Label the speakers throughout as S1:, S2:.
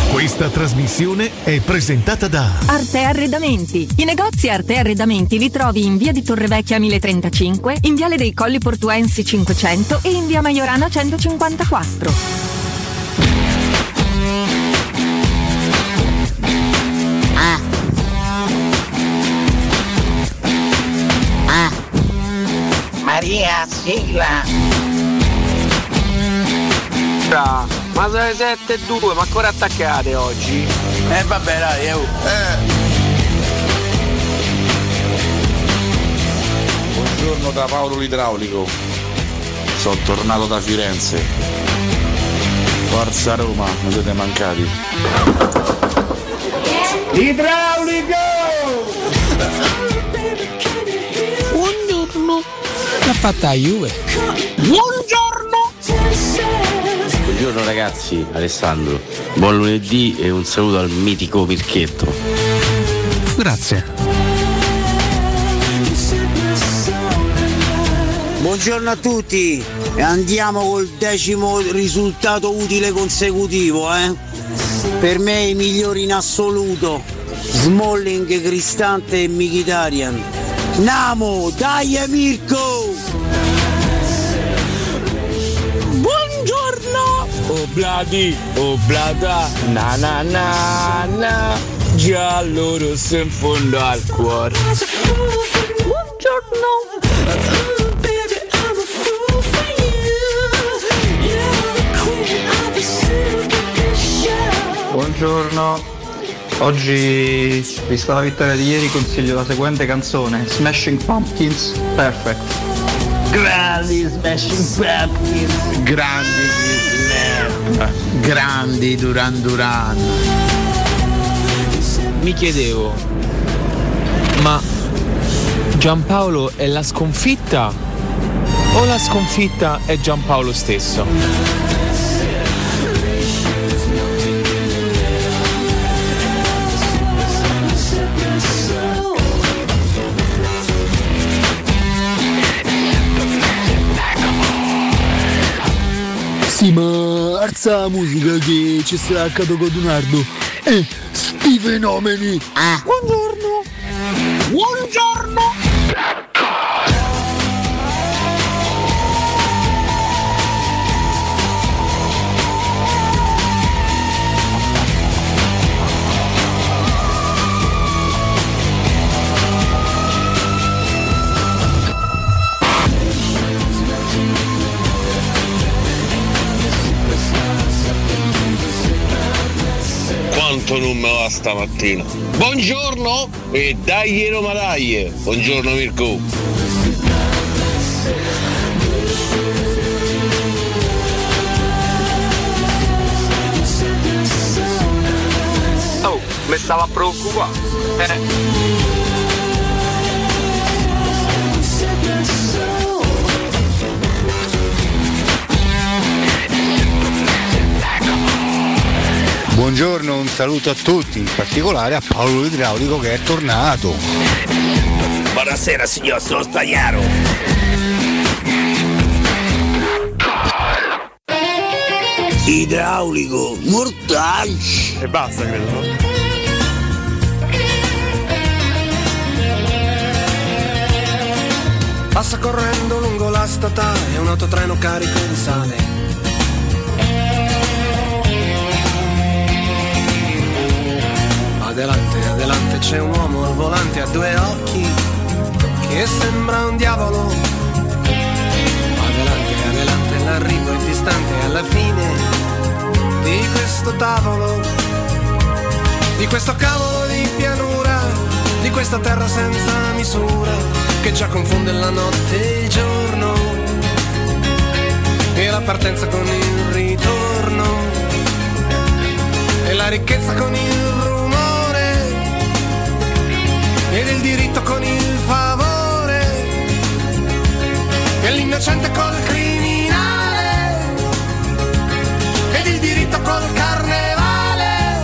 S1: Questa trasmissione è presentata da
S2: Arte Arredamenti. I negozi Arte Arredamenti li trovi in via di Torrevecchia 1035, in viale dei Colli Portuensi 500 e in via Maiorana 154.
S3: Maria, sigla.
S4: Ma sono le 7:02, ma ancora attaccate oggi?
S3: Vabbè dai,
S5: Buongiorno da Paolo l'idraulico. Sono tornato da Firenze. Forza Roma, mi siete mancati.
S3: Idraulico!
S6: Buongiorno. L'ha fatta la Juve.
S3: Buongiorno!
S7: Buongiorno ragazzi, Alessandro. Buon lunedì e un saluto al mitico Pirchetto.
S6: Grazie.
S8: Buongiorno a tutti e andiamo col 10° risultato utile consecutivo, Per me i migliori in assoluto: Smalling, Cristante e Mkhitaryan. Namo, dai Mirko!
S4: Buongiorno! Obladi, oblada, na na na na, giallo rosso in fondo al cuore. Buongiorno!
S9: Buongiorno, oggi, vista la vittoria di ieri, consiglio la seguente canzone: Smashing Pumpkins, Perfect.
S3: Grandi Smashing Pumpkins!
S10: Grandi Snap! Grandi Duran Duran!
S6: Mi chiedevo, ma Giampaolo è la sconfitta o la sconfitta è Giampaolo stesso?
S11: Sì, ma alza la musica che ci sta accaduto con Donardo. Sti fenomeni!
S3: Buongiorno! Buongiorno!
S12: Quanto non me va stamattina. Buongiorno e dai Roma dai. Buongiorno Mirko.
S4: Oh, mi stava a preoccupare.
S10: Buongiorno, un saluto a tutti, in particolare a Paolo l'idraulico che è tornato.
S3: Buonasera signor Stagliaro. Idraulico, mortacci.
S5: E basta, credo, no?
S13: Passa correndo lungo la statale un autotreno carico di sale. Adelante, adelante c'è un uomo al volante a 2 occhi che sembra un diavolo. Adelante, adelante l'arrivo è distante alla fine di questo tavolo, di questo cavolo di pianura, di questa terra senza misura che già confonde la notte e il giorno e la partenza con il ritorno e la ricchezza con il rumore ed il diritto con il favore e l'innocente col criminale ed il diritto col carnevale.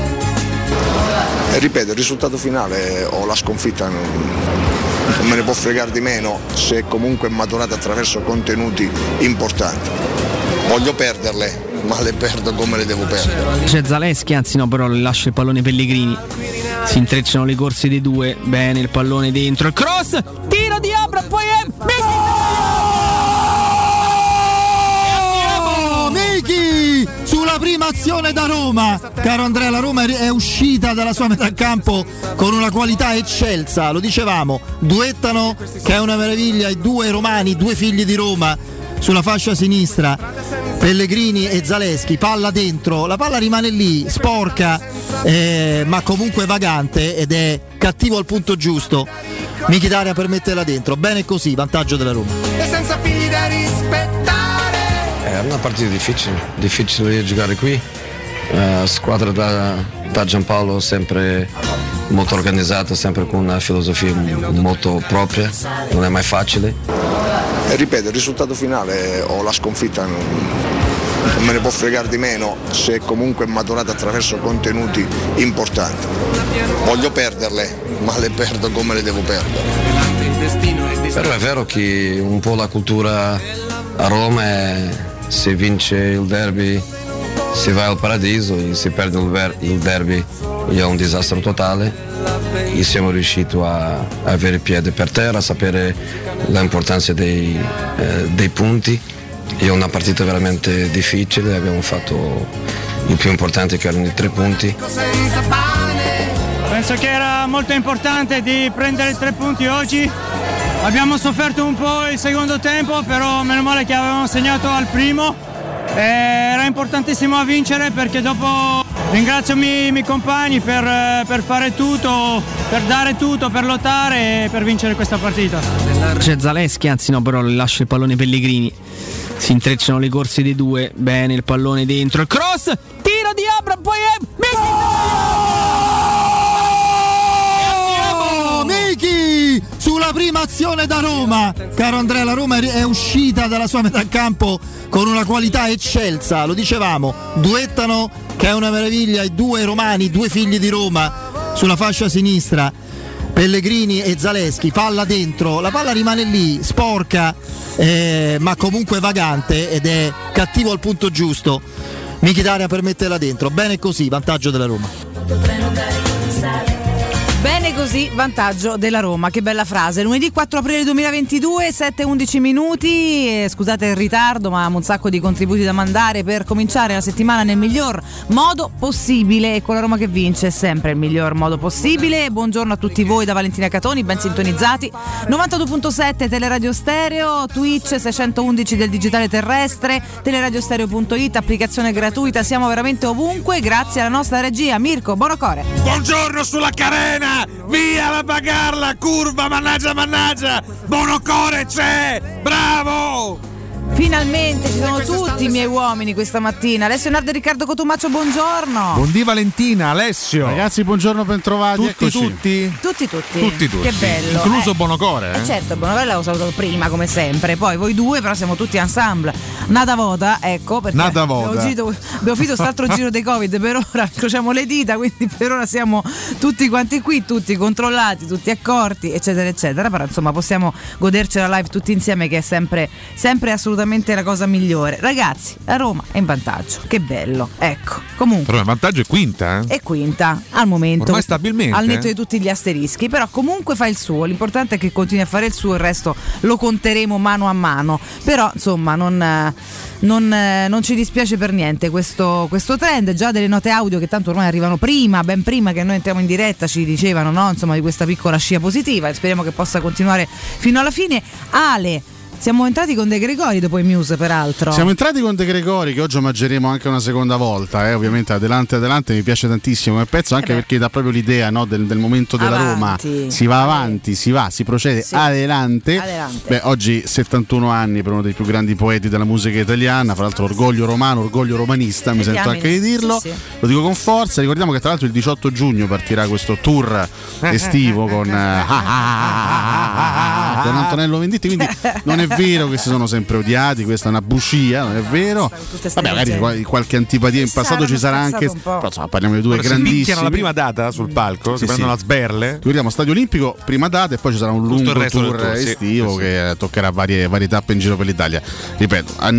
S14: E ripeto, il risultato finale o la sconfitta non me ne può fregare di meno se comunque è maturata attraverso contenuti importanti. Voglio perderle, ma le perdo come le devo perdere.
S15: C'è Zaleschi, anzi no, però le lascia il pallone Pellegrini. Si intrecciano le corse dei due. Bene, il pallone dentro, il cross, tiro di Abra, poi è
S16: Miki sulla prima azione da Roma. Caro Andrea, la Roma è uscita dalla sua metà campo con una qualità eccelsa, lo dicevamo, duettano che è una meraviglia i due romani, due figli di Roma sulla fascia sinistra, Pellegrini e Zaleschi, palla dentro, la palla rimane lì, sporca ma comunque vagante ed è cattivo al punto giusto. Mkhitaryan per metterla dentro, bene così, vantaggio della Roma.
S13: E senza figli da rispettare.
S17: È una partita difficile di giocare qui, squadra da Giampaolo sempre molto organizzata, sempre con una filosofia molto propria, non è mai facile.
S14: E ripeto, il risultato finale o la sconfitta non me ne può fregare di meno se è comunque maturata attraverso contenuti importanti. Voglio perderle, ma le perdo come le devo perdere.
S17: Però è vero che un po' la cultura a Roma è se vince il derby si va al paradiso e se perde il derby è un disastro totale. E siamo riusciti a avere il piede per terra, a sapere l'importanza dei punti. È una partita veramente difficile, abbiamo fatto il più importante che erano i 3 punti.
S18: Penso che era molto importante di prendere i 3 punti oggi. Abbiamo sofferto un po' il secondo tempo, però meno male che avevamo segnato al primo. Era importantissimo a vincere perché dopo ringrazio i miei compagni per fare tutto, per dare tutto, per lottare e per vincere questa partita.
S15: C'è Zaleschi, anzi no, però le lascia il pallone Pellegrini. Si intrecciano le corse dei due. Bene, il pallone dentro, il cross, tiro di Abra, poi è
S16: Miki sulla prima azione da Roma. Caro Andrea, la Roma è uscita dalla sua metà campo con una qualità eccelsa, lo dicevamo, duettano che è una meraviglia i due romani, due figli di Roma sulla fascia sinistra, Pellegrini e Zaleschi, palla dentro, la palla rimane lì, sporca ma comunque vagante ed è cattivo al punto giusto. Mkhitaryan per metterla dentro, bene così, vantaggio della Roma.
S19: Bene così, vantaggio della Roma, che bella frase. Lunedì 4 aprile 2022, 7:11 minuti. Scusate il ritardo, ma un sacco di contributi da mandare per cominciare la settimana nel miglior modo possibile. E con la Roma che vince è sempre il miglior modo possibile. Buongiorno a tutti voi da Valentina Catoni, ben sintonizzati. 92.7 Teleradio Stereo, Twitch 611 del digitale terrestre, teleradiostereo.it, applicazione gratuita. Siamo veramente ovunque, grazie alla nostra regia Mirko Bonocore.
S20: Buongiorno sulla carena! Via la bagarla, curva, mannaggia, Bonocore c'è, bravo!
S19: Finalmente ci sono tutti i miei uomini questa mattina. Alessio Nardo e Riccardo Cotumaccio, buongiorno.
S21: Buondì Valentina, Alessio.
S22: Ragazzi, buongiorno, bentrovati.
S21: Tutti?
S19: Tutti.
S21: Che
S19: bello.
S21: Incluso Bonocore.
S19: Certo, Bonocore l'avevo salutato prima, come sempre. Poi voi due, però siamo tutti ensemble. Nada vota, ecco, perché abbiamo finito questo altro giro dei Covid. Per ora incrociamo le dita, quindi per ora siamo tutti quanti qui, tutti controllati, tutti accorti, eccetera, eccetera. Però insomma possiamo goderci la live tutti insieme, che è sempre assolutamente la cosa migliore. Ragazzi, la Roma è in vantaggio, che bello, ecco. Comunque
S21: però il vantaggio è quinta,
S19: È quinta al momento,
S21: ormai stabilmente,
S19: al netto di tutti gli asterischi. Però comunque fa il suo, l'importante è che continui a fare il suo, il resto lo conteremo mano a mano. Però insomma non ci dispiace per niente questo trend. Già delle note audio che tanto ormai arrivano ben prima che noi entriamo in diretta, ci dicevano, no? Insomma, di questa piccola scia positiva, e speriamo che possa continuare fino alla fine. Ale, siamo entrati con De Gregori dopo i Muse, peraltro.
S22: Siamo entrati con De Gregori, che oggi omaggeremo anche una seconda volta, ovviamente adelante, mi piace tantissimo come pezzo, anche perché dà proprio l'idea, no, del momento della Roma. Si va avanti, si procede adelante. Beh, oggi 71 anni per uno dei più grandi poeti della musica italiana, fra l'altro orgoglio romano, orgoglio romanista, mi sento anche di dirlo. Lo dico con forza. Ricordiamo che tra l'altro il 18 giugno partirà questo tour estivo con Antonello Venditti, quindi non è è vero che si sono sempre odiati, questa è una bugia, non è vero. Vabbè, magari qualche antipatia in passato ci sarà anche. Però, insomma, parliamo di due grandissimi. Si
S21: picchiano la prima data sul palco, si prendono a sberle.
S22: Ricordiamo Stadio Olimpico, prima data, e poi ci sarà un lungo tour estivo che toccherà varie tappe in giro per l'Italia. Ripeto, anni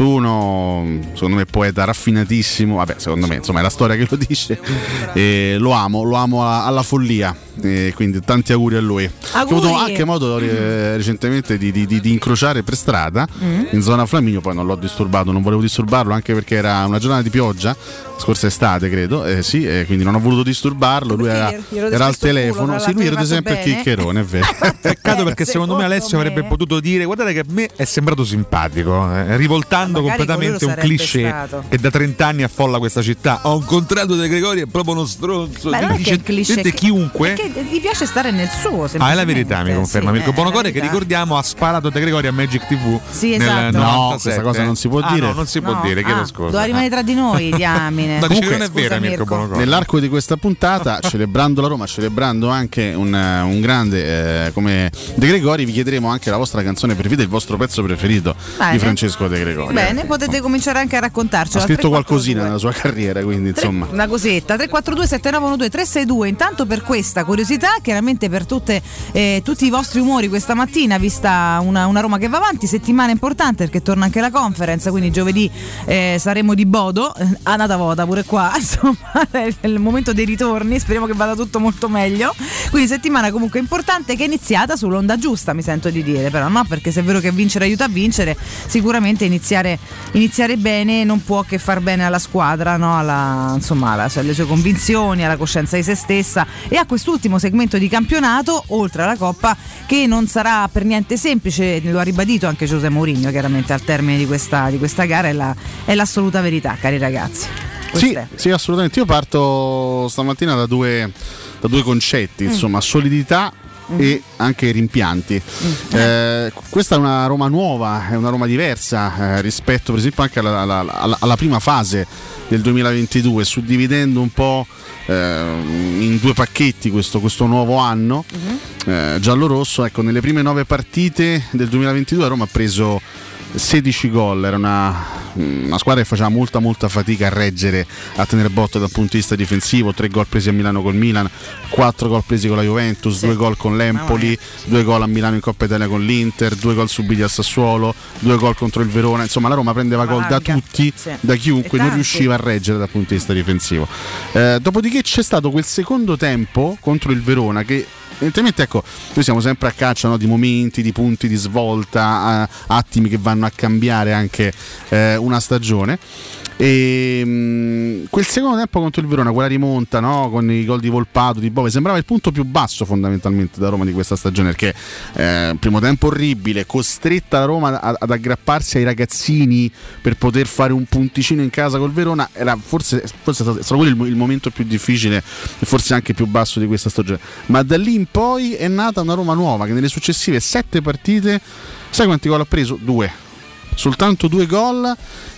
S22: 71, secondo me poeta raffinatissimo. Vabbè, secondo me, insomma, è la storia che lo dice. Lo amo alla follia. Quindi tanti auguri a lui. Ho avuto anche modo recentemente di incrociare per strada in zona Flaminio, poi non l'ho disturbato, non volevo disturbarlo anche perché era una giornata di pioggia, scorsa estate credo, quindi non ho voluto disturbarlo, lui era al telefono, lui era sempre il chiccherone, è vero.
S21: Peccato perché secondo me Alessio avrebbe potuto dire: guardate che a me è sembrato simpatico, rivoltando completamente un cliché che da 30 anni affolla questa città. Ho incontrato De Gregori, è proprio uno stronzo.
S19: Beh,
S21: dice chiunque.
S19: Perché gli piace stare nel suo.
S21: È la verità, mi conferma Mirko Bonocore, che ricordiamo ha sparato De Gregori a Magic TV.
S19: Sì, esatto.
S22: No, questa cosa non si può dire.
S21: No, non si può dire, chiedo scusa.
S19: Doveva rimanere tra di noi, diamine.
S21: No, comunque, non è vero, Mirko Bonocore.
S22: Nell'arco di questa puntata, celebrando la Roma, celebrando anche un grande come De Gregori, vi chiederemo anche la vostra canzone preferita, il vostro pezzo preferito di Francesco De Gregori.
S19: Bene, potete cominciare anche a raccontarcelo.
S22: Ha scritto qualcosina nella sua carriera, quindi insomma.
S19: Una cosetta, 342 7912 362. Intanto per questa curiosità, chiaramente per tutti i vostri umori questa mattina, vista una Roma che va avanti, settimana importante perché torna anche la conference, quindi giovedì saremo di Bodo, annata vota pure qua, insomma è il momento dei ritorni, speriamo che vada tutto molto meglio, quindi settimana comunque importante che è iniziata sull'onda giusta, mi sento di dire, però no, perché se è vero che vincere aiuta a vincere, sicuramente iniziare bene non può che far bene alla squadra, no? alle sue convinzioni, alla coscienza di se stessa e a quest'ultimo segmento di campionato, oltre alla Coppa, che non sarà per niente semplice, lo ha ribadito anche José Mourinho chiaramente al termine di questa gara, è l'assoluta verità, cari ragazzi.
S22: Sì, assolutamente. Io parto stamattina da due concetti, insomma, solidità e anche rimpianti. Questa è una Roma nuova, è una Roma diversa rispetto per esempio anche alla prima fase del 2022, suddividendo un po' in due pacchetti questo nuovo anno giallo-rosso. Ecco, nelle prime 9 partite del 2022 la Roma ha preso 16 gol, era una squadra che faceva molta fatica a reggere, a tenere botta dal punto di vista difensivo. 3 gol presi a Milano col Milan, 4 gol presi con la Juventus, 2 gol con l'Empoli, 2 gol a Milano in Coppa Italia con l'Inter, 2 gol subiti a Sassuolo, 2 gol contro il Verona. Insomma, la Roma prendeva gol da tutti, da chiunque, non riusciva a reggere dal punto di vista difensivo. Dopodiché c'è stato quel secondo tempo contro il Verona che evidentemente, ecco, noi siamo sempre a caccia, no, di momenti, di punti di svolta, attimi che vanno a cambiare anche una stagione. E quel secondo tempo contro il Verona, quella rimonta, no, con i gol di Volpato, di Bove, sembrava il punto più basso fondamentalmente da Roma di questa stagione, perché primo tempo orribile, costretta la Roma ad aggrapparsi ai ragazzini per poter fare un punticino in casa col Verona. Era forse è stato quello il momento più difficile e forse anche più basso di questa stagione, ma da lì in poi è nata una Roma nuova che nelle successive 7 partite, sai quanti gol ha preso? 2, soltanto 2 gol,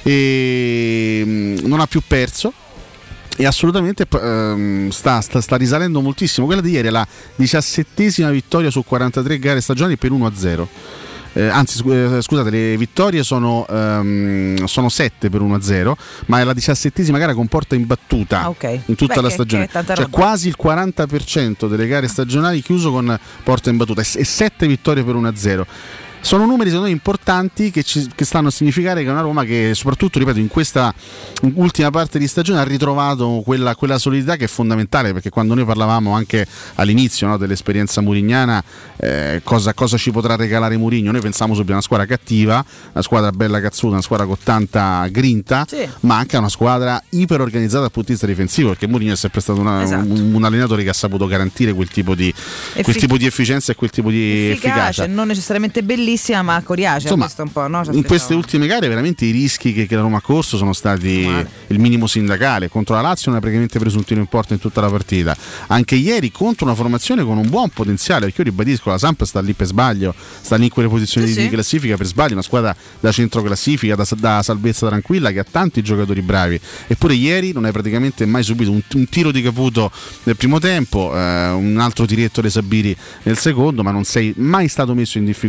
S22: e non ha più perso, e assolutamente sta risalendo moltissimo. Quella di ieri è la 17ª vittoria su 43 gare stagionali per 1-0. Scusate, le vittorie sono 7 per 1-0, ma è la 17ª gara con porta imbattuta in tutta la stagione, cioè quasi il 40% delle gare stagionali chiuso con porta imbattuta, e 7 vittorie per 1-0. Sono numeri secondo me importanti che stanno a significare che è una Roma che, soprattutto, ripeto, in questa ultima parte di stagione ha ritrovato quella solidità che è fondamentale, perché quando noi parlavamo anche all'inizio, no, dell'esperienza murignana, cosa ci potrà regalare Mourinho, noi pensavamo subito a una squadra cattiva, una squadra bella cazzuta, una squadra con tanta grinta, ma anche a una squadra iper organizzata dal punto di vista difensivo, perché Mourinho è sempre stato un allenatore che ha saputo garantire quel tipo di efficienza e quel tipo di efficacia,
S19: non necessariamente bellissima, ma coriacea.
S22: Insomma,
S19: questo un po', no?
S22: In queste ultime gare veramente i rischi che la Roma ha corso sono stati il minimo sindacale. Contro la Lazio non ha praticamente preso un tiro in porta in tutta la partita, anche ieri contro una formazione con un buon potenziale, perché io ribadisco, la Samp sta lì per sbaglio, sta lì in quelle posizioni di classifica per sbaglio, una squadra da centro classifica, da salvezza tranquilla, che ha tanti giocatori bravi, eppure ieri non hai praticamente mai subito un tiro di Caputo nel primo tempo, un altro tiretto dei Sabiri nel secondo, ma non sei mai stato messo in difficoltà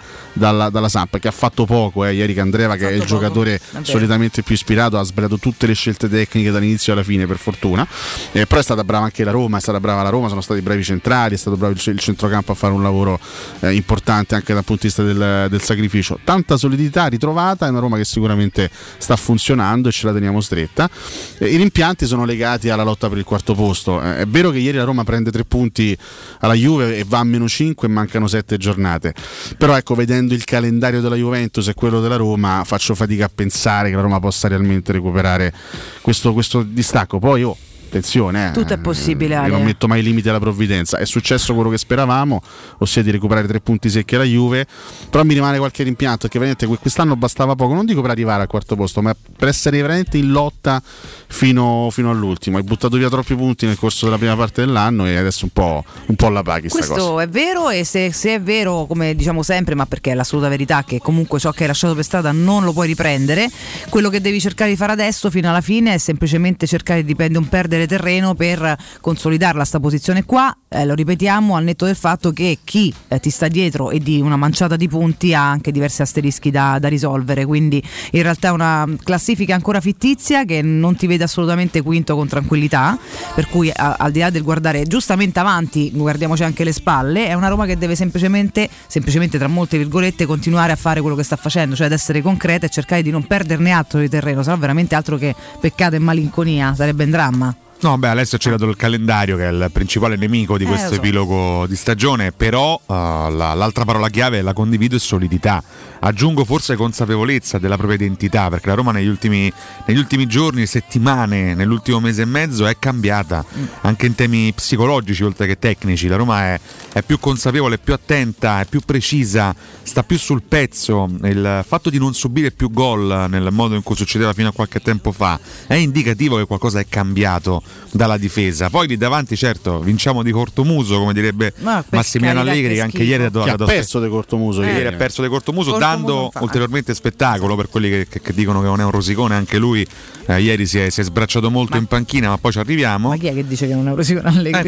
S22: dalla Samp, che ha fatto poco ieri. Candreva, che è il giocatore solitamente più ispirato, ha sbagliato tutte le scelte tecniche dall'inizio alla fine, per fortuna, però è stata brava anche la Roma, sono stati bravi i centrali, è stato bravo il centrocampo a fare un lavoro importante anche dal punto di vista del sacrificio. Tanta solidità ritrovata, è una Roma che sicuramente sta funzionando e ce la teniamo stretta. I rimpianti sono legati alla lotta per il quarto posto. È vero che ieri la Roma prende 3 punti alla Juve e va a -5 e mancano 7 giornate, però ecco, vedendo il calendario della Juventus e quello della Roma, faccio fatica a pensare che la Roma possa realmente recuperare questo distacco. Poi attenzione,
S19: tutto è possibile, Ale.
S22: Io non metto mai limiti alla provvidenza. È successo quello che speravamo, ossia di recuperare 3 punti secchi alla Juve, però mi rimane qualche rimpianto, perché veramente quest'anno bastava poco, non dico per arrivare al quarto posto, ma per essere veramente in lotta fino all'ultimo. Hai buttato via troppi punti nel corso della prima parte dell'anno e adesso un po' la paghi sta cosa.
S19: Questo è vero, e se è vero, come diciamo sempre, ma perché è l'assoluta verità, che comunque ciò che hai lasciato per strada non lo puoi riprendere, quello che devi cercare di fare adesso fino alla fine è semplicemente cercare di non perdere terreno per consolidarla sta posizione qua. Lo ripetiamo, al netto del fatto che chi ti sta dietro e di una manciata di punti ha anche diversi asterischi da risolvere, quindi in realtà è una classifica ancora fittizia che non ti vede assolutamente quinto con tranquillità, per cui al di là del guardare giustamente avanti, guardiamoci anche le spalle. È una Roma che deve semplicemente tra molte virgolette continuare a fare quello che sta facendo, cioè ad essere concreta e cercare di non perderne altro di terreno, sennò veramente altro che peccato e malinconia, sarebbe un dramma.
S21: No, Alessio ci ha dato il calendario, che è il principale nemico di questo epilogo di stagione, però l'altra parola chiave, la condivido, è solidità. Aggiungo forse consapevolezza della propria identità, perché la Roma negli ultimi giorni, settimane, nell'ultimo mese e mezzo è cambiata, anche in temi psicologici oltre che tecnici. La Roma è più consapevole, è più attenta, è più precisa, sta più sul pezzo. Il fatto di non subire più gol nel modo in cui succedeva fino a qualche tempo fa è indicativo che qualcosa è cambiato dalla difesa. Poi lì davanti, certo, vinciamo di cortomuso, come direbbe Massimiliano Allegri, che anche ieri ha
S22: perso di cortomuso.
S21: Ieri ha perso di cortomuso, dando ulteriormente spettacolo per quelli che dicono che non è un rosicone. Anche lui ieri si è sbracciato molto in panchina, ma poi ci arriviamo.
S19: Ma chi è che dice che non è un rosicone Allegri?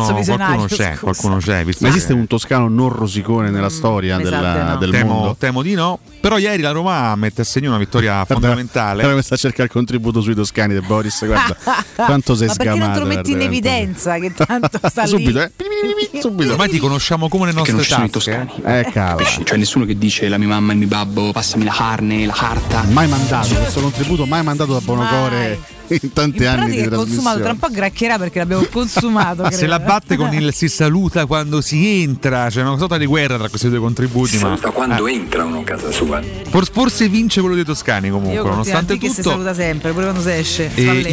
S21: Qualcuno c'è.
S22: Ma esiste un toscano non rosicone nella storia del mondo?
S21: Temo di no. Però ieri la Roma mette a segno una vittoria fondamentale.
S22: Però mi sta a cercare il contributo sui toscani De Boris, guarda quanto sei
S19: ma perché non te lo metti in evidenza che tanto sta
S22: subito,
S19: lì
S21: subito. Ormai ti conosciamo come le nostre tasche.
S1: Toscani. Cioè nessuno che dice la mia mamma e il mio babbo passami la carne, la carta.
S22: Mai mandato questo contributo, mai mandato da Bonocore in tanti anni di trasmissione.
S19: Consumato, tra un po' gracchierà perché l'abbiamo consumato.
S21: Se la batte con il si saluta quando si entra, c'è una sorta di guerra tra questi due contributi.
S2: Si saluta quando entrano a casa sua.
S21: Forse vince quello dei toscani comunque, nonostante tutto.
S19: Che si saluta sempre, pure quando si esce.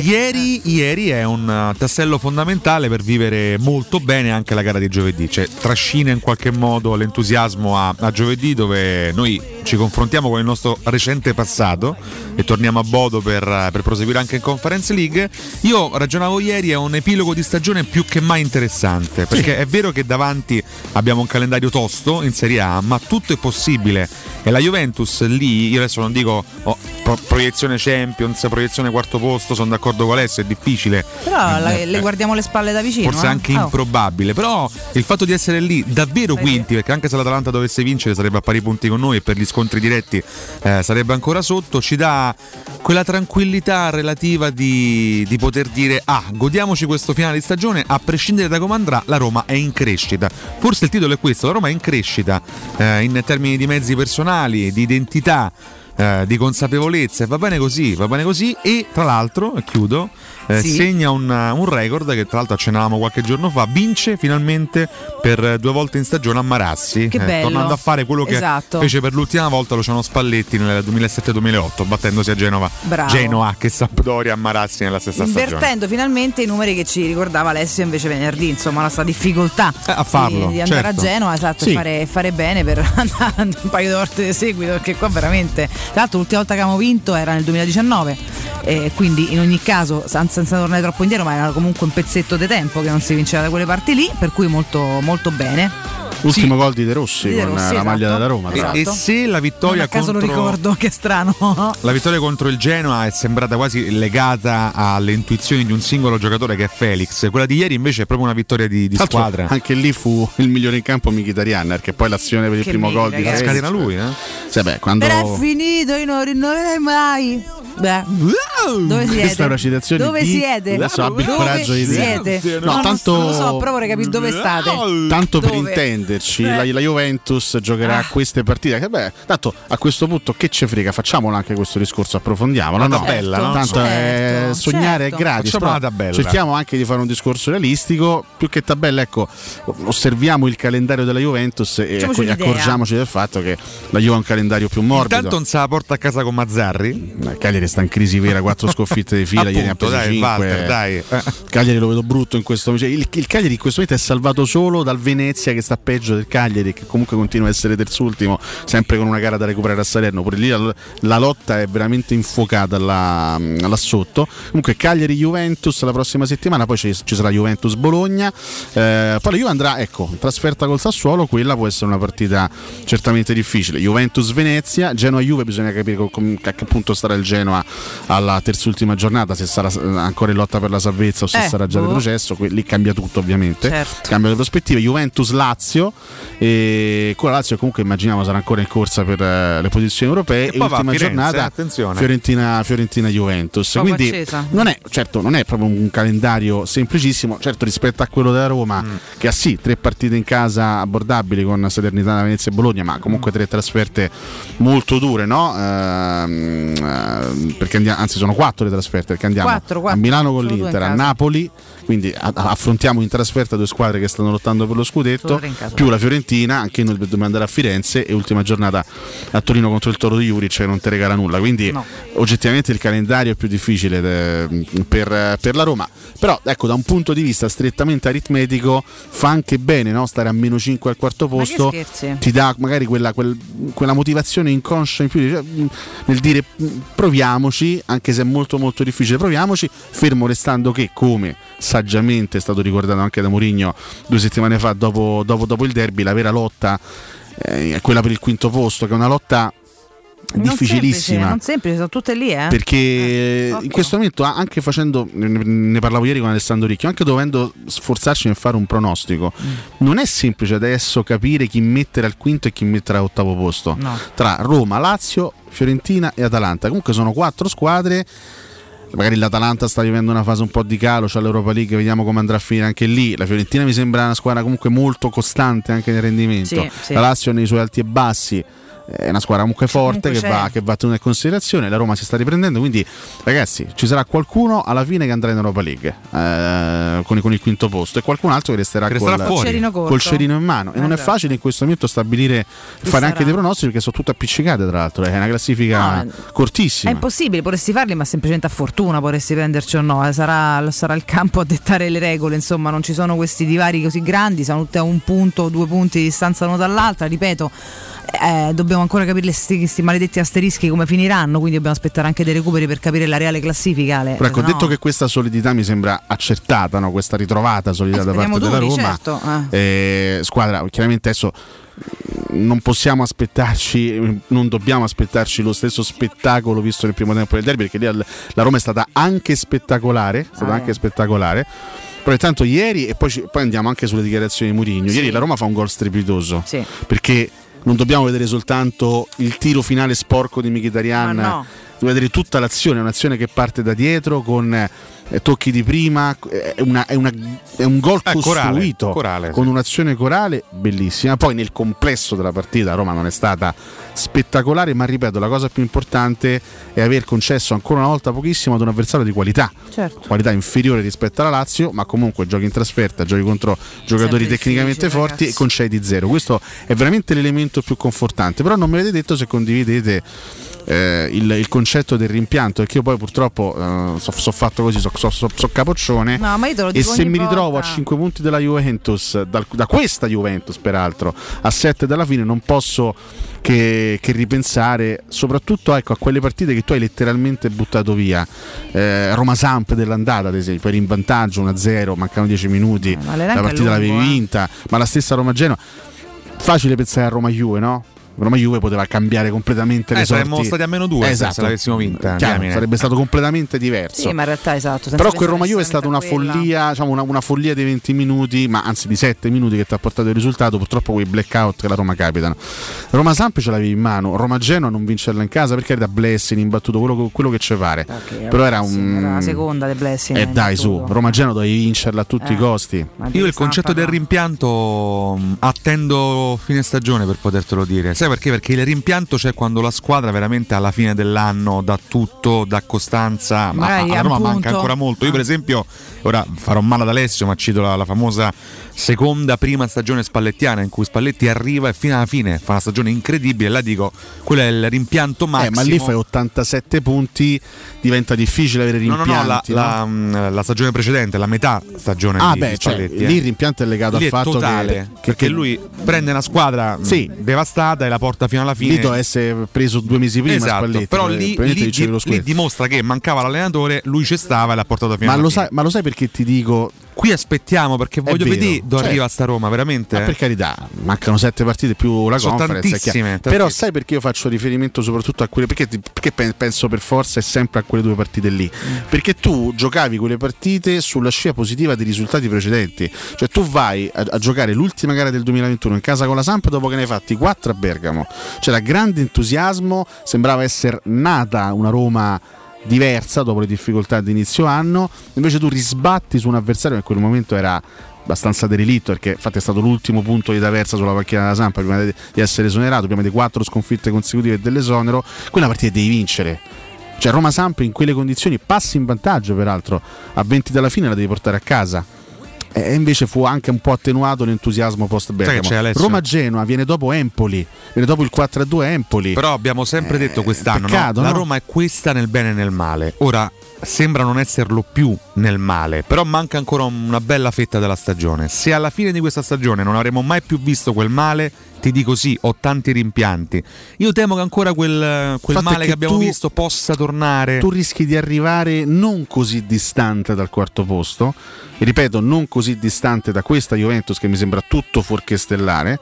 S21: Ieri è un tassello fondamentale per vivere molto bene anche la gara di giovedì, cioè trascina in qualche modo l'entusiasmo a giovedì, dove noi ci confrontiamo con il nostro recente passato e torniamo a Bodo per proseguire anche in Conference League. Io ragionavo ieri, è un epilogo di stagione più che mai interessante, perché è vero che davanti abbiamo un calendario tosto in Serie A, ma tutto è possibile, e la Juventus lì, io adesso non dico proiezione Champions, proiezione quarto posto, sono d'accordo con Alessio, è difficile,
S19: però le guardiamo le spalle da vicino,
S21: forse anche improbabile, però il fatto di essere lì davvero quinti, perché anche se l'Atalanta dovesse vincere sarebbe a pari punti con noi e per gli scontri diretti sarebbe ancora sotto, ci dà quella tranquillità relativa di poter dire godiamoci questo finale di stagione, a prescindere da come andrà. La Roma è in crescita, forse il titolo è questo, la Roma è in crescita in termini di mezzi personali, di identità, di consapevolezza, e va bene così. E tra l'altro, chiudo, segna un record che tra l'altro accennavamo qualche giorno fa, vince finalmente per 2 volte in stagione a Marassi, tornando a fare quello che fece per l'ultima volta Luciano Spalletti nel 2007-2008, battendosi a Genoa che Sampdoria a Marassi nella stessa stagione, invertendo
S19: finalmente i numeri che ci ricordava Alessio invece venerdì, insomma la sua difficoltà
S21: a farlo,
S19: di andare a Genoa, e fare bene per andare un paio di volte di seguito, perché qua veramente, tra l'altro l'ultima volta che abbiamo vinto era nel 2019, quindi in ogni caso senza tornare troppo indietro, ma era comunque un pezzetto di tempo che non si vinceva da quelle parti lì, per cui molto molto bene.
S22: L'ultimo gol di De Rossi con la maglia della Roma.
S21: E se la vittoria
S19: contro... lo ricordo, che strano.
S21: La vittoria contro il Genoa è sembrata quasi legata alle intuizioni di un singolo giocatore che è Felix. Quella di ieri invece è proprio una vittoria di squadra.
S22: Anche lì fu il migliore in campo Mkhitaryan, perché poi l'azione per il primo gol di Felix
S21: scatena lui,
S22: Sì, beh, quando...
S19: Però è finito, io non rinnoverei mai. Beh. Dove siete?
S22: Questa è una citazione
S19: dove siete?
S22: Adesso abbi il coraggio di dire.
S19: No, tanto non lo so, però vorrei capire dove state.
S22: Tanto per intenderci, la Juventus giocherà queste partite. Che beh, tanto a questo punto che ce frega, facciamolo anche questo discorso, approfondiamolo.
S21: La tabella, no?
S22: Tanto sognare è gratis.
S21: Facciamo la tabella.
S22: Cerchiamo anche di fare un discorso realistico. Più che tabella, ecco, osserviamo il calendario della Juventus e accorgiamoci del fatto che la Juve ha un calendario più morbido.
S21: Intanto non se la porta a casa con Mazzarri.
S22: Cagliari sta in crisi vera, 4 sconfitte di fila, ieri ne ha prese 5.
S21: Walter,
S22: Cagliari lo vedo brutto in questo momento. Il Cagliari in questo momento è salvato solo dal Venezia, che sta peggio del Cagliari, che comunque continua a essere terzultimo, sempre con una gara da recuperare a Salerno. Pure lì la lotta è veramente infuocata là sotto. Comunque Cagliari Juventus la prossima settimana, poi ci sarà Juventus Bologna, poi la Juve andrà, ecco, trasferta col Sassuolo. Quella può essere una partita certamente difficile. Juventus Venezia, Genoa Juve, bisogna capire a che punto starà il Genoa alla terzultima giornata, se sarà ancora in lotta per la salvezza o se sarà già retrocesso. Lì cambia tutto, ovviamente, cambia le prospettive. Juventus Lazio, e con la Lazio comunque immaginiamo sarà ancora in corsa per le posizioni europee, e ultima giornata Fiorentina Juventus. Quindi non è proprio un calendario semplicissimo, certo, rispetto a quello della Roma, che ha 3 partite in casa abbordabili con Salernitana, Venezia e Bologna, ma comunque 3 trasferte molto dure, no? Perché anzi sono 4 le trasferte, perché andiamo a Milano con l'Inter, a Napoli, quindi affrontiamo in trasferta 2 squadre che stanno lottando per lo scudetto, più la Fiorentina, anche noi dobbiamo andare a Firenze, e ultima giornata a Torino contro il Toro di Juric, che non ti regala nulla, quindi oggettivamente il calendario è più difficile per la Roma. Però ecco, da un punto di vista strettamente aritmetico fa anche bene, no? Stare a -5 al quarto posto ti dà magari quella motivazione inconscia in più, cioè, nel dire proviamoci, anche se è molto molto difficile, proviamoci, fermo restando che, come saggiamente è stato ricordato anche da Mourinho 2 settimane fa dopo il derby, la vera lotta è quella per il quinto posto, che è una lotta difficilissima,
S19: non semplice, sono tutte lì,
S22: perché in questo momento, anche facendo, ne parlavo ieri con Alessandro Ricchio, anche dovendo sforzarci nel fare un pronostico, non è semplice adesso capire chi mettere al quinto e chi mettere all'ottavo posto, tra Roma, Lazio, Fiorentina e Atalanta. Comunque sono 4 squadre. Magari l'Atalanta sta vivendo una fase un po' di calo, c'è l'Europa League, vediamo come andrà a finire anche lì. La Fiorentina mi sembra una squadra comunque molto costante anche nel rendimento, la Lazio nei suoi alti e bassi, è una squadra comunque forte, che va tenuta in considerazione. La Roma si sta riprendendo, quindi ragazzi, ci sarà qualcuno alla fine che andrà in Europa League con il quinto posto, e qualcun altro che resterà col cerino in mano, e non è facile in questo momento fare anche dei pronostici, perché sono tutte appiccicate, tra l'altro è una classifica cortissima.
S19: È impossibile, potresti farli, ma semplicemente a fortuna potresti prenderci o no, sarà il campo a dettare le regole, insomma non ci sono questi divari così grandi, sono tutte a 1 punto, 2 punti di distanza l'una dall'altra, ripeto. Dobbiamo ancora capire questi maledetti asterischi come finiranno, quindi dobbiamo aspettare anche dei recuperi per capire la reale classifica.
S22: Ecco, detto che questa solidità mi sembra accertata, no? Questa ritrovata solidità da parte della Roma, squadra chiaramente adesso non possiamo aspettarci, non dobbiamo aspettarci lo stesso spettacolo visto nel primo tempo del derby, perché lì la Roma è stata anche spettacolare, però intanto ieri, e poi andiamo anche sulle dichiarazioni di Mourinho, ieri la Roma fa un gol strepitoso, perché non dobbiamo vedere soltanto il tiro finale sporco di Mkhitaryan, dobbiamo vedere tutta l'azione, è un'azione che parte da dietro con tocchi di prima, è un gol costruito corale, con un'azione corale bellissima. Poi nel complesso della partita Roma non è stata spettacolare, ma ripeto, la cosa più importante è aver concesso ancora una volta pochissimo ad un avversario di qualità, qualità inferiore rispetto alla Lazio, ma comunque giochi in trasferta, giochi contro giocatori tecnicamente forti, ragazzi, e concedi 0. Questo è veramente l'elemento più confortante. Però non mi avete detto se condividete il concetto del rimpianto, perché io poi purtroppo so fatto così, so capoccione,
S19: ma io te lo dico,
S22: e se mi ritrovo a 5 punti della Juventus, da questa Juventus peraltro, a 7 dalla fine, non posso che ripensare soprattutto, ecco, a quelle partite che tu hai letteralmente buttato via. Roma-Samp dell'andata, ad esempio, eri in vantaggio 1-0, mancano 10 minuti, la partita l'avevi vinta, ma la stessa Roma-Genoa. facile pensare a Roma-Juve, no? Roma-Juve poteva cambiare completamente le sorti.
S21: Saremmo stati a -2 se l'avessimo vinta.
S22: Sarebbe stato completamente diverso.
S19: Sì, ma in realtà esatto.
S22: Però quel Roma-Juve è stata una follia, diciamo una follia di 20 minuti, ma anzi di 7 minuti che ti ha portato il risultato. Purtroppo quei blackout che la Roma capitano. Roma-Samp ce l'avevi in mano, Roma-Genoa non vincerla in casa perché era da Blessing imbattuto quello che ci pare.
S19: Okay,
S22: però era
S19: la seconda del Blessing.
S22: Dai su, Roma-Genoa dovevi vincerla a tutti i costi.
S21: Io il concetto del rimpianto attendo fine stagione per potertelo dire. Sai perché? Perché il rimpianto c'è quando la squadra veramente alla fine dell'anno dà tutto, dà costanza, ma alla Roma manca ancora molto. Io per esempio, ora farò male ad Alessio, ma cito la famosa prima stagione spallettiana in cui Spalletti arriva e fino alla fine fa una stagione incredibile, e là dico quello è il rimpianto massimo.
S22: Ma lì fai 87 punti, diventa difficile avere rimpianti.
S21: La stagione precedente, la metà stagione di Spalletti.
S22: Lì il rimpianto è legato
S21: lì
S22: al fatto
S21: totale, perché lui prende una squadra devastata e la porta fino alla fine.
S22: Lì doveva essere preso 2 mesi prima,
S21: esatto,
S22: Spalletti,
S21: però lì dimostra che mancava l'allenatore, lui ci stava e l'ha portato fino alla fine.
S22: Ma lo sai perché ti dico?
S21: Qui aspettiamo, perché voglio vedere dove arriva sta Roma, veramente.
S22: Ma per carità, mancano 7 partite più la conference,
S21: tantissime.
S22: Però sai perché io faccio riferimento soprattutto a quelle, perché penso per forza e sempre a quelle 2 partite lì? Perché tu giocavi quelle partite sulla scia positiva dei risultati precedenti, cioè tu vai a giocare l'ultima gara del 2021 in casa con la Samp dopo che ne hai fatti 4 a Bergamo, c'era grande entusiasmo, sembrava essere nata una Roma diversa dopo le difficoltà di inizio anno, invece tu risbatti su un avversario che in quel momento era abbastanza derelitto, perché infatti è stato l'ultimo punto di D'Aversa sulla panchina della Samp prima di essere esonerato, prima di 4 sconfitte consecutive dell'esonero. Quella partita devi vincere, cioè Roma-Samp in quelle condizioni passi in vantaggio, peraltro a 20 dalla fine la devi portare a casa. E invece fu anche un po' attenuato l'entusiasmo post Bergamo. Roma-Genoa viene dopo Empoli, viene dopo il 4-2 Empoli.
S21: Però abbiamo sempre detto quest'anno,
S22: peccato,
S21: la Roma è questa nel bene e nel male. Ora sembra non esserlo più nel male, però manca ancora una bella fetta della stagione. Se alla fine di questa stagione non avremo mai più visto quel male, ti dico sì, ho tanti rimpianti. Io temo che ancora quel male che abbiamo visto possa tornare.
S22: Tu rischi di arrivare non così distante dal quarto posto, e ripeto, non così distante da questa Juventus che mi sembra tutto fuorché stellare,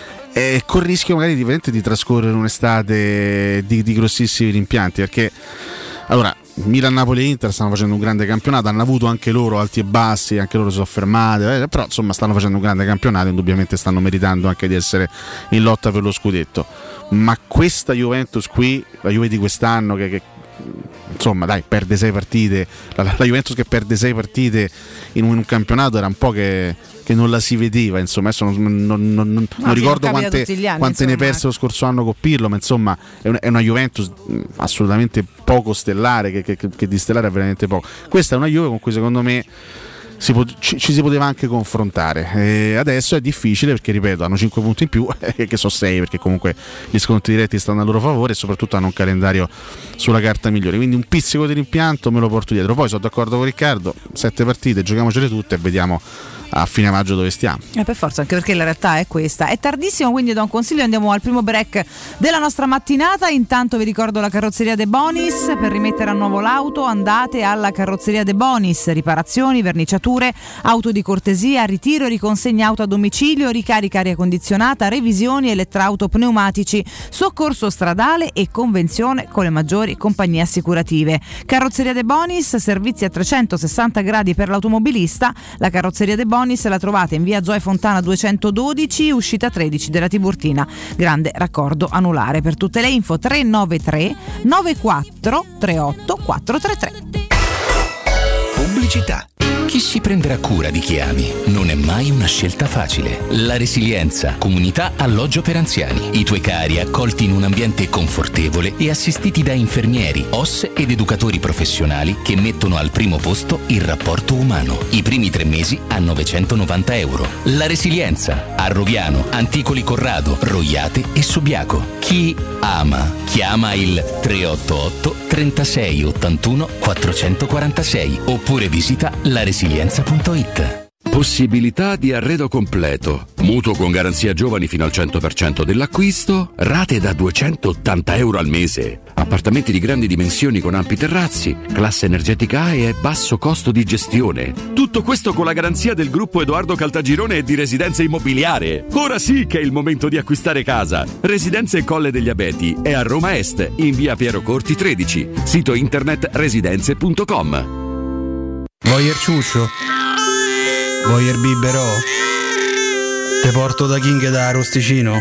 S22: e col rischio magari di trascorrere un'estate di grossissimi rimpianti, perché allora Milan, Napoli e Inter stanno facendo un grande campionato, hanno avuto anche loro alti e bassi, anche loro si sono fermate, però insomma stanno facendo un grande campionato, indubbiamente stanno meritando anche di essere in lotta per lo scudetto. Ma questa Juventus qui, la Juve di quest'anno che insomma dai, perde 6 partite, la Juventus che perde 6 partite in un campionato era un po' che non la si vedeva, insomma. Adesso non ricordo quante ne perse lo scorso anno con Pirlo, ma insomma è una Juventus assolutamente poco stellare, che di stellare è veramente poco. Questa è una Juve con cui secondo me ci si poteva anche confrontare, e adesso è difficile perché ripeto hanno 5 punti in più che sono 6, perché comunque gli scontri diretti stanno a loro favore e soprattutto hanno un calendario sulla carta migliore, quindi un pizzico di rimpianto me lo porto dietro. Poi sono d'accordo con Riccardo, 7 partite, giochiamocele tutte e vediamo a fine maggio dove stiamo.
S19: Per forza, anche perché la realtà è questa. È tardissimo, quindi do un consiglio, andiamo al primo break della nostra mattinata. Intanto vi ricordo la carrozzeria De Bonis. Per rimettere a nuovo l'auto andate alla carrozzeria De Bonis, riparazioni, verniciature, auto di cortesia, ritiro e riconsegna auto a domicilio, ricarica aria condizionata, revisioni elettrauto pneumatici, soccorso stradale e convenzione con le maggiori compagnie assicurative. Carrozzeria De Bonis, servizi a 360 gradi per l'automobilista. La carrozzeria De Bonis la trovate in via Zoe Fontana 212, uscita 13 della Tiburtina. Grande raccordo anulare. Per tutte le info 393 94 38 433.
S7: Pubblicità. Chi si prenderà cura di chi ami? Non è mai una scelta facile. La Resilienza, comunità alloggio per anziani. I tuoi cari accolti in un ambiente confortevole e assistiti da infermieri, OSS ed educatori professionali che mettono al primo posto il rapporto umano. I primi 3 mesi a €990. La Resilienza, a Roviano, Anticoli Corrado, Roiate e Subiaco. Chi ama, chiama il 388 36 81 446 oppure visita laresilienza.it.
S8: Possibilità di arredo completo, mutuo con garanzia giovani fino al 100% dell'acquisto, rate da €280 al mese, appartamenti di grandi dimensioni con ampi terrazzi, classe energetica A e basso costo di gestione. Tutto questo con la garanzia del gruppo Edoardo Caltagirone e di Residenza Immobiliare. Ora sì che è il momento di acquistare casa. Residenze Colle degli Abeti è a Roma Est, in via Piero Corti 13, sito internet residenze.com.
S9: Voyer ciuscio? Voyer biberò? Te porto da King e da Arosticino?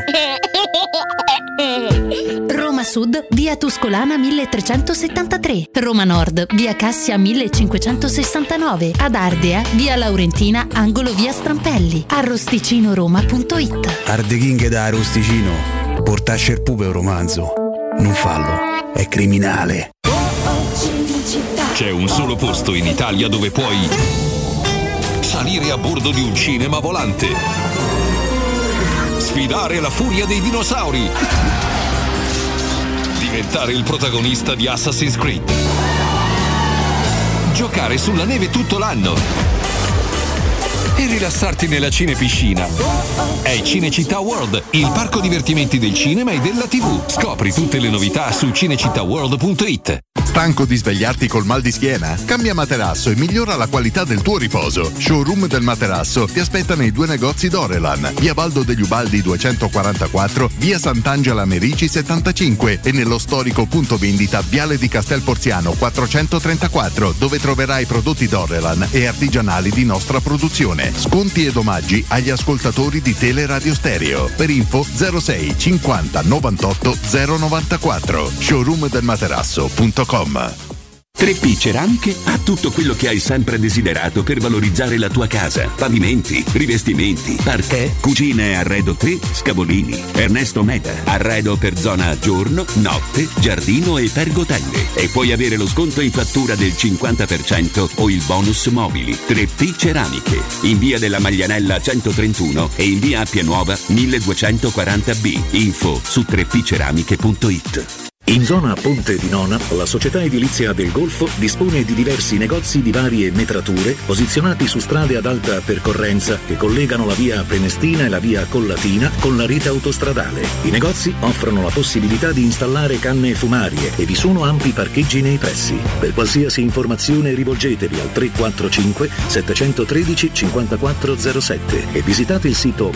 S23: Roma Sud, via Tuscolana 1373. Roma Nord, via Cassia 1569. Ad Ardea, via Laurentina, angolo via Strampelli. Arrosticinoroma.it.
S9: Arde King e da Arosticino. Portasce il pupe un romanzo. Non fallo, è criminale.
S24: C'è un solo posto in Italia dove puoi salire a bordo di un cinema volante, sfidare la furia dei dinosauri, diventare il protagonista di Assassin's Creed, giocare sulla neve tutto l'anno e rilassarti nella cinepiscina. È Cinecittà World, il parco divertimenti del cinema e della TV. Scopri tutte le novità su cinecittàworld.it.
S25: Stanco di svegliarti col mal di schiena? Cambia materasso e migliora la qualità del tuo riposo. Showroom del materasso ti aspetta nei 2 negozi Dorelan, via Baldo degli Ubaldi 244, via Sant'Angela Merici 75 e nello storico punto vendita Viale di Castel Porziano 434, dove troverai prodotti Dorelan e artigianali di nostra produzione. Sconti ed omaggi agli ascoltatori di Teleradio Stereo. Per info 06 50 98 094. showroomdelmaterasso.com.
S26: 3P Ceramiche ha tutto quello che hai sempre desiderato per valorizzare la tua casa. Pavimenti, rivestimenti, parquet, cucina e arredo 3, Scavolini. Ernesto Meda, arredo per zona giorno, notte, giardino e pergotelle. E puoi avere lo sconto in fattura del 50% o il bonus mobili. 3P Ceramiche, in via della Maglianella 131 e in via Appia Nuova 1240B. Info su 3pceramiche.it.
S27: In zona Ponte di Nona, la società edilizia del Golfo dispone di diversi negozi di varie metrature posizionati su strade ad alta percorrenza che collegano la via Prenestina e la via Collatina con la rete autostradale. I negozi offrono la possibilità di installare canne fumarie e vi sono ampi parcheggi nei pressi. Per qualsiasi informazione rivolgetevi al 345 713 5407 e visitate il sito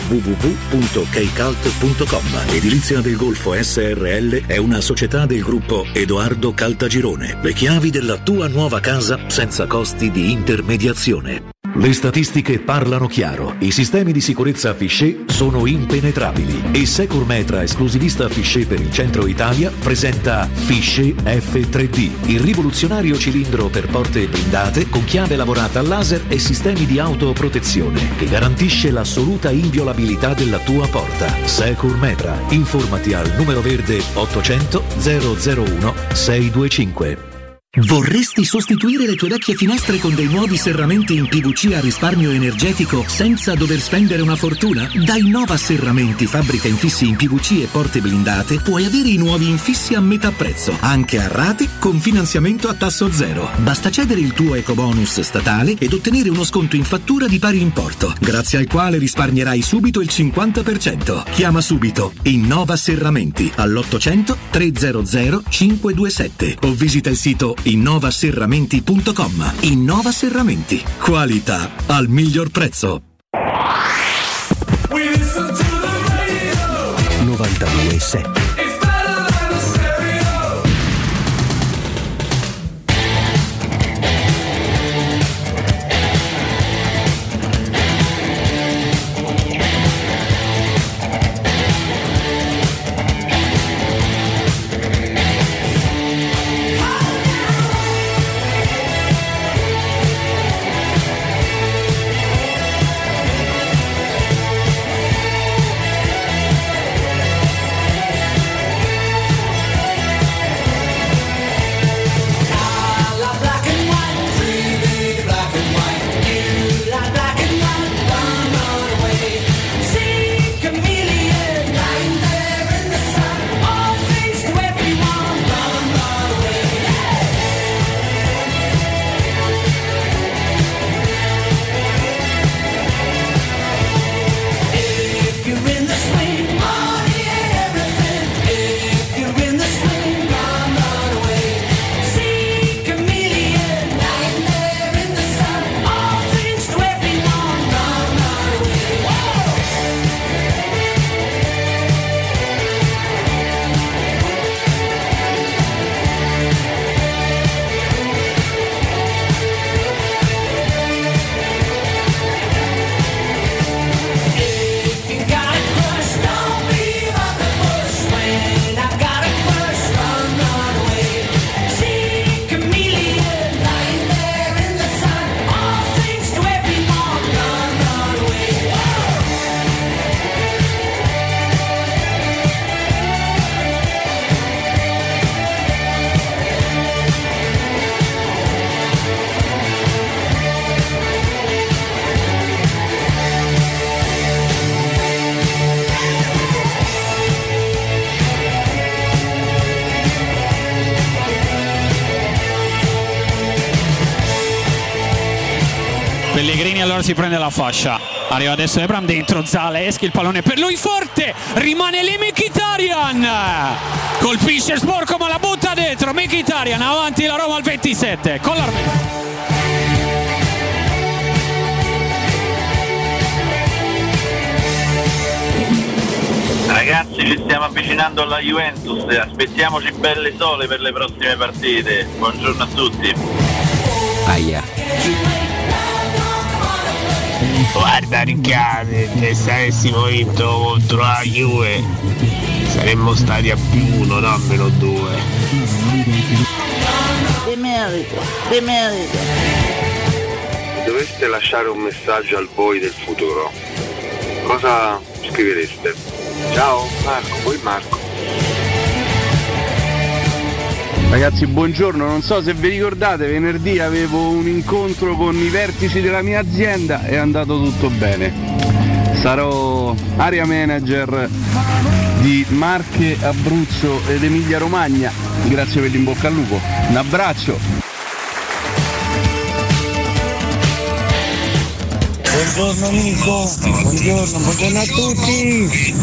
S27: www.keicalt.com. Edilizia del Golfo SRL è una società del gruppo Edoardo Caltagirone. Le chiavi della tua nuova casa senza costi di intermediazione. Le statistiche parlano chiaro. I sistemi di sicurezza Fichet sono impenetrabili e Securmetra, esclusivista Fichet per il centro Italia, presenta Fichet F3D, il rivoluzionario cilindro per porte blindate con chiave lavorata a laser e sistemi di autoprotezione che garantisce l'assoluta inviolabilità della tua porta. Securmetra. Informati al numero verde 800 001 625. Vorresti sostituire le tue vecchie finestre con dei nuovi serramenti in PVC a risparmio energetico senza dover spendere una fortuna? Da Innova Serramenti, fabbrica infissi in PVC e porte blindate, puoi avere i nuovi infissi a metà prezzo, anche a rate con finanziamento a tasso zero. Basta cedere il tuo ecobonus statale ed ottenere uno sconto in fattura di pari importo, grazie al quale risparmierai subito il 50%. Chiama subito Innova Serramenti all'800 300 527 o visita il sito innovaserramenti.com. Innova Serramenti, qualità al miglior prezzo. 92.7.
S3: si prende la fascia. Arriva adesso Ebram dentro, Zaleschi, il pallone per lui forte, rimane lì Mkhitaryan, colpisce sporco ma la butta dentro. Mkhitaryan, avanti la Roma al 27 con l'Armenia.
S4: Ragazzi, ci stiamo avvicinando alla Juventus, aspettiamoci belle sole per le prossime partite. Buongiorno a tutti.
S5: Aia.
S6: Guarda Riccardo, se avessimo vinto contro la Juve saremmo stati a +1, non a -2.
S10: Demerito. Doveste lasciare un messaggio al voi del futuro, cosa scrivereste? Ciao Marco, poi Marco.
S11: Ragazzi, buongiorno, non so se vi ricordate, venerdì avevo un incontro con i vertici della mia azienda e è andato tutto bene. Sarò area manager di Marche, Abruzzo ed Emilia Romagna. Grazie per l'in bocca al lupo. Un abbraccio.
S6: Buongiorno Nico, buongiorno a tutti.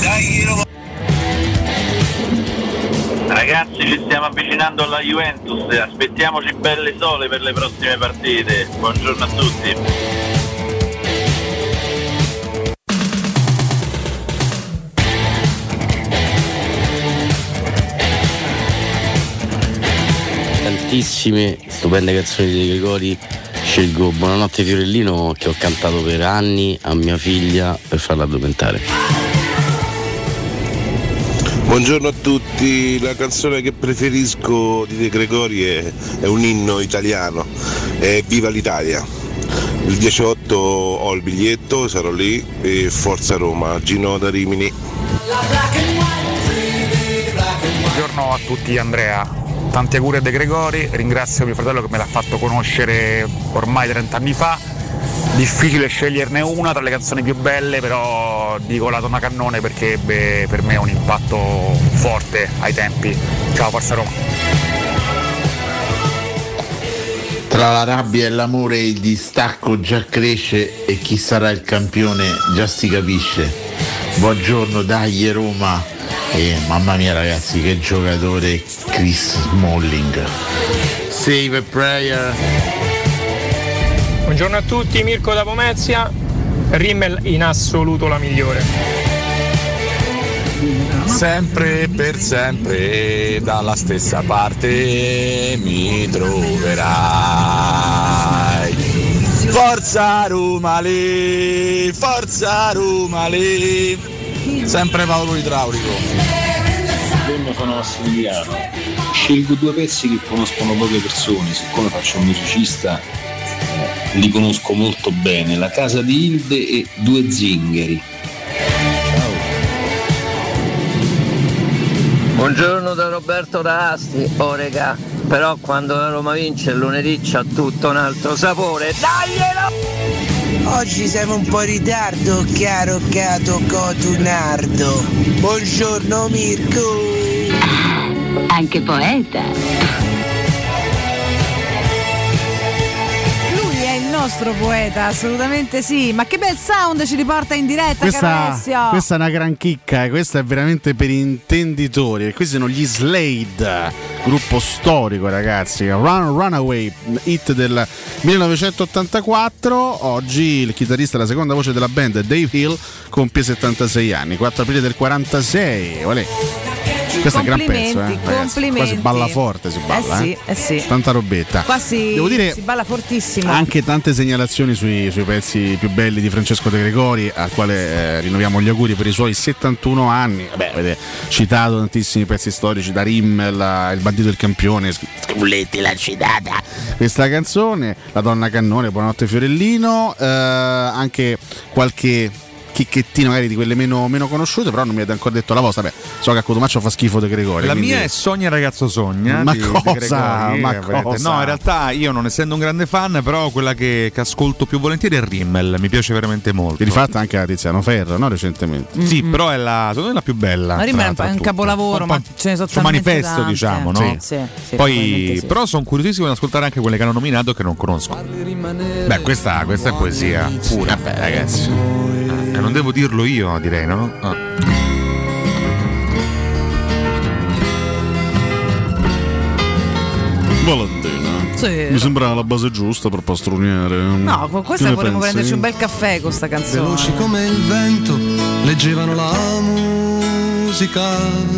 S4: Ragazzi, ci stiamo avvicinando alla Juventus, aspettiamoci belle sole per le prossime partite. Buongiorno a tutti.
S12: Tantissime stupende canzoni di Gregori. Scelgo Buonanotte Fiorellino, che ho cantato per anni a mia figlia per farla addormentare.
S10: Buongiorno a tutti, la canzone che preferisco di De Gregori è un inno italiano, è Viva l'Italia. Il 18 ho il biglietto, sarò lì e Forza Roma, Gino da Rimini.
S28: Buongiorno a tutti, Andrea. Tanti auguri a De Gregori, ringrazio mio fratello che me l'ha fatto conoscere ormai 30 anni fa. Difficile sceglierne una tra le canzoni più belle, però dico la Donna Cannone perché ebbe per me un impatto forte ai tempi. Ciao, Forza Roma.
S29: Tra la rabbia e l'amore il distacco già cresce e chi sarà il campione già si capisce. Buongiorno, dai Roma. E mamma mia ragazzi, che giocatore Chris Smalling. Save a prayer.
S30: Buongiorno a tutti, Mirko da Pomezia. Rimmel in assoluto la migliore.
S31: Sempre e per sempre dalla stessa parte mi troverai. Forza Roma lì, Forza Roma lì. Sempre Paolo Idraulico.
S32: Buongiorno, sono Massimiliano. Scelgo due pezzi che conoscono poche persone, siccome faccio un musicista li conosco molto bene, La casa di Hilde e Due Zingari. Ciao.
S33: Buongiorno da Roberto da Asti. Oh regà, però quando la Roma vince il lunedì c'ha tutto un altro sapore. Daglielo!
S34: Oggi siamo un po' in ritardo, caro Cato Cotunardo. Buongiorno Mirko.
S23: Anche poeta.
S19: Lui è il nostro poeta, assolutamente sì. Ma che bel sound ci riporta in diretta, caro Alessio.
S22: Questa è una gran chicca, questa è veramente per intenditori. Questi sono gli Slade, gruppo storico ragazzi. Runaway, hit del 1984. Oggi il chitarrista e la seconda voce della band, Dave Hill, compie 76 anni, 4 aprile del 46. Olè. Questo è un gran pezzo,
S19: complimenti.
S22: Qua si balla forte, si balla,
S19: sì.
S22: Tanta robetta.
S19: Qua
S22: Devo dire,
S19: si balla fortissimo.
S22: Anche tante segnalazioni sui pezzi più belli di Francesco De Gregori, al quale rinnoviamo gli auguri per i suoi 71 anni. Avete citato tantissimi pezzi storici, da Rimmel, Il bandito e il campione,
S29: Sculletti l'ha citata.
S22: questa canzone, La donna cannone, Buonanotte Fiorellino, anche qualche chicchettino magari di quelle meno conosciute, però non mi avete ancora detto la vostra. Beh, so che a Cotumaccio fa schifo De Gregori.
S1: La
S22: quindi...
S1: mia è Sogna ragazzo sogna.
S22: Ma
S1: di
S22: cosa?
S1: Gregori,
S22: Ma cosa?
S1: No, in realtà io non essendo un grande fan, però quella che ascolto più volentieri è Rimmel, mi piace veramente molto.
S22: Rifatta anche a Tiziano Ferro, no? Recentemente.
S1: Sì, però è secondo me la più bella.
S19: Ma Rimmel è un capolavoro, ma ce ne sono
S1: un manifesto,
S19: tante.
S1: diciamo, no?
S19: Sì,
S1: poi
S19: sì.
S1: però sono curiosissimo di ascoltare anche quelle che hanno nominato che non conosco. Beh, questa è poesia pura.
S22: Vabbè, ragazzi.
S1: Non devo dirlo io, direi, no?
S22: Valentina.
S19: Sì.
S22: Mi sembra la base giusta per pastroniere.
S19: No, con questa vorremmo prenderci un bel caffè con sta canzone.
S2: Veloci come il vento, leggevano la musica.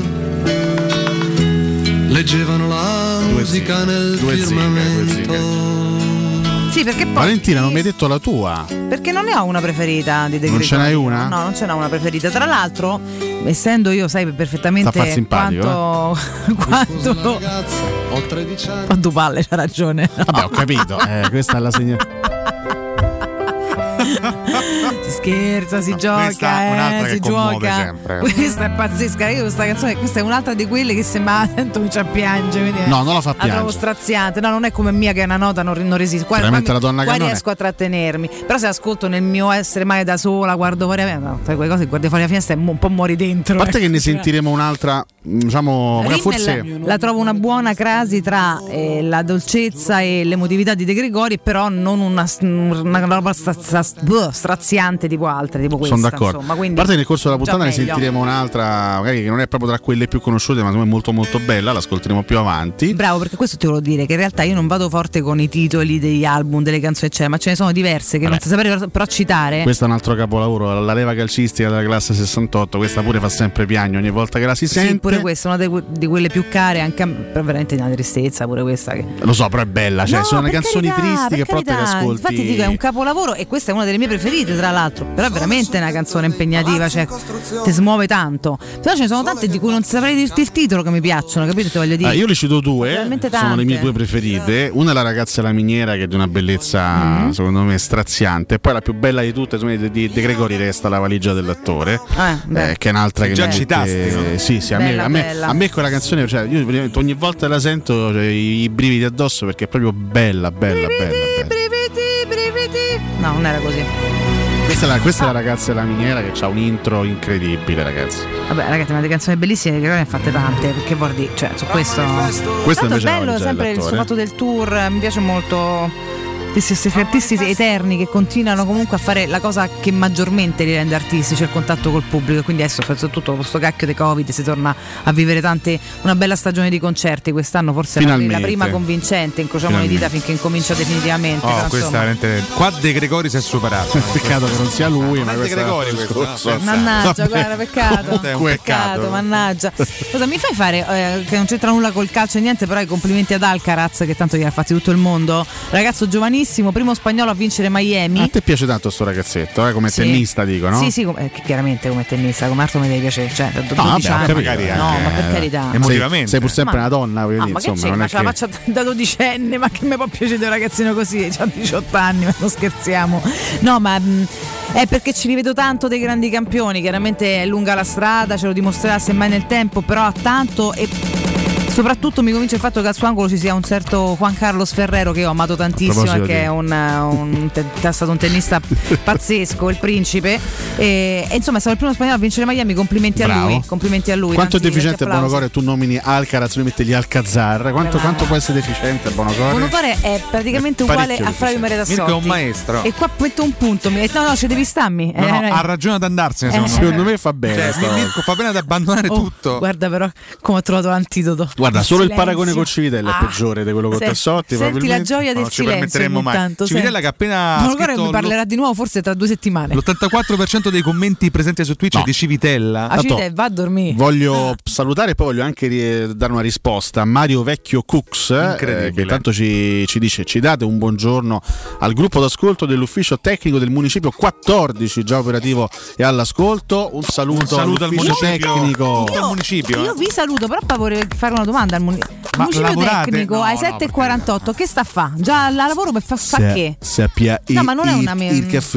S2: Leggevano la musica nel firmamento.
S19: Sì, perché poi
S22: Valentina, non mi hai detto la tua.
S19: Perché non ne ho una preferita di De Gregori.
S22: Non ce n'hai una?
S19: No, non ce n'ho una preferita. Tra l'altro, essendo io, sai perfettamente
S22: Sta a far simpatico,
S19: quanto palle, c'ha ragione.
S22: Vabbè, ho capito. Questa è la segnale.
S19: Si scherza, si gioca, si gioca.
S1: Sempre.
S19: Questa è pazzesca. Io questa canzone, questa è un'altra di quelle che sembra comincia a piangere.
S22: No, non la fa
S19: piangere. La trovo straziante. No, non è come mia che è una nota non resiste. Qua riesco a trattenermi. Però se ascolto nel mio essere mai da sola, guardo fuori fai quelle cose, guardi fuori la finestra e un po' muori dentro.
S22: A parte che ne sentiremo un'altra, diciamo, forse
S19: la trovo una buona crasi tra la dolcezza e l'emotività di De Gregori, però non una roba straziante tipo altre, tipo questa.
S22: Sono d'accordo.
S19: Insomma, quindi,
S22: a parte che nel corso della puntata ne
S19: meglio.
S22: sentiremo un'altra, magari che non è proprio tra quelle più conosciute, ma secondo me molto molto bella, l'ascolteremo più avanti.
S19: Bravo, perché questo ti volevo dire, che in realtà io non vado forte con i titoli degli album, delle canzoni eccetera, ma ce ne sono diverse che non si saprei però citare.
S22: Questo è un altro capolavoro, la leva calcistica della classe 68, questa pure fa sempre piagno ogni volta che la si sente.
S19: Sì, pure questa è una di quelle più care, anche però veramente una tristezza pure questa che...
S22: Lo so, però è bella, cioè
S19: no,
S22: sono le canzoni tristi che però te le ascolti.
S19: Infatti dico, è un capolavoro e questa è una delle mie preferite, tra l'altro, però è veramente una canzone impegnativa, cioè ti smuove tanto. Però ce ne sono tante di cui non saprei dirti il titolo che mi piacciono, capito? Ti voglio dire.
S22: Io li cito due, sono le mie due preferite. Una è La ragazza e la miniera, che è di una bellezza secondo me straziante, e poi la più bella di tutte di De Gregori resta La valigia dell'attore, che è un'altra che
S1: già citasti, no?
S22: Sì, a me quella canzone, cioè, io ogni volta la sento, cioè, i brividi addosso, perché è proprio bella.
S19: Brividi. No, non era così.
S22: Questa è La ragazza e la miniera, che ha un intro incredibile, ragazzi.
S19: Vabbè, ragazzi, ma le canzoni bellissime che ne ha fatte tante, perché vuol dire, cioè, su questo
S22: invece
S19: è bello sempre il suo fatto del tour, mi piace molto. Questi artisti eterni che continuano comunque a fare la cosa che maggiormente li rende artistici, il contatto col pubblico. Quindi adesso, soprattutto questo cacchio di Covid, si torna a vivere una bella stagione di concerti. Quest'anno forse la prima convincente, incrociamo le dita finché incomincia definitivamente.
S1: Questa veramente qua De Gregori si è superato.
S22: Peccato che non sia lui, ma
S1: De Gregori questo.
S19: Mannaggia, guarda, peccato, mannaggia. Cosa mi fai fare che non c'entra nulla col calcio e niente, però i complimenti ad Alcaraz, che tanto gli ha fatti tutto il mondo, ragazzo giovanissimo, primo spagnolo a vincere Miami.
S22: A te piace tanto sto ragazzetto, come tennista, dico, no?
S19: Sì, chiaramente come tennista, come altro mi deve piacere, cioè,
S22: ma per
S19: carità.
S22: Emotivamente. Sei pur sempre una donna, quindi, insomma, non è
S19: ce la faccio da dodicenne, ma che mi può piacere di un ragazzino così, ha 18 anni, ma non scherziamo. No, ma è perché ci rivedo tanto dei grandi campioni, chiaramente è lunga la strada, ce lo dimostrerà semmai nel tempo, però ha tanto. E soprattutto mi convince il fatto che al suo angolo ci sia un certo Juan Carlos Ferrero, che ho amato tantissimo, che è stato un tennista pazzesco, il principe, e insomma è stato il primo spagnolo a vincere Miami. Complimenti a lui.
S22: Quanto è deficiente Bonocore? Tu nomini Alcaraz, lui mette gli Alcazar. Quanto può essere deficiente Bonocore?
S19: Bonocore è praticamente uguale a Flavio Maredassotti.
S1: Mirko è un maestro.
S19: E qua metto un punto, no, ci devi stammi.
S1: Ha ragione ad andarsene,
S22: secondo me fa bene.
S1: Mirko fa bene ad abbandonare tutto.
S19: Guarda però come ho trovato l'antidoto.
S22: Guarda, solo il paragone con Civitella è peggiore di quello con Tassotti.
S19: Senti la gioia del silenzio ogni tanto.
S1: Civitella che appena
S19: mi parlerà di nuovo forse tra 2 settimane.
S1: L'84% dei commenti presenti su Twitch è di Civitella.
S19: Va a dormire.
S22: Voglio salutare e poi voglio anche dare una risposta a Mario Vecchio Cooks, che intanto ci dice: ci date un buongiorno al gruppo d'ascolto dell'ufficio tecnico del municipio 14, già operativo e all'ascolto. Un saluto all'ufficio tecnico.
S19: Io vi saluto, però vorrei fare una domanda al municipio tecnico ai 7:48. Che sta a fa? Già al lavoro per fa che?
S22: Sappia
S19: no, ma non è una
S22: il caffè.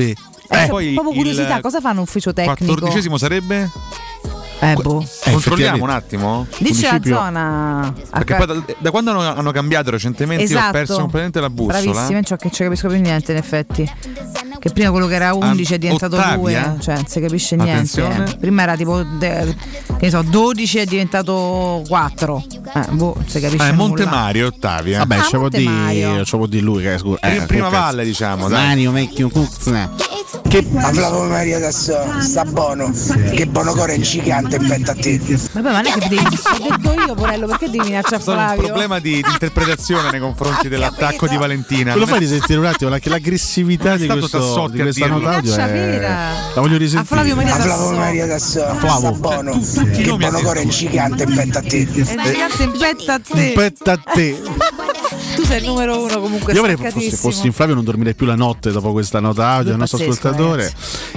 S1: Poi
S19: proprio curiosità, cosa fanno ufficio tecnico?
S1: 14° sarebbe? Controlliamo un attimo.
S19: Dice la zona.
S1: Perché poi da quando hanno cambiato recentemente,
S19: esatto,
S1: io ho perso completamente la bussola.
S19: Bravissimo, ciò che ci capisco più niente in effetti. Che prima quello che era 11 è diventato
S1: Ottavia?
S19: 2, cioè non si capisce
S1: Attenzione.
S19: niente. Prima era tipo che ne so, 12 è diventato 4. Non si capisce nulla.
S1: Montemario, Ottavia.
S22: Vabbè,
S19: Ah,
S22: ce può di lui che è
S1: prima valle, diciamo, dai.
S22: Mario Vecchio Cux.
S34: Che Flavo Maria adesso sta buono. Che buono cuore gigante in petto a te.
S19: Vabbè, ma non è che devi. Ho detto io, Porello, perché devi minacciare Flavio?
S1: Un problema di interpretazione nei confronti dell'attacco di Valentina.
S22: Lo fai risentire un attimo, anche l'aggressività di questa nota audio la voglio risentire.
S34: Flavo Maria adesso sta buono. Che buono cuore gigante in petto a te.
S19: È gigante in petto a te.
S22: In petto a te.
S19: Tu sei il numero 1 comunque.
S22: Io avrei, fossi in Flavio, non dormirei più la notte dopo questa nota audio del nostro ascoltatore.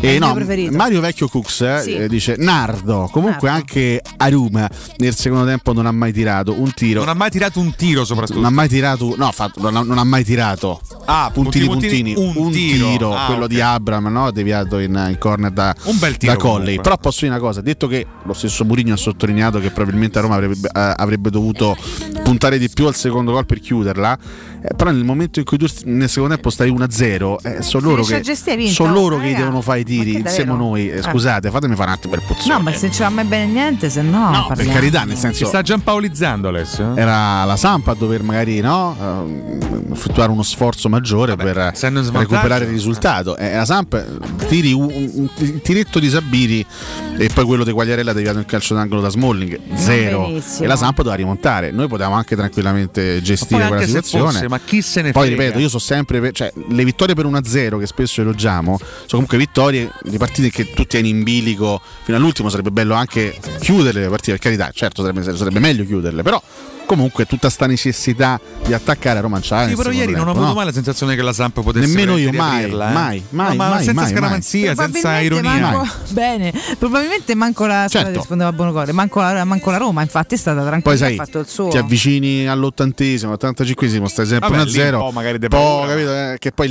S22: Mario Vecchio Cux dice Nardo. Comunque anche a Roma nel secondo tempo non ha mai tirato un tiro.
S1: Non ha mai tirato un tiro, soprattutto.
S22: Non ha mai tirato. No, non ha mai tirato. Puntini. Un tiro, quello di Abram, no? Deviato in corner da Colley. Però posso dire una cosa: detto che lo stesso Mourinho ha sottolineato che probabilmente a Roma avrebbe dovuto puntare di più al secondo gol per chiuderla. Però nel momento in cui tu nel secondo tempo stai 1-0, sono loro che devono fare i tiri. Siamo noi. Scusate, fatemi fare un attimo per puzzone.
S19: No, ma se non ci va mai bene niente, se no.
S22: Per carità, nel senso.
S1: Si sta giampaolizzando Alessio.
S22: Era la Samp a dover magari effettuare uno sforzo maggiore per recuperare il risultato. La Samp tiri un tiretto di Sabiri e poi quello di Quagliarella deviato in calcio d'angolo da Smalling 0 e la Samp doveva rimontare. Noi potevamo anche tranquillamente gestire quella situazione.
S1: Ma chi se ne
S22: poi
S1: frega?
S22: Ripeto, io so sempre le vittorie per 1-0 che spesso elogiamo sono comunque vittorie di partite che tu tieni in bilico fino all'ultimo. Sarebbe bello anche chiuderle le partite, per carità, certo sarebbe meglio chiuderle, però comunque tutta sta necessità di attaccare a Roma c'ha.
S1: Sì, però ieri non ho avuto mai la sensazione che la Samp potesse
S22: nemmeno io
S1: mai,
S22: mai,
S1: senza scaramanzia, senza ironia.
S19: Bene, probabilmente manco la rispondeva a buono cuore, manco la Roma, infatti è stata tranquilla,
S22: poi sai,
S19: ha fatto il suo.
S22: Ti avvicini all'80esimo, all'85esimo, stai sempre 1-0.
S1: Magari
S22: capito, che poi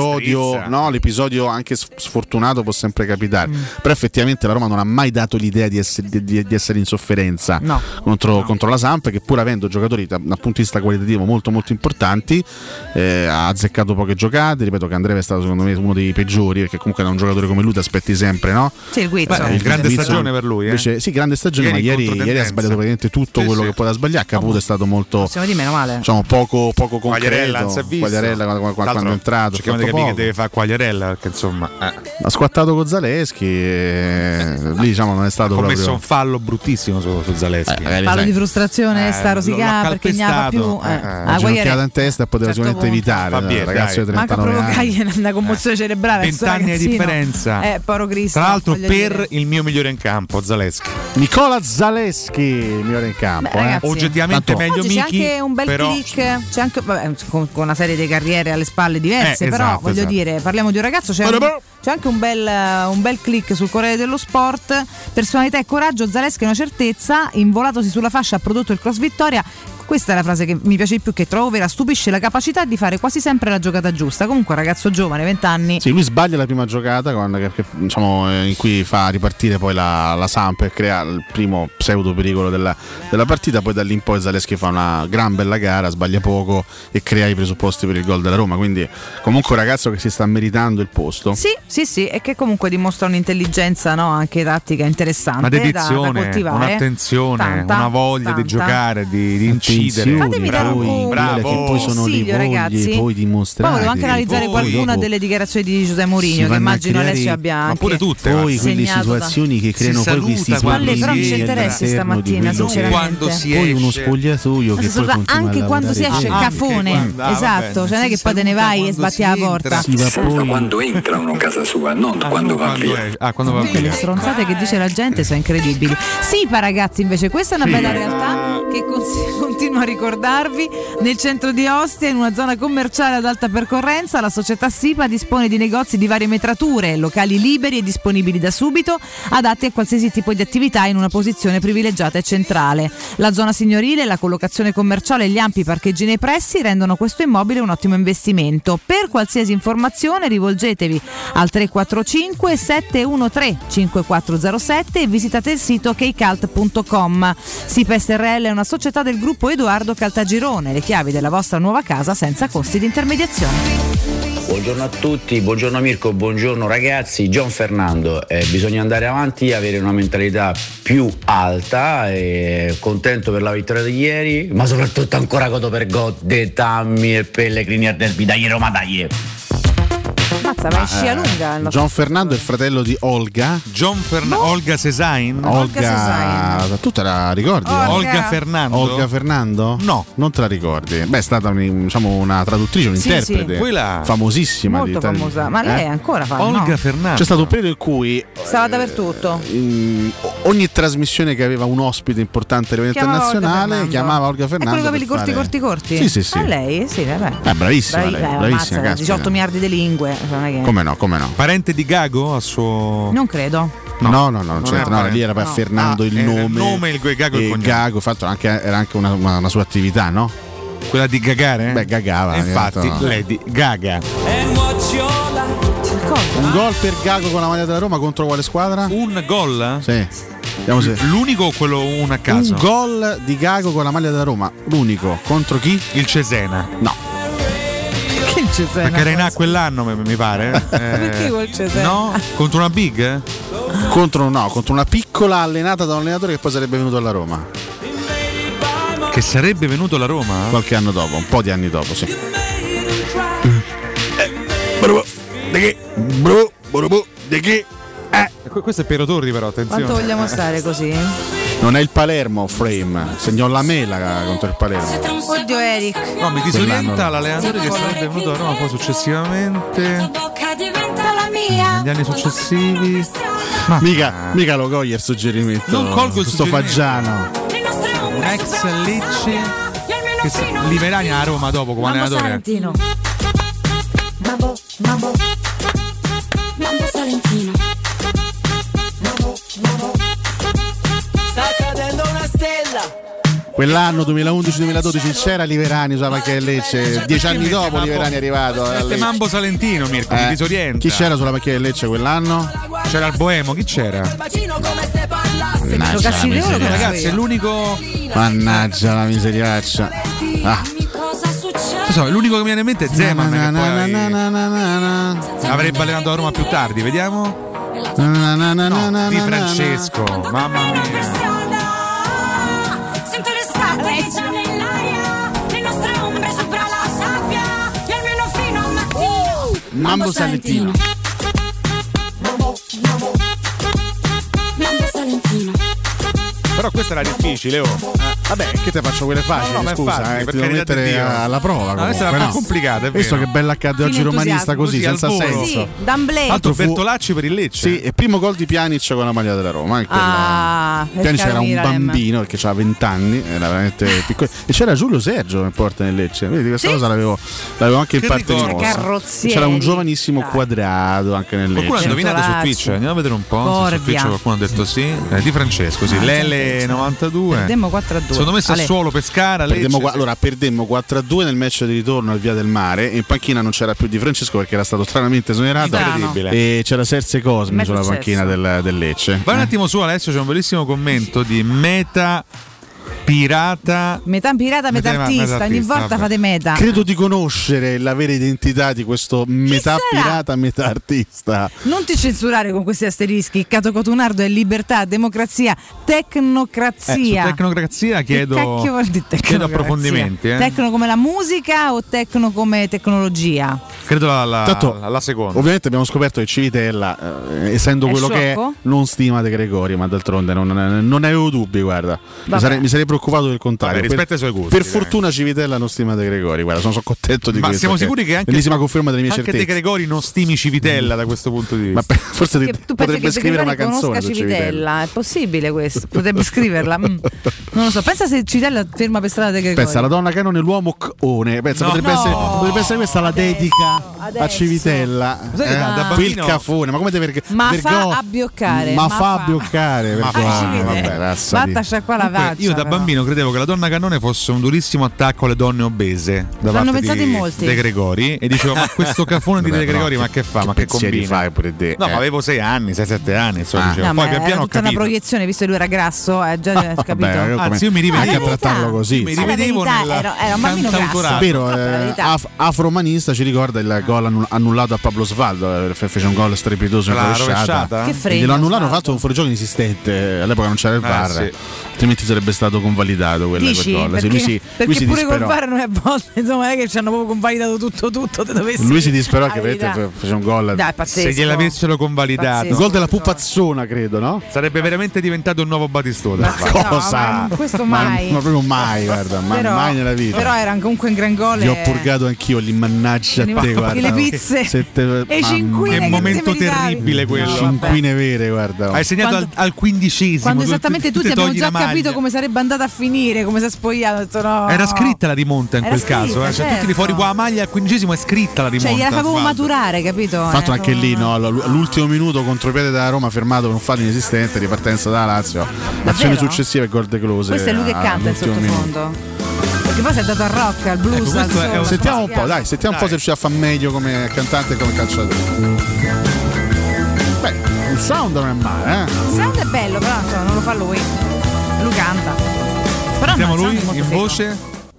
S22: l'episodio anche sfortunato può sempre capitare. Però effettivamente la Roma non ha mai dato l'idea di essere in sofferenza contro la Samp, che pur avendo giocatori dal punto di vista qualitativo molto molto importanti, ha azzeccato poche giocate. Ripeto che Andrea è stato secondo me uno dei peggiori, perché comunque da un giocatore come lui ti aspetti sempre, no?
S19: Sì, il Guizzo.
S1: Grande stagione per lui,
S22: invece, sì, grande stagione, ma ieri ha sbagliato praticamente tutto quello che poteva sbagliare. Caputo è stato molto,
S19: possiamo dire meno male,
S22: diciamo poco concreto.
S1: Quagliarella
S22: quando è entrato
S1: cerchiamo di capire che deve fare Quagliarella, perché insomma
S22: ha squattato con Zaleschi lì diciamo non è stato
S1: proprio. Ha commesso un fallo bruttissimo su Zaleschi,
S19: fallo di frustrazione, sta rosicando perché ne ha più
S22: ginocchiata in testa e poteva sicuramente evitare, ragazzo di 39 anni,
S19: una commozione cerebrale,
S1: 20 anni di differenza,
S19: povero Cristo.
S1: Tra l'altro per il mio migliore in campo, Zaleschi,
S22: Nicola Zaleschi, migliore in campo.
S19: Ragazzi,
S1: oggettivamente meglio Miki,
S19: c'è anche un bel click, c'è anche con una serie di carriere alle spalle diverse, però voglio dire, parliamo di un ragazzo, c'è anche un bel click sul Corriere dello Sport. Personalità e coraggio, Zaleschi è una certezza, involatosi sulla fascia ha prodotto il cross vittoria. Questa è la frase che mi piace di più, che trovo vera, stupisce la capacità di fare quasi sempre la giocata giusta. Comunque ragazzo giovane, 20 anni.
S22: Sì, lui sbaglia la prima giocata in cui fa ripartire poi la Samp e crea il primo pseudo pericolo della partita. Poi da lì in poi Zaleschi fa una gran bella gara, sbaglia poco e crea i presupposti per il gol della Roma. Quindi comunque un ragazzo che si sta meritando il posto.
S19: Sì, e che comunque dimostra un'intelligenza, no, anche tattica interessante,
S1: una dedizione,
S19: da coltivare,
S1: un'attenzione, una voglia di giocare, di incidere.
S19: Fatemi dare un
S22: che poi sono le voglie poi dimostrate.
S19: Poi volevo anche analizzare qualcuna delle dichiarazioni di José Mourinho, che immagino Alessio abbia anche,
S1: ma pure tutte,
S22: poi quelle situazioni che creano poi questi
S19: squilibri. Però ci interessi stamattina sinceramente.
S22: Poi uno spogliatoio che poi
S19: anche quando si esce cafone, esatto, cioè non è che poi te ne vai e sbatti la porta.
S32: Quando entrano in casa sua, non quando va via.
S1: Quando va via.
S19: Le stronzate che dice la gente sono incredibili. Sì, ragazzi, invece questa è una bella realtà che continuo a ricordarvi, nel centro di Ostia, in una zona commerciale ad alta percorrenza, la società SIPA dispone di negozi di varie metrature, locali liberi e disponibili da subito, adatti a qualsiasi tipo di attività in una posizione privilegiata e centrale. La zona signorile, la collocazione commerciale e gli ampi parcheggi nei pressi rendono questo immobile un ottimo investimento. Per qualsiasi informazione rivolgetevi al 345 713 5407 e visitate il sito keycult.com. SIPA SRL è una società del gruppo Edoardo Caltagirone, le chiavi della vostra nuova casa senza costi di intermediazione.
S7: Buongiorno a tutti, buongiorno Mirko, buongiorno ragazzi. John Fernando, bisogna andare avanti, avere una mentalità più alta, contento per la vittoria di ieri, ma soprattutto ancora godo per Godde, Tammy e Pellegrini al derby. Dai Roma, dai!
S19: Mazza, ma è scia lunga.
S22: John Fernando è il fratello di Olga.
S1: Olga Cesain.
S22: Olga, tu te la ricordi?
S1: Olga Fernando.
S22: Olga Fernando? No, non te la ricordi. Beh, è stata una traduttrice, un'interprete famosissima.
S19: Molto famosa. Ma lei è ancora famosa?
S1: Olga Fernando.
S22: C'è stato un periodo in cui
S19: stava dappertutto.
S22: Ogni trasmissione che aveva un ospite importante a livello internazionale chiamava Olga Fernando.
S19: E quello che capelli corti?
S22: Sì.
S19: A lei? Sì, vabbè.
S22: Bravissima, bravissima.
S19: 18 miliardi di lingue.
S22: Come no?
S1: Parente di Gago a suo...
S19: Non credo.
S22: No, lì era per Fernando il nome.
S1: Il Gago il cognome.
S22: Gago, fatto era anche una sua attività, no?
S1: Quella di gagare?
S22: Beh, gagava.
S1: Infatti, Lady Gaga.
S22: Un gol per Gago con la maglia della Roma contro quale squadra?
S1: Un gol?
S22: Sì.
S1: L'unico o quello uno a caso?
S22: Un gol di Gago con la maglia della Roma. L'unico. Contro chi?
S1: Il Cesena.
S22: No.
S1: Perché era in A quell'anno mi pare.
S19: Perché col Cesena?
S1: No? Contro una big?
S22: Contro una piccola allenata da un allenatore che poi sarebbe venuto alla Roma.
S1: Che sarebbe venuto alla Roma?
S22: Qualche anno dopo, un po' di anni dopo, sì. De che?
S1: Questo è Piero Torri, però, attenzione.
S19: Quanto vogliamo stare così?
S22: Non è il Palermo Frame, segnò la mela contro il Palermo.
S19: Oddio Eric.
S1: No, mi disorienta l'allenatore che sarebbe venuto a Roma poi successivamente. Negli anni successivi.
S22: Mica lo coglie il suggerimento.
S1: Non colgo il suggerimento.
S22: Faggiano.
S1: Un ex Lecce che Liverani a Roma dopo come allenatore.
S19: Salentino.
S8: Mambo Salentino. Sta cadendo una stella.
S22: Quell'anno 2011-2012 c'era Liverani, usava anche Lecce. 10 anni dopo Liverani è arrivato.
S1: Mambo Salentino, Mirko, mi disorienta.
S22: Chi c'era sulla macchina del Lecce quell'anno?
S1: C'era il Boemo, chi c'era?
S22: Ragazzi,
S1: è l'unico.
S22: Mannaggia la miseriaccia.
S1: Non so, l'unico che mi viene in mente è Zeman, che poi avrebbe allenato a Roma più tardi, vediamo. No, Di Francesco, mamma mia.
S22: Mambo Salentino.
S1: Però questa era difficile,
S22: Vabbè, che te faccio quelle facili,
S1: no,
S22: scusa,
S1: per
S22: ti devo mettere alla prova.
S1: Questa era più complicata, è vero.
S22: Visto che bella accade oggi romanista così, senza senso.
S19: Sì, d'amblè.
S1: Altro Bertolacci per il Lecce.
S22: Sì, e primo gol di Pjanic con la maglia della Roma. Pjanic era un bambino perché aveva 20 anni, era veramente piccolo. E c'era Giulio Sergio in porta nel Lecce. Vedi, questa cosa l'avevo anche in parte rimossa. C'era un giovanissimo Quadrado anche nel Lecce.
S1: Qualcuno ha indovinato su Twitch, andiamo a vedere un po'. Su Twitch qualcuno ha detto sì. Di Francesco, sì. Lele 92.
S19: Perdemmo 4-2.
S1: Secondo me Sassuolo, Pescara,
S22: perdemmo 4-2 nel match di ritorno al Via del Mare e in panchina non c'era più Di Francesco perché era stato stranamente esonerato.
S1: Incredibile.
S22: E c'era Serse Cosmi sulla panchina del Lecce.
S1: Vai un attimo su, Alessio, c'è un bellissimo commento di Metà pirata,
S19: metà artista, ogni volta fate meta.
S22: Credo di conoscere la vera identità di questo metà pirata, metà artista.
S19: Non ti censurare con questi asterischi. Cato Cotunardo è libertà, democrazia, tecnocrazia.
S1: Su tecnocrazia chiedo approfondimenti.
S19: Tecno come la musica o tecno come tecnologia?
S1: Credo la seconda.
S22: Ovviamente abbiamo scoperto che Civitella, essendo quello
S19: sciocco?
S22: che è, non stima De Gregori, ma d'altronde non avevo dubbi, guarda. Mi sarei preoccupato del contrario.
S1: Rispetto ai suoi gusti.
S22: Per fortuna Civitella non stima De Gregori. Guarda, sono contetto di questo.
S1: Ma siamo sicuri che anche
S22: l'ennesima conferma delle mie certezze.
S1: Anche De Gregori non stimi Civitella da questo punto di vista.
S22: Forse potrebbe scrivere una canzone su
S19: Civitella. È possibile questo? Potrebbe scriverla. Non lo so. Pensa se Civitella ferma per strada De Gregori.
S22: Pensa, la donna canone, l'uomo c***one. Pensa, potrebbe essere questa la dedica a Civitella. Il cafone, ma come deve
S19: fa abbioccare.
S22: Vabbè, razza.
S19: Qua la faccia,
S1: io da bambino credevo che la donna cannone fosse un durissimo attacco alle donne obese da
S19: l'hanno
S1: parte
S19: pensato
S1: di
S19: in molti.
S1: De Gregori e dicevo ma questo cafone di De Gregori ma che fa? Ma che combina?
S22: Fai pure te?
S1: No, ma avevo 6 anni, 6-7 anni, insomma, dicevo. Poi pian piano ho
S19: tutta una proiezione, visto che lui era grasso, già capito.
S1: Anzi, io mi rivedevo
S22: a trattarlo così.
S1: Mi rivedevo
S19: era un bambino grasso.
S22: Vero, afromanista ci ricorda il gol annullato a Pablo Svaldo, fece un gol strepitoso in rovesciata.
S19: Che freddo.
S22: Glielo annullarono fatto un fuorigioco inesistente, all'epoca non c'era il VAR. Altrimenti sarebbe stato convalidato quel gol.
S19: Perché
S22: lui
S19: pure col VAR noi a volte insomma non è che ci hanno proprio convalidato tutto
S22: lui si disperò che fece un gol.
S19: Dai, pazzesco.
S1: Se gliel'avessero convalidato.
S22: Il gol della pupazzona, credo, no?
S1: Sarebbe veramente diventato un nuovo Batistuta.
S22: Cosa?
S19: No, questo mai.
S22: Ma proprio mai, guarda, mai nella vita.
S19: Però era comunque un gran gol.
S22: Io ho purgato anch'io lì, mannaggia a te, guarda.
S19: Le pizze e i cinquine.
S1: Che momento terribile quello.
S22: Cinquine vere, guarda.
S1: Hai segnato al 15esimo.
S19: Quando esattamente tutti abbiamo già capito come sarebbe andata a finire, come si è spogliato. Detto, no.
S1: Era scritta la rimonta in quel caso. Cioè, tutti fuori qua a maglia al 15esimo è scritta la rimonta.
S19: Cioè, gliela facevo maturare, capito?
S22: Fatto anche lì, no? All'ultimo minuto contropiede della Roma, fermato per un fallo inesistente, ripartenza dalla Lazio. L'azione successiva è gol de close.
S19: Questo è lui che canta in sottofondo. Perché poi si è dato al rock, al blues.
S22: Sentiamo un po', sentiamo un po' se riusciva a far meglio come cantante e come calciatore. Beh, il sound non è male,
S19: Il sound è bello, però non lo fa lui. Lui canta. Però
S1: sentiamo lui in voce.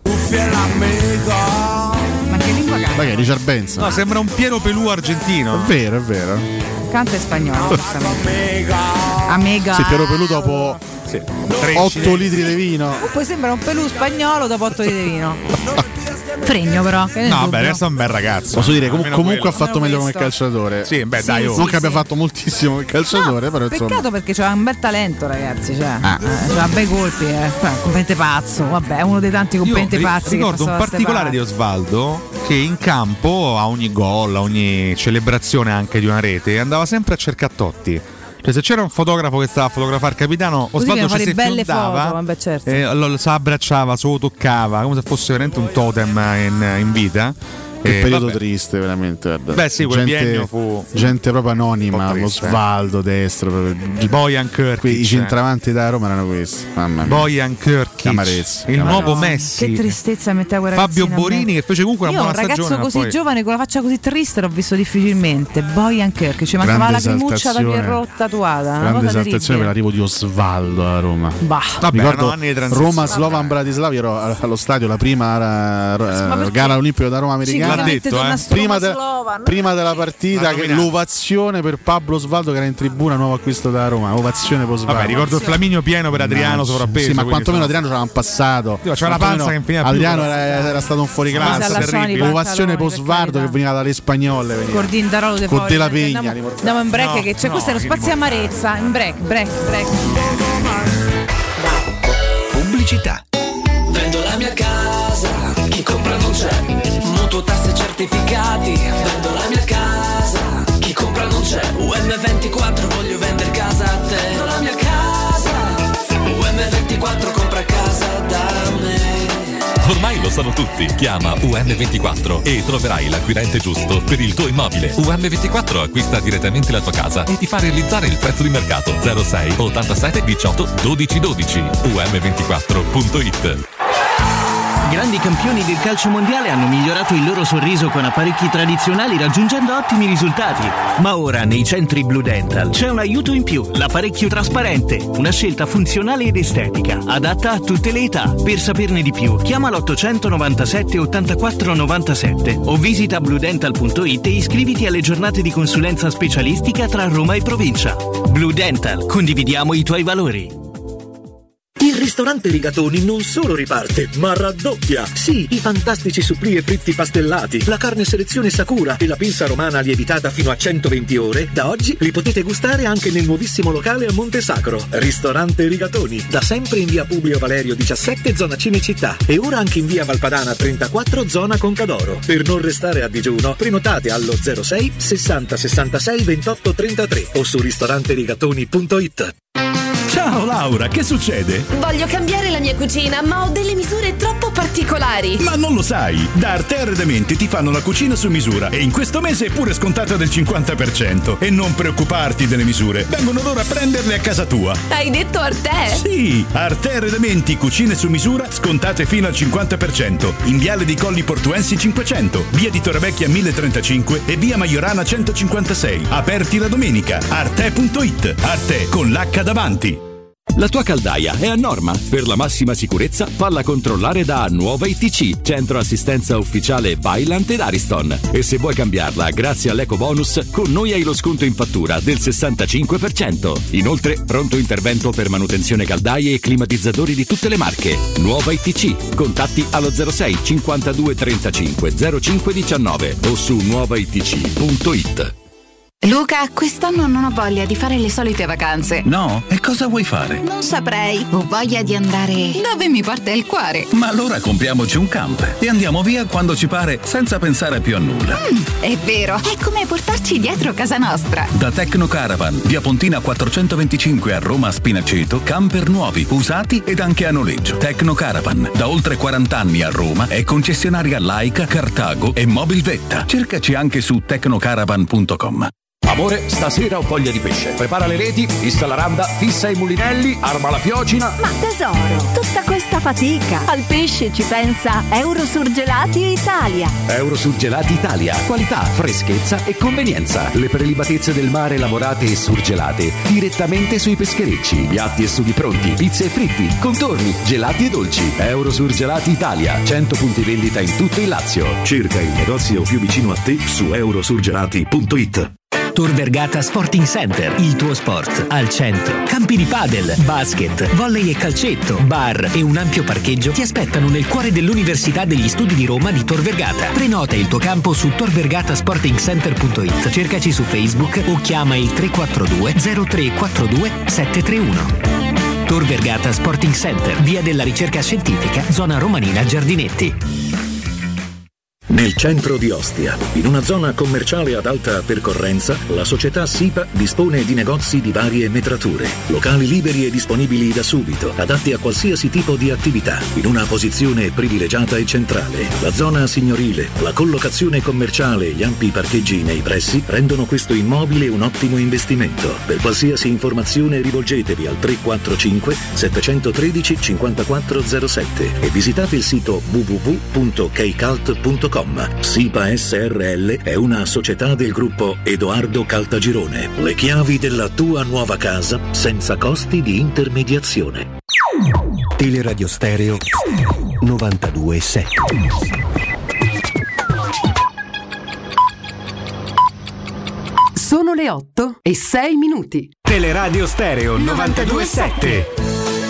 S19: Ma che lingua canta?
S22: Ma che è Richard Benson?
S1: No, sembra un Piero Pelù argentino.
S22: È vero.
S19: Canta in spagnolo. Amega.
S22: Sì, Piero Pelù dopo 8 litri di vino.
S19: Poi sembra un Pelù spagnolo dopo 8 litri di vino. Fregno però.
S1: No, beh, adesso è un bel ragazzo.
S22: Posso dire, comunque ha fatto meglio come calciatore.
S1: Sì, beh, dai.
S22: Non che abbia fatto moltissimo come calciatore, però
S19: peccato
S22: insomma.
S19: perché c'ha un bel talento, ragazzi. C'ha bei colpi, compente pazzo. Vabbè, è uno dei tanti compente pazzi.
S1: Ricordo un particolare di Osvaldo che in campo a ogni gol, a ogni celebrazione anche di una rete, andava sempre a cercare Totti. Cioè, se c'era un fotografo che stava a fotografare il capitano, Osvaldo ci si fiondava, lo abbracciava, se lo toccava, come se fosse veramente un totem in vita.
S22: Che periodo triste, veramente. Guarda.
S1: Beh, sì, quel biennio fu
S22: gente proprio anonima, Osvaldo, destro,
S1: Bojan Krkić.
S22: I centravanti da Roma erano questi. Mamma mia.
S1: Bojan Krkić, il nuovo Messi.
S19: Che tristezza mette a quella
S1: Fabio Borini che fece comunque una buona stagione.
S19: Un ragazzo così giovane con la faccia così triste l'ho visto difficilmente. Bojan Krkić, ci mancava la lacrimuccia da Pierrot tatuata.
S22: Grande esaltazione per l'arrivo di Osvaldo a Roma.
S1: Ricordo
S22: Roma-Slovan Bratislava, io ero allo stadio la prima gara olimpica da Roma americana.
S1: L'ha detto,
S22: prima della partita, che l'ovazione per Pablo Osvaldo che era in tribuna, nuovo acquisto da Roma. Ovazione per Osvaldo.
S1: Vabbè, ricordo il Flaminio pieno per Adriano sovrappeso.
S22: Sì, ma quantomeno Adriano c'era un passato.
S1: C'era la panza che infine
S22: Adriano era stato un fuoriclasse terribile. Ovazione per Osvaldo che veniva dalle spagnole.
S19: Cordin Darolo de
S22: con Della Pegna.
S19: Andiamo in break, che c'è questo è lo spazio amarezza. In break.
S8: Pubblicità. Vendo la mia casa, chi compra non c'è. Mutuo, tasse, certificati. Vendo la mia casa, chi compra non c'è. UM24 voglio vendere casa a te. Vendo la mia casa, UM24 compra casa da me.
S3: Ormai lo sanno tutti. Chiama UM24 e troverai l'acquirente giusto per il tuo immobile. UM24 acquista direttamente la tua casa e ti fa realizzare il prezzo di mercato. 06 87 18 12 12. UM24.it.
S9: I grandi campioni del calcio mondiale hanno migliorato il loro sorriso con apparecchi tradizionali raggiungendo ottimi risultati. Ma ora nei centri Blue Dental c'è un aiuto in più, l'apparecchio trasparente, una scelta funzionale ed estetica, adatta a tutte le età. Per saperne di più, chiama l'897 84 97 o visita bluedental.it e iscriviti alle giornate di consulenza specialistica tra Roma e provincia. Blue Dental, condividiamo i tuoi valori.
S8: Il
S5: ristorante Rigatoni non solo riparte, ma raddoppia. Sì, i fantastici supplì e fritti pastellati, la carne selezione Sakura e la pinza romana lievitata fino a 120 ore, da oggi li potete gustare anche nel nuovissimo locale a Monte Sacro. Ristorante Rigatoni, da sempre in via Publio Valerio 17, zona Cinecittà, e ora anche in via Valpadana 34, zona Concadoro. Per non restare a digiuno, prenotate allo 06 60 66 28 33 o su ristoranterigatoni.it.
S11: Ciao Laura, che succede?
S13: Voglio cambiare la mia cucina, ma ho delle misure troppo particolari.
S11: Ma non lo sai, da Arte Arredamenti ti fanno la cucina su misura e in questo mese è pure scontata del 50%. E non preoccuparti delle misure, vengono loro a prenderle a casa tua.
S13: Hai detto Arte?
S11: Sì, Arte Arredamenti, cucine su misura, scontate fino al 50%. In Viale dei Colli Portuensi 500, via di Torrevecchia 1035 e via Maiorana 156. Aperti la domenica. Arte.it. Arte con l'H davanti.
S14: La tua caldaia è a norma? Per la massima sicurezza falla controllare da Nuova ITC, centro assistenza ufficiale Vaillant ed Ariston. E se vuoi cambiarla grazie all'eco bonus, con noi hai lo sconto in fattura del 65%. Inoltre, pronto intervento per manutenzione caldaie e climatizzatori di tutte le marche. Nuova ITC, contatti allo 06 52 35 05 19 o su nuovaitc.it.
S15: Luca, quest'anno non ho voglia di fare le solite vacanze.
S11: No? E cosa vuoi fare?
S15: Non saprei. Ho voglia di andare dove mi porta il cuore.
S11: Ma allora compriamoci un camper e andiamo via quando ci pare, senza pensare più a nulla.
S15: È vero, è come portarci dietro casa nostra.
S11: Da Tecno Caravan, via Pontina 425 a Roma Spinaceto, camper nuovi, usati ed anche a noleggio. Tecno Caravan, da oltre 40 anni a Roma, è concessionaria Laika, Cartago e Mobilvetta. Cercaci anche su tecnocaravan.com.
S16: Amore, stasera ho voglia di pesce. Prepara le reti, fissa la randa, fissa i mulinelli, arma la fiocina.
S17: Ma tesoro, tutta questa fatica. Al pesce ci pensa Eurosurgelati Italia.
S16: Eurosurgelati Italia. Qualità, freschezza e convenienza. Le prelibatezze del mare lavorate e surgelate direttamente sui pescherecci. Piatti e sughi pronti, pizze e fritti, contorni, gelati e dolci. Eurosurgelati Italia. 100 punti vendita in tutto il Lazio. Cerca il negozio più vicino a te su eurosurgelati.it.
S18: Tor Vergata Sporting Center, il tuo sport al centro. Campi di padel, basket, volley e calcetto, bar e un ampio parcheggio ti aspettano nel cuore dell'Università degli Studi di Roma di Tor Vergata. Prenota il tuo campo su torvergatasportingcenter.it. Cercaci su Facebook o chiama il 342 0342 731. Tor Vergata Sporting Center, via della Ricerca Scientifica, zona Romanina Giardinetti.
S5: Nel centro di Ostia, in una zona commerciale ad alta percorrenza, la società SIPA dispone di negozi di varie metrature, locali liberi e disponibili da subito, adatti a qualsiasi tipo di attività, in una posizione privilegiata e centrale. La zona signorile, la collocazione commerciale e gli ampi parcheggi nei pressi rendono questo immobile un ottimo investimento. Per qualsiasi informazione rivolgetevi al 345 713 5407 e visitate il sito www.keicalt.com. SIPA SRL è una società del gruppo Edoardo Caltagirone. Le chiavi della tua nuova casa senza costi di intermediazione.
S20: Teleradio Stereo 92.7.
S21: Sono le 8:06.
S18: Teleradio Stereo 92.7.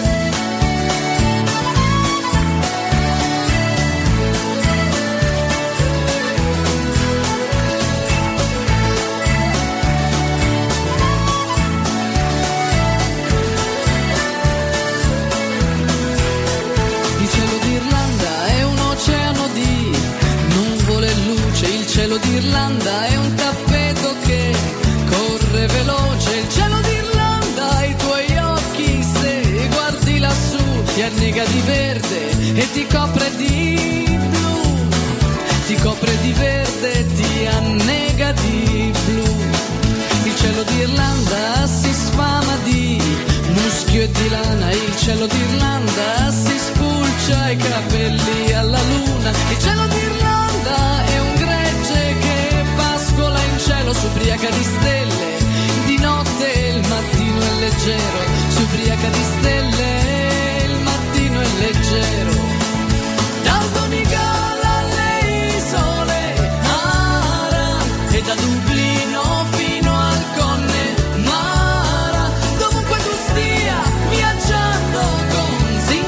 S24: Il cielo d'Irlanda è un tappeto che corre veloce. Il cielo d'Irlanda, i tuoi occhi, se guardi lassù, ti annega di verde e ti copre di blu. Ti copre di verde, ti annega di blu. Il cielo d'Irlanda si sfama di muschio e di lana. Il cielo d'Irlanda si spulcia i capelli alla luna. Il cielo d'Irlanda è un che pascola in cielo, s'ubriaca di stelle, di notte il mattino è leggero, s'ubriaca di stelle, il mattino è leggero. Dal Donegal alle isole e da Dublino fino al Connemara, dovunque tu stia viaggiando con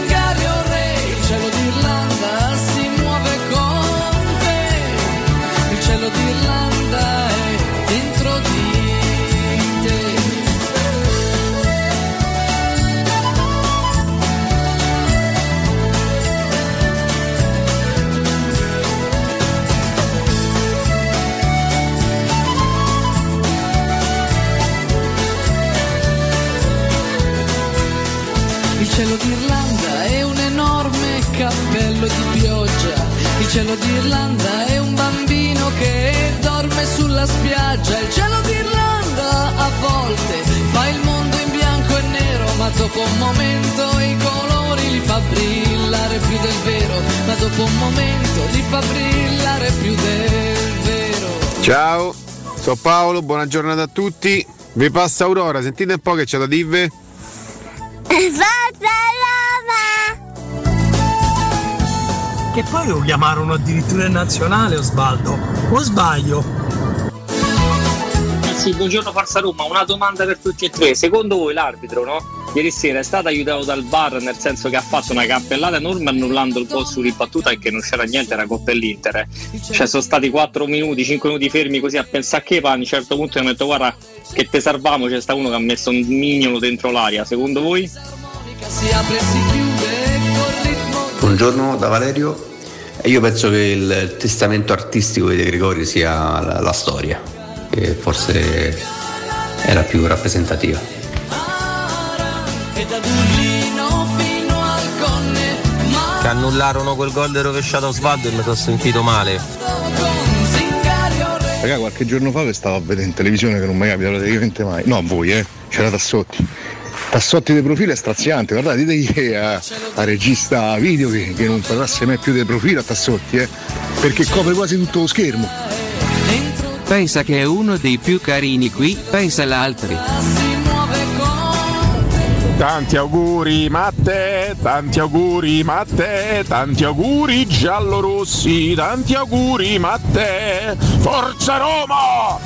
S24: cielo d'Irlanda è un enorme cappello di pioggia. Il cielo d'Irlanda è un bambino che dorme sulla spiaggia. Il cielo d'Irlanda a volte fa il mondo in bianco e nero, ma dopo un momento i colori li fa brillare più del vero. Ma dopo un momento li fa brillare più del vero.
S2: Ciao, sono Paolo, buona giornata a tutti. Vi passa Aurora, sentite un po' che c'è da dirvi.
S4: Che poi lo chiamarono addirittura in nazionale, Osvaldo, o sbaglio?
S6: Sì, buongiorno Forza Roma, una domanda per tutti e tre. Secondo voi l'arbitro, no? Ieri sera è stato aiutato dal VAR, nel senso che ha fatto una cappellata enorme annullando il gol su ribattuta e che non c'era niente, era colpa dell'Inter. Cioè sono stati 4 minuti, 5 minuti fermi così a pensare che a un certo punto mi ha detto guarda che te salvamo, c'è sta uno che ha messo un mignolo dentro l'aria. Secondo voi?
S10: Buongiorno da Valerio. Io penso che il testamento artistico di De Gregori sia la storia, che forse è la più rappresentativa.
S12: Che annullarono quel gol del rovesciato a Osvaldo e mi sono sentito male.
S23: Raga, qualche giorno fa vi stavo a vedere in televisione, che non mi capita praticamente mai. No, a voi, c'era Tassotti dei profili è straziante, guardate, ditegli a regista video che non parlasse mai più dei profili a Tassotti, perché copre quasi tutto lo schermo.
S25: Pensa che è uno dei più carini qui, pensa all'altri.
S26: Tanti auguri Matte, tanti auguri Matte, tanti auguri giallorossi, tanti auguri Matte, Forza Roma!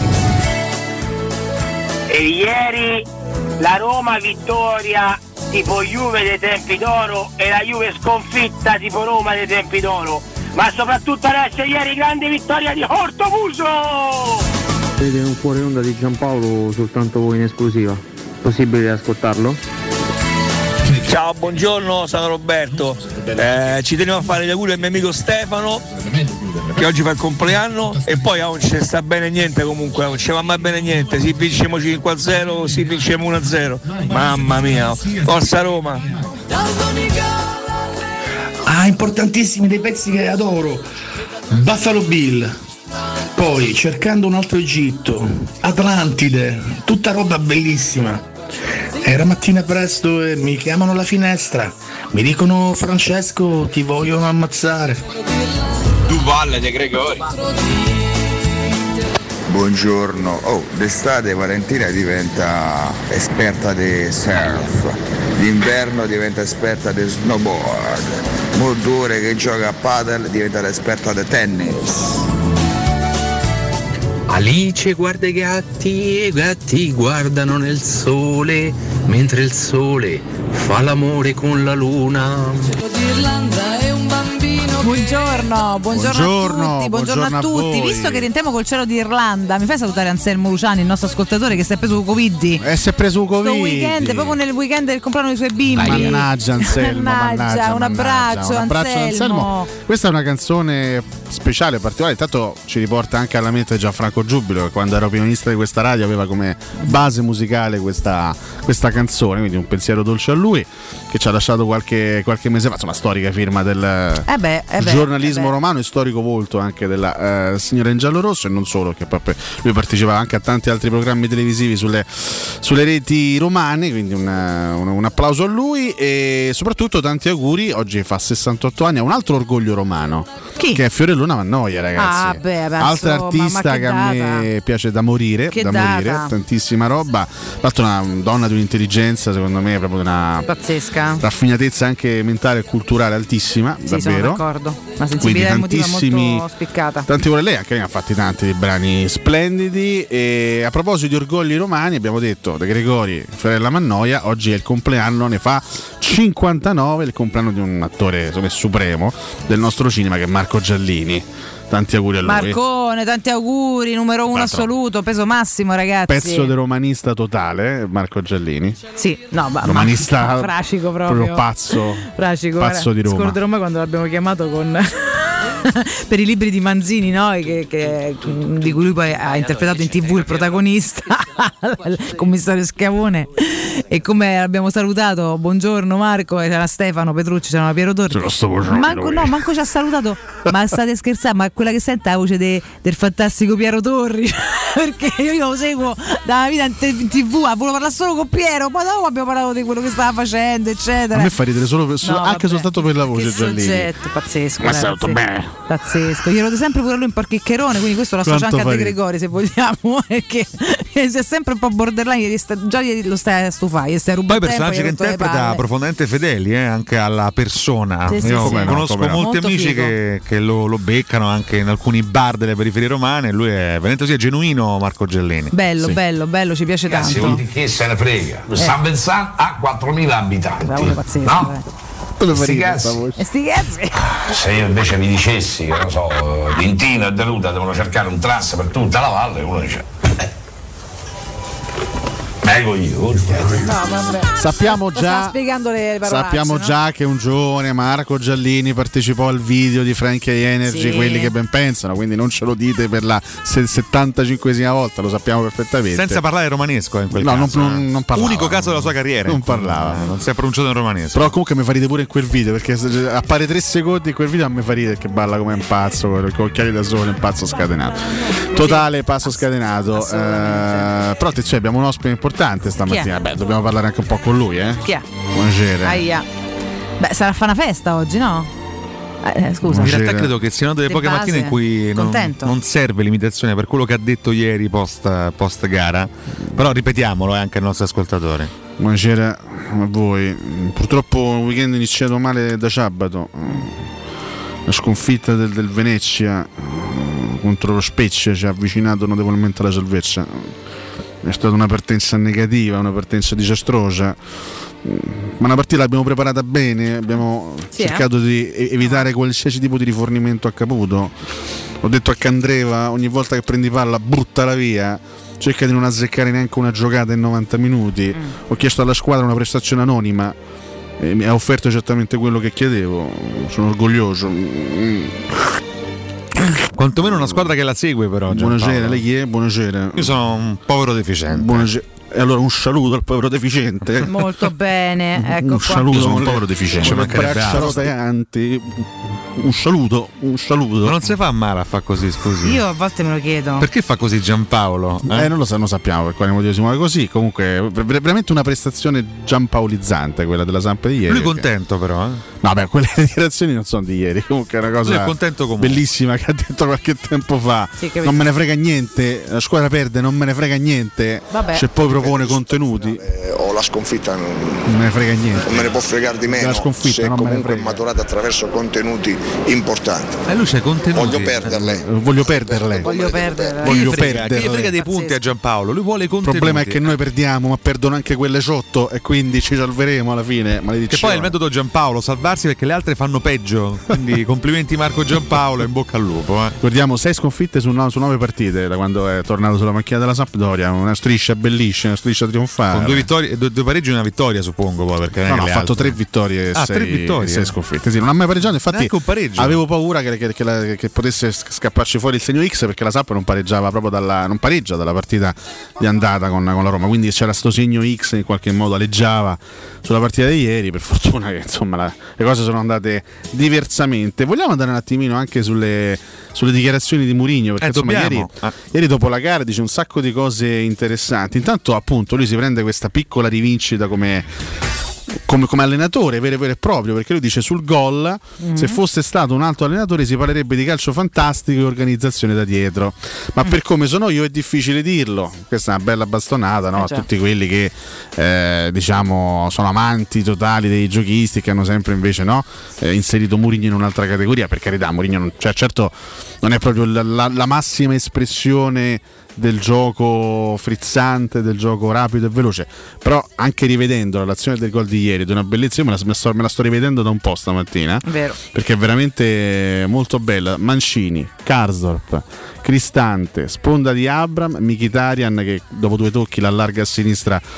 S27: E ieri la Roma vittoria tipo Juve dei tempi d'oro e la Juve sconfitta tipo Roma dei tempi d'oro, ma soprattutto adesso ieri grande vittoria di Ortomuso.
S28: Vedete un fuori onda di Giampaolo soltanto voi in esclusiva, possibile ascoltarlo?
S26: Ciao, buongiorno, sono Roberto, ci tenevo a fare gli auguri al mio amico Stefano che oggi fa il compleanno e poi non ci sta bene niente, comunque non ci va mai bene niente, si vinciamo 5-0, si vinciamo 1-0, mamma mia, Forza Roma.
S29: Importantissimi dei pezzi che adoro, Buffalo Bill, poi Cercando un altro Egitto, Atlantide, tutta roba bellissima. Era mattina presto e mi chiamano alla finestra, mi dicono Francesco ti vogliono ammazzare.
S26: Duvalle De Gregori.
S2: Buongiorno, d'estate Valentina diventa esperta di surf, d'inverno diventa esperta di snowboard, Mordore che gioca a padel diventa l'esperta di tennis.
S25: Alice guarda i gatti e i gatti guardano nel sole, mentre il sole fa l'amore con la luna.
S19: Buongiorno a tutti. Visto che rientriamo col cielo d'Irlanda, mi fai salutare Anselmo Luciani, il nostro ascoltatore che si è preso Covid.
S22: Si è preso Covid.
S19: Weekend, proprio nel weekend del compleanno dei suoi bimbi.
S22: Mannaggia Anselmo,
S19: un abbraccio Anselmo.
S22: Questa è una canzone speciale, particolare, intanto ci riporta anche alla mente Gianfranco Giubilo, che quando era opinionista di questa radio aveva come base musicale questa canzone, quindi un pensiero dolce a lui, che ci ha lasciato qualche mese fa, insomma, storica firma del giornalismo romano e storico volto anche della signora in giallorosso, e non solo, che poi lui partecipava anche a tanti altri programmi televisivi sulle reti romane, quindi un applauso a lui e soprattutto tanti auguri. Oggi fa 68 anni, ha un altro orgoglio romano.
S19: Chi?
S22: Che è Fiorellona Mannoia, ragazzi. Altra artista che a me piace da morire, tantissima roba. Tra l'altro una donna di un'intelligenza, secondo me, proprio una
S19: pazzesca,
S22: raffinatezza anche mentale e culturale altissima,
S19: sì,
S22: davvero.
S19: Sono d'accordo. Una sensibilità emotiva molto spiccata.
S22: Tanti vuole lei, anche lei ha fatti tanti di brani splendidi. E a proposito di orgogli romani, abbiamo detto De Gregori, Fiorella Mannoia, oggi è il compleanno, ne fa 59, il compleanno di un attore supremo del nostro cinema che è Marco Giallini. Tanti auguri a lui.
S19: Marcone, tanti auguri, numero uno assoluto, peso massimo, ragazzi.
S22: Pezzo di romanista totale, Marco Giallini.
S19: Sì, no,
S22: romanista
S19: fracico proprio
S22: pazzo.
S19: Fracico,
S22: pazzo di Roma.
S19: Scordo Roma quando l'abbiamo chiamato con per i libri di Manzini, no? Di cui lui poi ha interpretato in TV il protagonista, il commissario Schiavone. E come abbiamo salutato, buongiorno Marco, e c'era Stefano Petrucci, c'era Piero Torri. Manco ci ha salutato. Ma state scherzando? Ma quella che sente la voce del fantastico Piero Torri, perché io lo seguo dalla vita in TV, volevo parlare solo con Piero, poi dopo abbiamo parlato di quello che stava facendo, eccetera.
S22: A me fa ridere anche soltanto per la voce, Giallini.
S19: Pazzesco,
S22: ma stato bene.
S19: Pazzesco. Io ero sempre pure lui in parchiccherone, quindi questo lo associo anche a De Gregori, se vogliamo, perché è sempre un po' borderline, già lo stai a stufare, stai rubando.
S1: Poi personaggi che interpreta profondamente fedeli anche alla persona. Io conosco molti amici che lo beccano anche in alcuni bar delle periferie romane, lui è veramente così, è genuino Marco Giallini.
S19: Bello, ci piace tanto.
S3: Che se ne frega. San Vincent ha 4.000 abitanti.
S19: Pazzesco,
S3: no? Sti cazzi. Se io invece vi dicessi che non so, Tintino e Deluda devono cercare un trans per tutta la valle, uno dice
S22: sappiamo già,
S19: spiegando le parolacce,
S22: sappiamo già che un giovane Marco Giallini partecipò al video di Frankie Energy, quelli che ben pensano, quindi non ce lo dite per la 75esima volta, lo sappiamo perfettamente.
S1: Senza parlare romanesco in quel caso.
S22: Non parlava.
S1: Unico caso della sua carriera.
S22: Non parlava.
S1: Non si è pronunciato in romanesco.
S22: Però comunque mi fa ridere pure in quel video, perché appare 3 secondi in quel video, a me fa ridere che balla come un pazzo, con gli occhiali da sole, un pazzo scatenato. Totale pazzo scatenato. Però abbiamo un ospite importante stamattina. Beh, dobbiamo parlare anche un po' con lui,
S19: Chi è?
S22: Buonasera.
S19: Aia. Beh, sarà a fare una festa oggi, no? Scusa.
S1: In realtà credo che siano delle poche mattine in cui non serve l'imitazione per quello che ha detto ieri post gara. Però ripetiamolo anche ai nostri ascoltatori.
S22: Buonasera a voi. Purtroppo il weekend è iniziato male da sabato. La sconfitta del Venezia contro lo Spezia ci ha avvicinato notevolmente alla salvezza. È stata una partenza negativa, una partenza disastrosa, ma una partita l'abbiamo preparata bene, abbiamo cercato di evitare qualsiasi tipo di rifornimento a Caputo. Ho detto a Candreva, ogni volta che prendi palla buttala via, cerca di non azzeccare neanche una giocata in 90 minuti. Ho chiesto alla squadra una prestazione anonima e mi ha offerto esattamente quello che chiedevo, sono orgoglioso.
S1: Quantomeno una squadra che la segue, però.
S22: Buonasera, lei chi è? Buonasera.
S1: Io sono un povero deficiente.
S22: Buonasera. E allora un saluto al povero deficiente.
S19: Molto bene, ecco
S22: un
S19: qua.
S22: saluto
S1: al povero deficiente.
S22: Un saluto.
S1: Ma non si fa male a fare così, scusi.
S19: Io a volte me lo chiedo.
S1: Perché fa così Giampaolo?
S22: Non lo sappiamo per quale motivo si muove così. Comunque veramente una prestazione giampaolizzante quella della Samp di ieri.
S1: Lui contento però,
S22: No, beh, quelle dichiarazioni non sono di ieri. Comunque è una cosa bellissima che ha detto qualche tempo fa. Non me ne frega niente, la squadra perde, non me ne frega niente.
S19: Vabbè.
S22: Se poi propone contenuti.
S7: O la sconfitta
S22: non me ne frega niente.
S7: Non me ne può fregare di meno.
S22: La sconfitta
S7: se
S22: non
S7: comunque
S22: me ne frega.
S7: è maturata attraverso contenuti importanti.
S1: E lui c'è contenuti.
S7: Voglio
S22: perderle.
S1: Chi frega dei punti a Giampaolo? Lui vuole contenuti.
S22: Il problema è che noi perdiamo, ma perdono anche quelle sotto e quindi ci salveremo alla fine.
S1: Che poi è il metodo Giampaolo, salvarsi perché le altre fanno peggio. Quindi complimenti Marco Giampaolo e in bocca al lupo.
S22: Ricordiamo 6 sconfitte su 9 partite da quando è tornato sulla macchina della Sampdoria, una striscia bellissima, una striscia trionfale.
S1: Con 2 vittorie, 2 pareggi e una vittoria, suppongo, poi, perché
S22: ha fatto 3 vittorie e 6 sconfitte. Sì, non ha mai pareggiato, infatti avevo paura che potesse scapparci fuori il segno X, perché la Samp non pareggiava proprio non pareggia dalla partita di andata con la Roma, quindi c'era sto segno X, in qualche modo aleggiava sulla partita di ieri. Per fortuna che insomma le cose sono andate diversamente. Vogliamo andare un attimino anche sulle dichiarazioni di Mourinho, perché insomma ieri dopo la gara dice un sacco di cose interessanti. Intanto appunto lui si prende questa piccola rivincita come allenatore vero e proprio, perché lui dice sul gol se fosse stato un altro allenatore si parlerebbe di calcio fantastico e organizzazione da dietro, ma per come sono io è difficile dirlo. Questa è una bella bastonata, no? A tutti quelli che diciamo sono amanti totali dei giochisti, che hanno sempre invece inserito Mourinho in un'altra categoria. Per carità, Mourinho certo non è proprio la massima espressione del gioco frizzante, del gioco rapido e veloce, però anche rivedendo l'azione del gol di ieri, di una bellezza, io me la sto rivedendo da un po' stamattina.
S19: Vero.
S22: Perché è veramente molto bella. Mancini, Karsdorp, Cristante, sponda di Abraham, Mkhitaryan che dopo 2 tocchi l'allarga a sinistra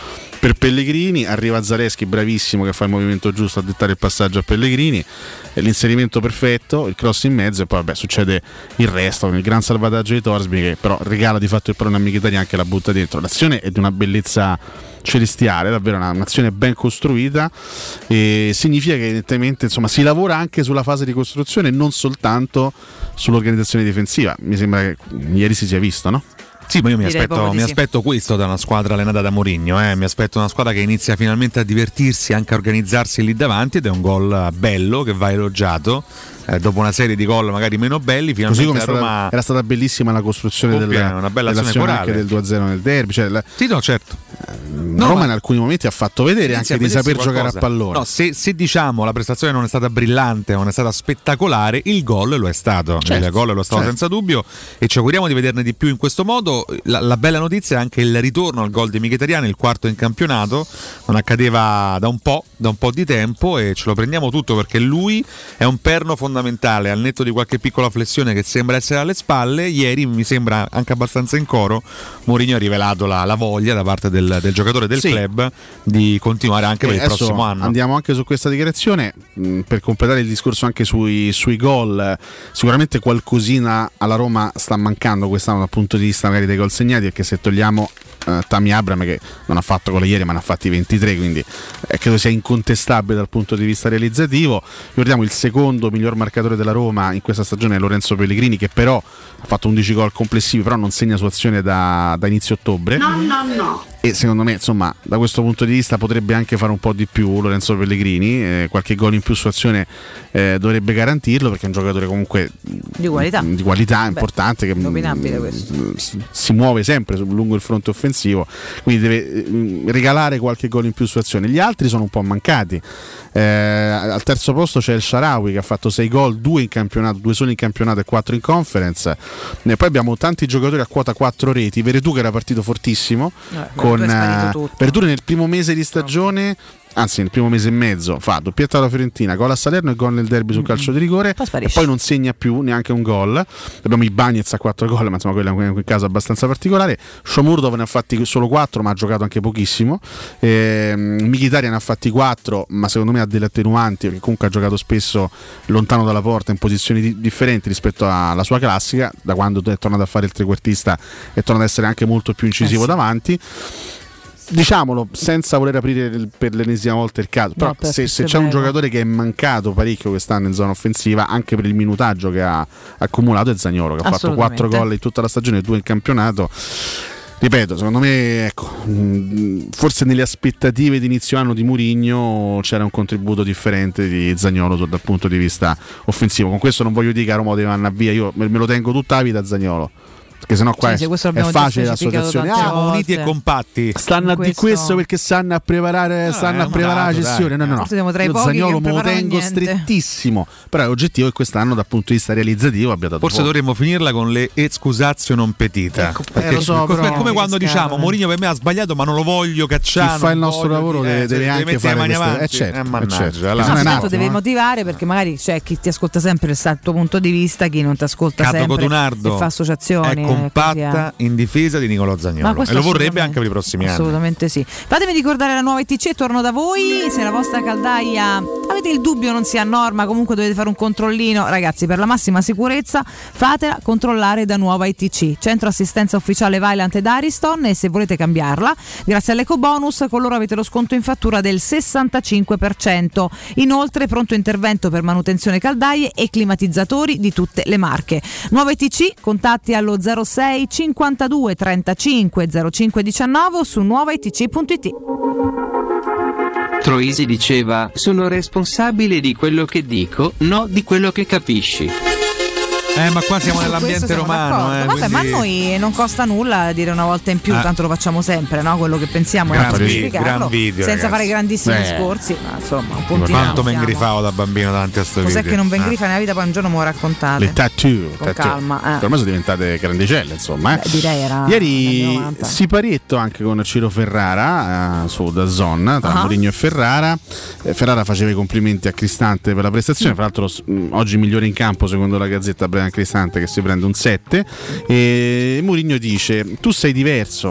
S22: per Pellegrini, arriva Zaleschi bravissimo che fa il movimento giusto a dettare il passaggio a Pellegrini, l'inserimento perfetto, il cross in mezzo e poi succede il resto con il gran salvataggio di Torsby che però regala di fatto il pallone a Mkhitaryan, anche la butta dentro. L'azione è di una bellezza celestiale, davvero un'azione ben costruita, e significa che evidentemente si lavora anche sulla fase di costruzione e non soltanto sull'organizzazione difensiva. Mi sembra che ieri si sia visto, no?
S1: Sì, ma io mi aspetto questo da una squadra allenata da Mourinho, mi aspetto una squadra che inizia finalmente a divertirsi, anche a organizzarsi lì davanti, ed è un gol bello che va elogiato. Dopo una serie di gol magari meno belli, finalmente
S22: così come
S1: Roma
S22: era stata bellissima la costruzione
S1: una bella azione
S22: anche del 2-0 nel derby,
S1: sì, no, certo.
S22: Roma in alcuni momenti ha fatto vedere anche di saper giocare a pallone.
S1: No, se diciamo la prestazione non è stata brillante, non è stata spettacolare, il gol lo è stato. Il gol lo è stato senza dubbio, e ci auguriamo di vederne di più in questo modo. La bella notizia è anche il ritorno al gol di Mkhitaryan, il quarto in campionato. Non accadeva da un po' di tempo, e ce lo prendiamo tutto perché lui è un perno fondamentale, al netto di qualche piccola flessione che sembra essere alle spalle. Ieri mi sembra anche abbastanza in coro Mourinho ha rivelato la voglia da parte del giocatore del club di continuare anche per il prossimo anno.
S22: Andiamo anche su questa dichiarazione per completare il discorso anche sui gol. Sicuramente qualcosina alla Roma sta mancando quest'anno dal punto di vista magari dei gol segnati, perché se togliamo Tammy Abraham, che non ha fatto gol ieri ma ne ha fatti 23, quindi credo sia incontestabile dal punto di vista realizzativo. Ricordiamo il secondo miglior marcatore della Roma in questa stagione è Lorenzo Pellegrini, che però ha fatto 11 gol complessivi, però non segna su azione da inizio ottobre. No. E secondo me, da questo punto di vista potrebbe anche fare un po' di più Lorenzo Pellegrini, qualche gol in più su azione dovrebbe garantirlo, perché è un giocatore comunque di qualità importante, che si muove sempre lungo il fronte offensivo, quindi deve regalare qualche gol in più su azione. Gli altri sono un po' mancati. Al terzo posto c'è il Shaarawy, che ha fatto 6 gol, 2 in campionato, 2 solo in campionato e 4 in conference. E poi abbiamo tanti giocatori a quota 4 reti. Veretù, che era partito fortissimo, con Veretù nel primo mese di stagione, anzi nel primo mese e mezzo, fa doppietta alla Fiorentina, gol a Salerno e gol nel derby sul calcio di rigore, e poi non segna più neanche un gol. Abbiamo i Bagnez a 4 gol, ma quello è un caso abbastanza particolare. Shomurodov ne ha fatti solo 4, ma ha giocato anche pochissimo. Mkhitaryan ne ha fatti 4, ma secondo me ha delle attenuanti, perché comunque ha giocato spesso lontano dalla porta, in posizioni differenti rispetto alla sua classica. Da quando è tornato a fare il trequartista è tornato ad essere anche molto più incisivo davanti. Diciamolo senza voler aprire per l'ennesima volta il caso, però se c'è un giocatore che è mancato parecchio quest'anno in zona offensiva, anche per il minutaggio che ha accumulato, è Zaniolo, che ha fatto 4 gol in tutta la stagione e 2 in campionato. Ripeto, secondo me, forse nelle aspettative di inizio anno di Mourinho c'era un contributo differente di Zaniolo dal punto di vista offensivo. Con questo non voglio dire che a Roma deve andare via, io me lo tengo tutta la vita a Zaniolo, perché sennò qua è facile l'associazione.
S1: Uniti e compatti.
S22: Stanno a di questo perché stanno a preparare la cessione. No. Io Zaniolo me lo tengo strettissimo. Però è oggettivo che quest'anno dal punto di vista realizzativo abbia dato
S1: forse dovremmo finirla con le excusatio non petita. Come quando diciamo Mourinho per me ha sbagliato, ma non lo voglio cacciare.
S22: Chi fa il nostro lavoro deve anche fare
S19: certo. Deve motivare, perché magari c'è chi ti ascolta sempre il tuo punto di vista, chi non ti ascolta sempre e fa associazioni.
S1: Compatta in difesa di Nicolò Zaniolo, e lo vorrebbe anche per i prossimi anni.
S19: Assolutamente sì. Fatemi ricordare la nuova ITC, torno da voi. Se la vostra caldaia avete il dubbio non sia a norma, comunque dovete fare un controllino, ragazzi, per la massima sicurezza fatela controllare da Nuova ITC, centro assistenza ufficiale Vaillant ed Ariston. E se volete cambiarla, grazie all'eco bonus, con loro avete lo sconto in fattura del 65%. Inoltre pronto intervento per manutenzione caldaie e climatizzatori di tutte le marche. Nuova ITC, contatti allo 06 52 35 05 19 o su nuovaitc.it.
S5: Troisi diceva: sono responsabile di quello che dico, no di quello che capisci.
S1: Ma qua siamo nell'ambiente romano.
S19: Vabbè, quindi... ma a noi non costa nulla dire una volta in più, tanto lo facciamo sempre, no? Quello che pensiamo è
S1: gran video,
S19: senza fare grandissimi discorsi, ma insomma un puntino.
S1: Quanto mi ingrifavo da bambino davanti a sto video.
S19: Cos'è che non vi ingrifa nella vita, poi un giorno me lo raccontate.
S22: Le tattoo,
S19: con calma.
S22: Ormai sono diventate grandicelle, insomma.
S19: Direi era
S22: ieri siparietto anche con Ciro Ferrara su DAZN, tra Mourinho e Ferrara. Ferrara faceva i complimenti a Cristante per la prestazione, fra l'altro oggi migliore in campo secondo la Gazzetta Cristante, che si prende un 7, e Mourinho dice: tu sei diverso,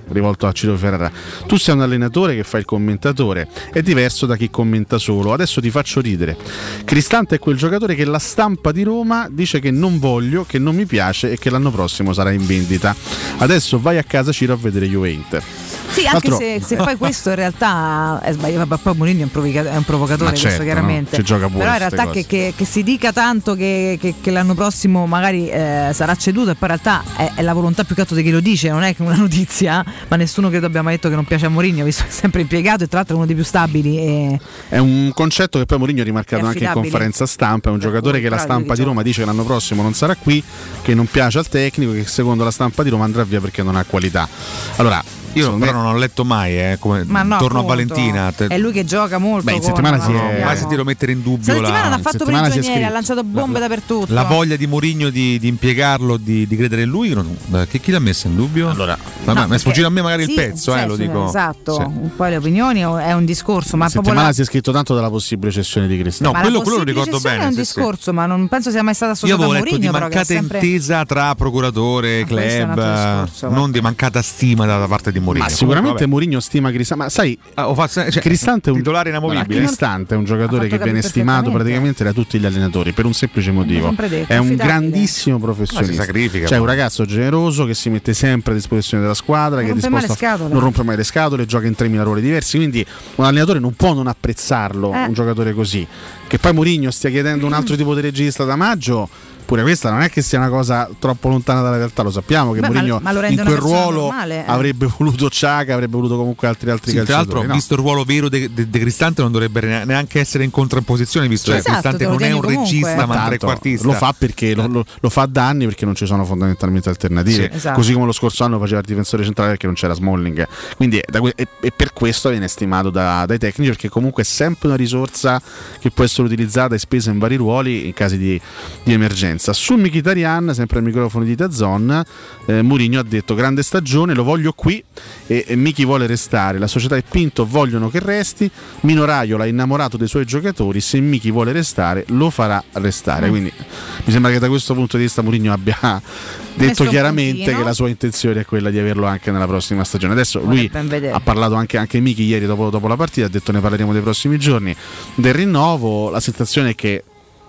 S22: rivolto a Ciro Ferrara, tu sei un allenatore che fa il commentatore, è diverso da chi commenta solo. Adesso ti faccio ridere. Cristante è quel giocatore che la stampa di Roma dice che non voglio, che non mi piace e che l'anno prossimo sarà in vendita. Adesso vai a casa Ciro a vedere Juve Inter.
S19: Sì, anche se poi questo in realtà è sbagliato. Poi Mourinho è un provocatore,
S22: certo,
S19: questo chiaramente.
S22: No? Ci gioca pure.
S19: Però in realtà che si dica tanto che l'anno prossimo magari sarà ceduto, e poi in realtà è la volontà più che altro di chi lo dice, non è che una notizia, ma nessuno credo abbia mai detto che non piace a Mourinho, visto che è sempre impiegato e tra l'altro è uno dei più stabili. È
S22: un concetto che poi Mourinho ha rimarcato anche in conferenza stampa. È un giocatore che la stampa di Roma dice che l'anno prossimo non sarà qui, che non piace al tecnico, che secondo la stampa di Roma andrà via perché non ha qualità. Allora,
S1: io però non ho letto mai come torno a Valentina.
S19: È lui che gioca molto.
S22: In settimana si è
S1: mai sentito mettere in dubbio.
S19: Settimana l'ha fatto prigionieri, ha lanciato bombe dappertutto.
S1: La voglia di Mourinho di impiegarlo, di credere in lui, chi l'ha messo in dubbio?
S22: Allora,
S1: mi è sfuggito a me magari il pezzo, lo dico.
S19: Esatto, sì. Poi le opinioni è un discorso, ma
S22: settimana si è scritto tanto della possibile cessione di Cristante.
S1: No, quello lo ricordo bene.
S19: È un discorso, ma non penso sia mai stata associata a Mourinho.
S1: Io avevo letto di mancata intesa tra procuratore e club, non di mancata stima da parte di Mourinho.
S22: Ma sicuramente Mourinho stima Cristante, ma sai, Cristante è un
S1: titolare inamovibile.
S22: Cristante è un giocatore che viene stimato praticamente da tutti gli allenatori per un semplice motivo: è un grandissimo professionista, cioè un ragazzo generoso che si mette sempre a disposizione della squadra, che è disposto non rompe mai le scatole, gioca in 3.000 ruoli diversi, quindi un allenatore non può non apprezzarlo, un giocatore così. Che poi Mourinho stia chiedendo un altro tipo di regista da maggio, pure questa non è che sia una cosa troppo lontana dalla realtà, lo sappiamo che Mourinho in quel ruolo avrebbe voluto Xhaka, avrebbe voluto comunque altri calciatori. Tra l'altro,
S1: visto il ruolo vero di Cristante, non dovrebbe neanche essere in contrapposizione, visto che Cristante non è un regista ma un trequartista.
S22: Lo fa perché lo fa da anni, perché non ci sono fondamentalmente alternative, così come lo scorso anno faceva il difensore centrale perché non c'era Smalling, quindi e per questo viene stimato dai tecnici, perché comunque è sempre una risorsa che può essere utilizzata e spesa in vari ruoli in casi di emergenza. Su Mkhitaryan, sempre al microfono di DAZN, Mourinho ha detto: grande stagione, lo voglio qui e Miki vuole restare, la società e Pinto vogliono che resti, Mino Raiola è innamorato dei suoi giocatori, se Miki vuole restare lo farà restare. Quindi mi sembra che da questo punto di vista Mourinho abbia detto chiaramente che la sua intenzione è quella di averlo anche nella prossima stagione. Adesso lui ha parlato anche Miki ieri dopo la partita, ha detto ne parleremo dei prossimi giorni del rinnovo. La sensazione è che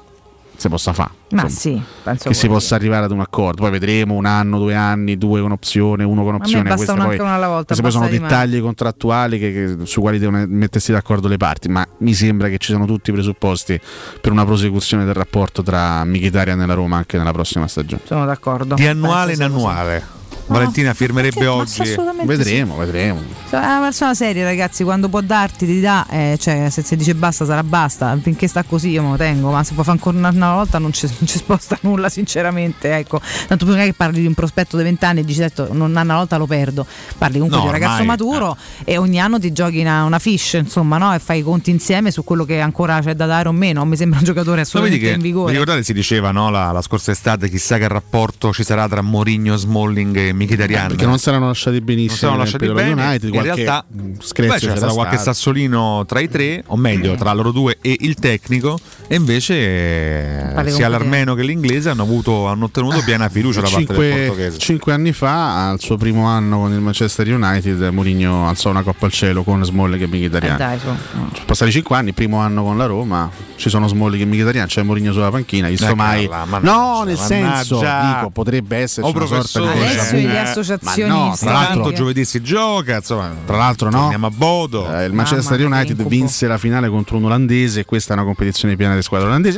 S22: si possa fare, penso che si possa arrivare ad un accordo. Poi vedremo 1 anno, 2 anni, 2 con opzione, 1 con opzione.
S19: Queste
S22: poi sono dettagli contrattuali su quali devono mettersi d'accordo le parti, ma mi sembra che ci sono tutti i presupposti per una prosecuzione del rapporto tra Mkhitaryan e la Roma anche nella prossima stagione.
S19: Sono d'accordo.
S1: Di annuale in annuale. Valentina firmerebbe oggi.
S22: Vedremo.
S19: È una persona seria, ragazzi, quando può darti ti dà, cioè se dice basta sarà basta, finché sta così io me lo tengo, ma se può fare ancora una volta non ci sposta nulla sinceramente, ecco. Tanto prima che parli di un prospetto di 20 anni e dici detto non una volta lo perdo, parli comunque di un ragazzo maturo e ogni anno ti giochi una fish, insomma, no? E fai i conti insieme su quello che ancora c'è da dare o meno. Mi sembra un giocatore assolutamente in vigore.
S1: Vi ricordate, si diceva la scorsa estate, chissà che rapporto ci sarà tra Mourinho, Smalling e Mkhitaryan,
S22: perché non saranno lasciati benissimo United,
S1: in realtà c'era qualche sassolino tra i tre, o meglio tra loro due e il tecnico, e invece sia l'armeno che l'inglese hanno ottenuto piena fiducia da parte del portoghese.
S22: 5 anni fa, al suo primo anno con il Manchester United, Mourinho alzò una coppa al cielo con Smalling e Mkhitaryan. Sono passati 5 anni, primo anno con la Roma, ci sono Smalling e Mkhitaryan, c'è Mourinho sulla panchina, visto mai nel senso dico, potrebbe esserci una sorta di
S19: associazionisti.
S1: Tra l'altro giovedì si gioca, insomma,
S22: tra l'altro
S1: torniamo a Bodo.
S22: Il Manchester United vinse la finale contro un olandese e questa è una competizione piena di squadre olandesi.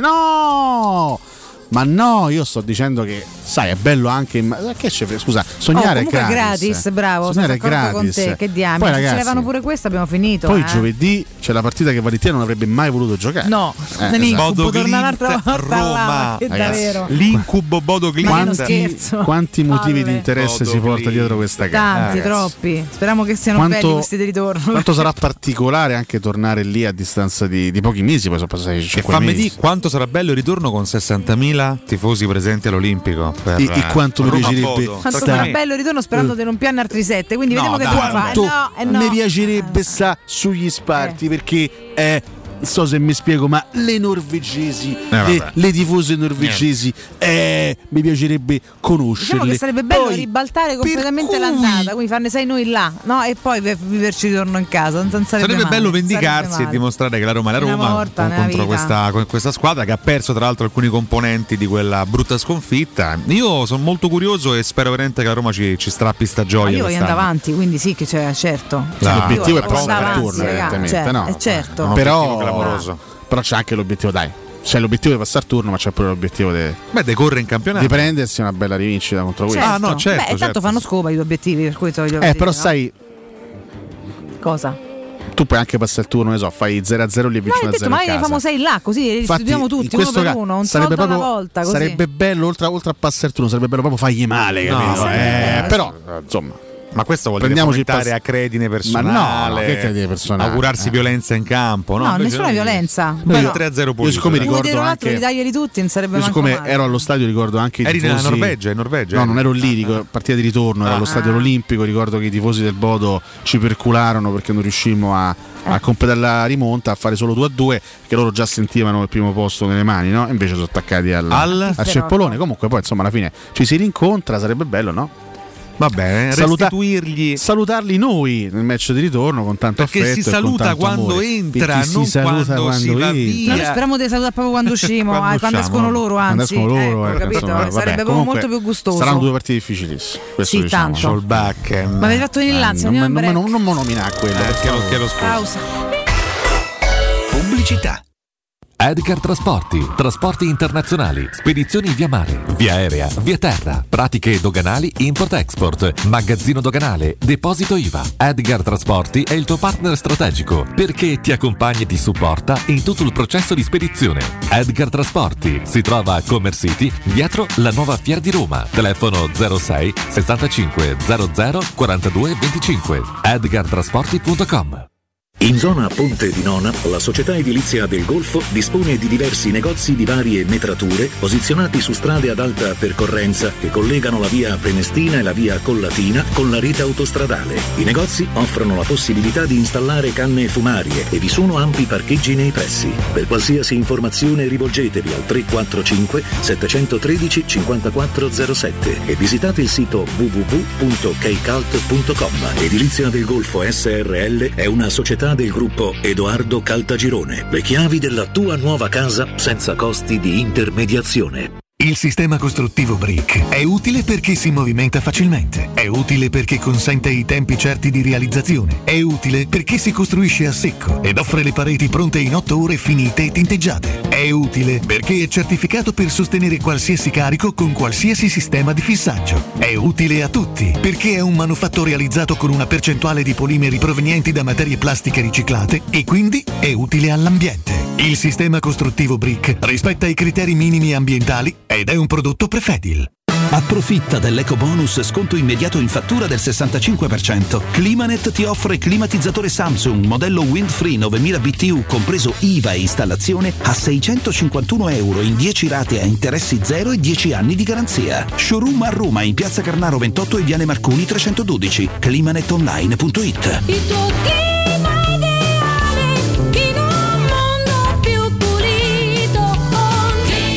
S22: Ma no, io sto dicendo che sai, è bello anche che c'è, scusa, sognare è
S19: gratis, bravo,
S22: sognare è gratis
S19: con te, che diamine. Poi, ragazzi, se levano pure questa abbiamo finito.
S22: Poi giovedì c'è la partita che Valentina non avrebbe mai voluto giocare.
S19: No,
S1: Bodo Glimt Roma,
S19: davvero.
S1: L'incubo Bodo Glimt.
S22: Quanti motivi di interesse si porta dietro questa gara?
S19: Tanti, troppi. Speriamo che siano belli questi di ritorno.
S22: Quanto sarà particolare anche tornare lì a distanza di pochi mesi, poi sono passati 5 mesi.
S1: Fammi dire quanto sarà bello il ritorno con 60.000 tifosi presenti all'Olimpico
S22: e quanto mi piacerebbe
S19: sarà bello il ritorno, sperando di non pianne altri 7, quindi vediamo che fa.
S22: Mi piacerebbe sta sugli sparti perché è so se mi spiego, ma le norvegesi, le tifose norvegesi, mi piacerebbe conoscerle.
S19: Diciamo che sarebbe bello ribaltare completamente l'andata, quindi farne 6 noi là, no? E poi viverci ritorno in casa. Non sarebbe
S1: bello vendicarsi e dimostrare che la Roma è la Roma contro questa squadra che ha perso tra l'altro alcuni componenti di quella brutta sconfitta. Io sono molto curioso e spero veramente che la Roma ci strappi sta gioia.
S19: Io voglio andare avanti, quindi sì che c'è, certo.
S22: L'obiettivo è passare al turno, evidentemente, no?
S19: Certo.
S22: Però c'è anche l'obiettivo, c'è l'obiettivo di passare turno, ma c'è pure l'obiettivo
S1: di correre in campionato,
S22: di prendersi una bella rivincita contro questo.
S19: Certo. Tanto fanno scopa i due obiettivi, per cui
S22: però sai
S19: cosa?
S22: Tu puoi anche passare il turno, ne so, fai 0-0 lì vicino a 0
S19: ma ne famo 6 là, così li distribuiamo tutti uno per uno, un soldo alla volta, così.
S22: Sarebbe bello, oltre a passare il turno, sarebbe bello proprio fargli male, capito? Però insomma,
S1: ma questo vuol dire fomentare accredine personali,
S22: che accredine personali?
S1: Augurarsi violenza in campo,
S19: no nessuna violenza.
S1: 3-0 pulito.
S22: Io siccome ricordo
S19: anche tagliali tutti, non sarebbe
S22: manco male. Siccome ero allo stadio ricordo anche
S1: i tifosi. In Norvegia.
S22: No, non ero lì, partita di ritorno, ero allo stadio olimpico, ricordo che i tifosi del Bodo ci percularono perché non riuscimmo a completare la rimonta, a fare solo 2-2, che loro già sentivano il primo posto nelle mani, no? Invece sono attaccati al Ceppolone. Comunque poi insomma alla fine ci si rincontra, sarebbe bello, no?
S1: Va bene,
S22: salutarli noi nel match di ritorno con tanto affetto.
S1: Perché si saluta quando entra, non quando si va via.
S19: Noi speriamo di salutare proprio quando usciamo, quando escono loro, anzi. Capito? Sarebbe proprio molto più gustoso.
S22: Saranno 2 partite difficilissime. Questo diciamo.
S19: Tanto. Ma avete fatto in Lazio,
S22: non nominare quello.
S19: Pausa.
S8: Pubblicità. Edgar trasporti internazionali, spedizioni via mare, via aerea, via terra, pratiche doganali, import-export, magazzino doganale, deposito IVA. Edgar Trasporti è il tuo partner strategico perché ti accompagna e ti supporta in tutto il processo di spedizione. Edgar Trasporti si trova a Commerce City, dietro la nuova Fiera di Roma. Telefono 06 65 00 42 25. edgartrasporti.com.
S9: In zona Ponte di Nona, la società edilizia del Golfo dispone di diversi negozi di varie metrature posizionati su strade ad alta percorrenza che collegano la via Prenestina e la via Collatina con la rete autostradale. I negozi offrono la possibilità di installare canne fumarie e vi sono ampi parcheggi nei pressi. Per qualsiasi informazione rivolgetevi al 345 713 5407 e visitate il sito www.keicalt.com. Edilizia del Golfo SRL è una società del gruppo Edoardo Caltagirone. Le chiavi della tua nuova casa senza costi di intermediazione.
S8: Il sistema costruttivo Brick è utile perché si movimenta facilmente, è utile perché consente i tempi certi di realizzazione, è utile perché si costruisce a secco ed offre le pareti pronte in 8 ore finite e tinteggiate, è utile perché è certificato per sostenere qualsiasi carico con qualsiasi sistema di fissaggio, è utile a tutti perché è un manufatto realizzato con una percentuale di polimeri provenienti da materie plastiche riciclate e quindi è utile all'ambiente. Il sistema costruttivo Brick rispetta i criteri minimi ambientali ed è un prodotto Prefedil.
S11: Approfitta dell'eco bonus sconto immediato in fattura del 65%. Climanet ti offre climatizzatore Samsung modello Windfree 9000 BTU compreso IVA e installazione a €651 in 10 rate a interessi zero e 10 anni di garanzia. Showroom a Roma in Piazza Carnaro 28 e Viale Marconi 312. climanetonline.it.
S24: Il tuo clima ideale in un mondo più pulito con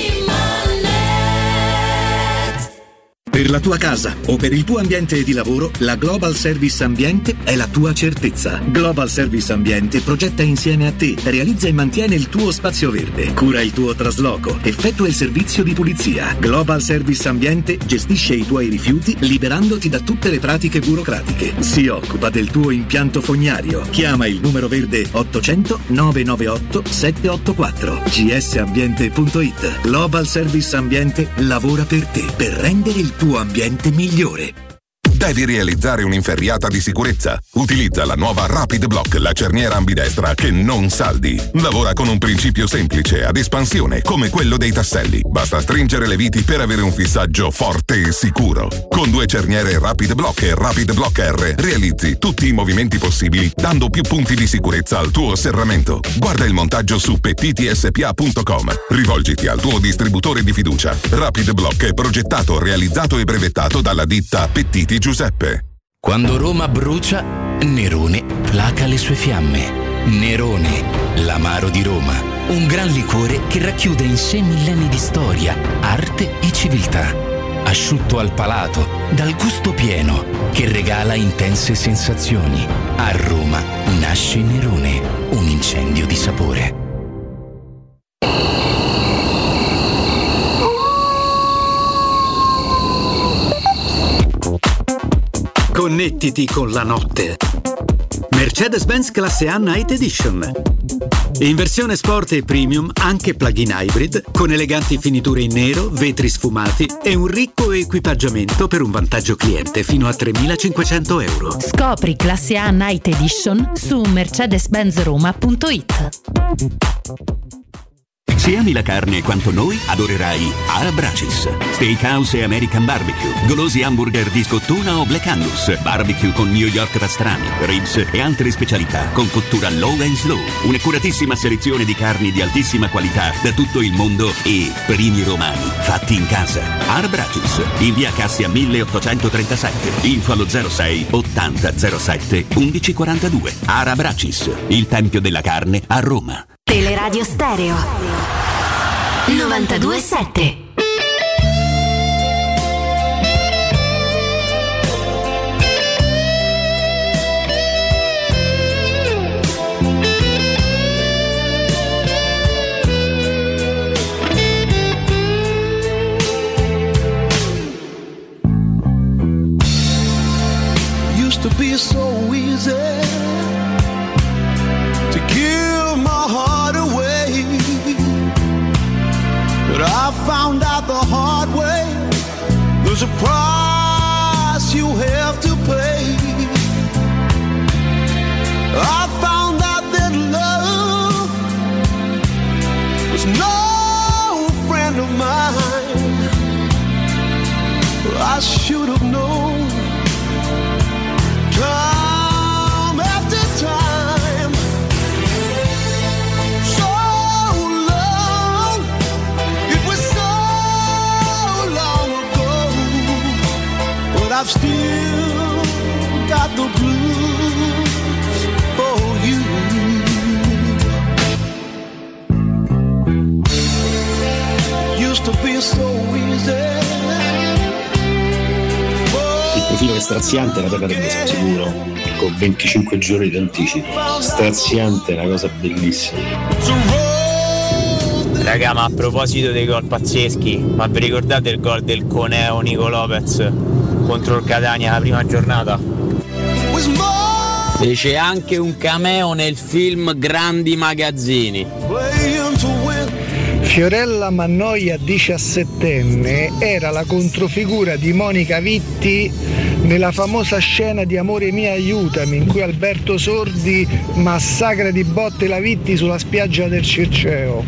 S24: Climanet.
S9: Per la tua casa o per il tuo ambiente di lavoro, la Global Service Ambiente è la tua certezza. Global Service Ambiente progetta insieme a te, realizza e mantiene il tuo spazio verde, cura il tuo trasloco, effettua il servizio di pulizia. Global Service Ambiente gestisce i tuoi rifiuti liberandoti da tutte le pratiche burocratiche. Si occupa del tuo impianto fognario. Chiama il numero verde 800 998 784. gsambiente.it. Global Service Ambiente lavora per te, per rendere il tuo ambiente migliore.
S13: Devi realizzare un'inferriata di sicurezza? Utilizza la nuova Rapid Block, la cerniera ambidestra che non saldi. Lavora con un principio semplice ad espansione come quello dei tasselli. Basta stringere le viti per avere un fissaggio forte e sicuro. Con 2 cerniere Rapid Block e Rapid Block R realizzi tutti i movimenti possibili dando più punti di sicurezza al tuo serramento. Guarda il montaggio su pettitispa.com. Rivolgiti al tuo distributore di fiducia. Rapid Block è progettato, realizzato e brevettato dalla ditta Pettiti Giuseppe.
S18: Quando Roma brucia, Nerone placa le sue fiamme. Nerone,
S11: l'Amaro di Roma. Un gran liquore che racchiude in sé millenni di storia, arte e civiltà. Asciutto al palato, dal gusto pieno, che regala intense sensazioni. A Roma nasce Nerone, un incendio di sapore.
S4: Connettiti con la notte. Mercedes-Benz classe A Night Edition. In versione sport e premium, anche plug-in hybrid, con eleganti finiture in nero, vetri sfumati e un ricco equipaggiamento per un vantaggio cliente fino a 3.500 euro.
S6: Scopri classe A Night Edition su mercedes-benzroma.it.
S11: Se ami la carne quanto noi, adorerai Arabracis. Steakhouse e American Barbecue, golosi hamburger di scottuna o Black Angus, barbecue con New York pastrami, ribs e altre specialità con cottura low and slow. Un'accuratissima selezione di carni di altissima qualità da tutto il mondo e primi romani fatti in casa. Arabracis, in via Cassia 1837, info allo 06 80 07 1142. Arabracis, il tempio della carne a Roma.
S6: Teleradio Stereo 92.7.
S24: Used to be so easy to give my heart away, but I found out the hard way, there's a price you have to pay. I found out that love was no friend of mine. I should have known time after time. So long, it was so long ago, but I've still got the blues for you. Used to be so easy.
S10: Il profilo che straziante la perde, sono sicuro, con 25 giorni di anticipo. Straziante è una cosa bellissima.
S14: Raga, ma a proposito dei gol pazzeschi, ma vi ricordate il gol del Coneo Nico Lopez contro il Catania la prima giornata? Fece anche un cameo nel film Grandi Magazzini.
S29: Fiorella Mannoia, 17enne, era la controfigura di Monica Vitti nella famosa scena di Amore mio aiutami, in cui Alberto Sordi massacra di botte la Vitti sulla spiaggia del Circeo.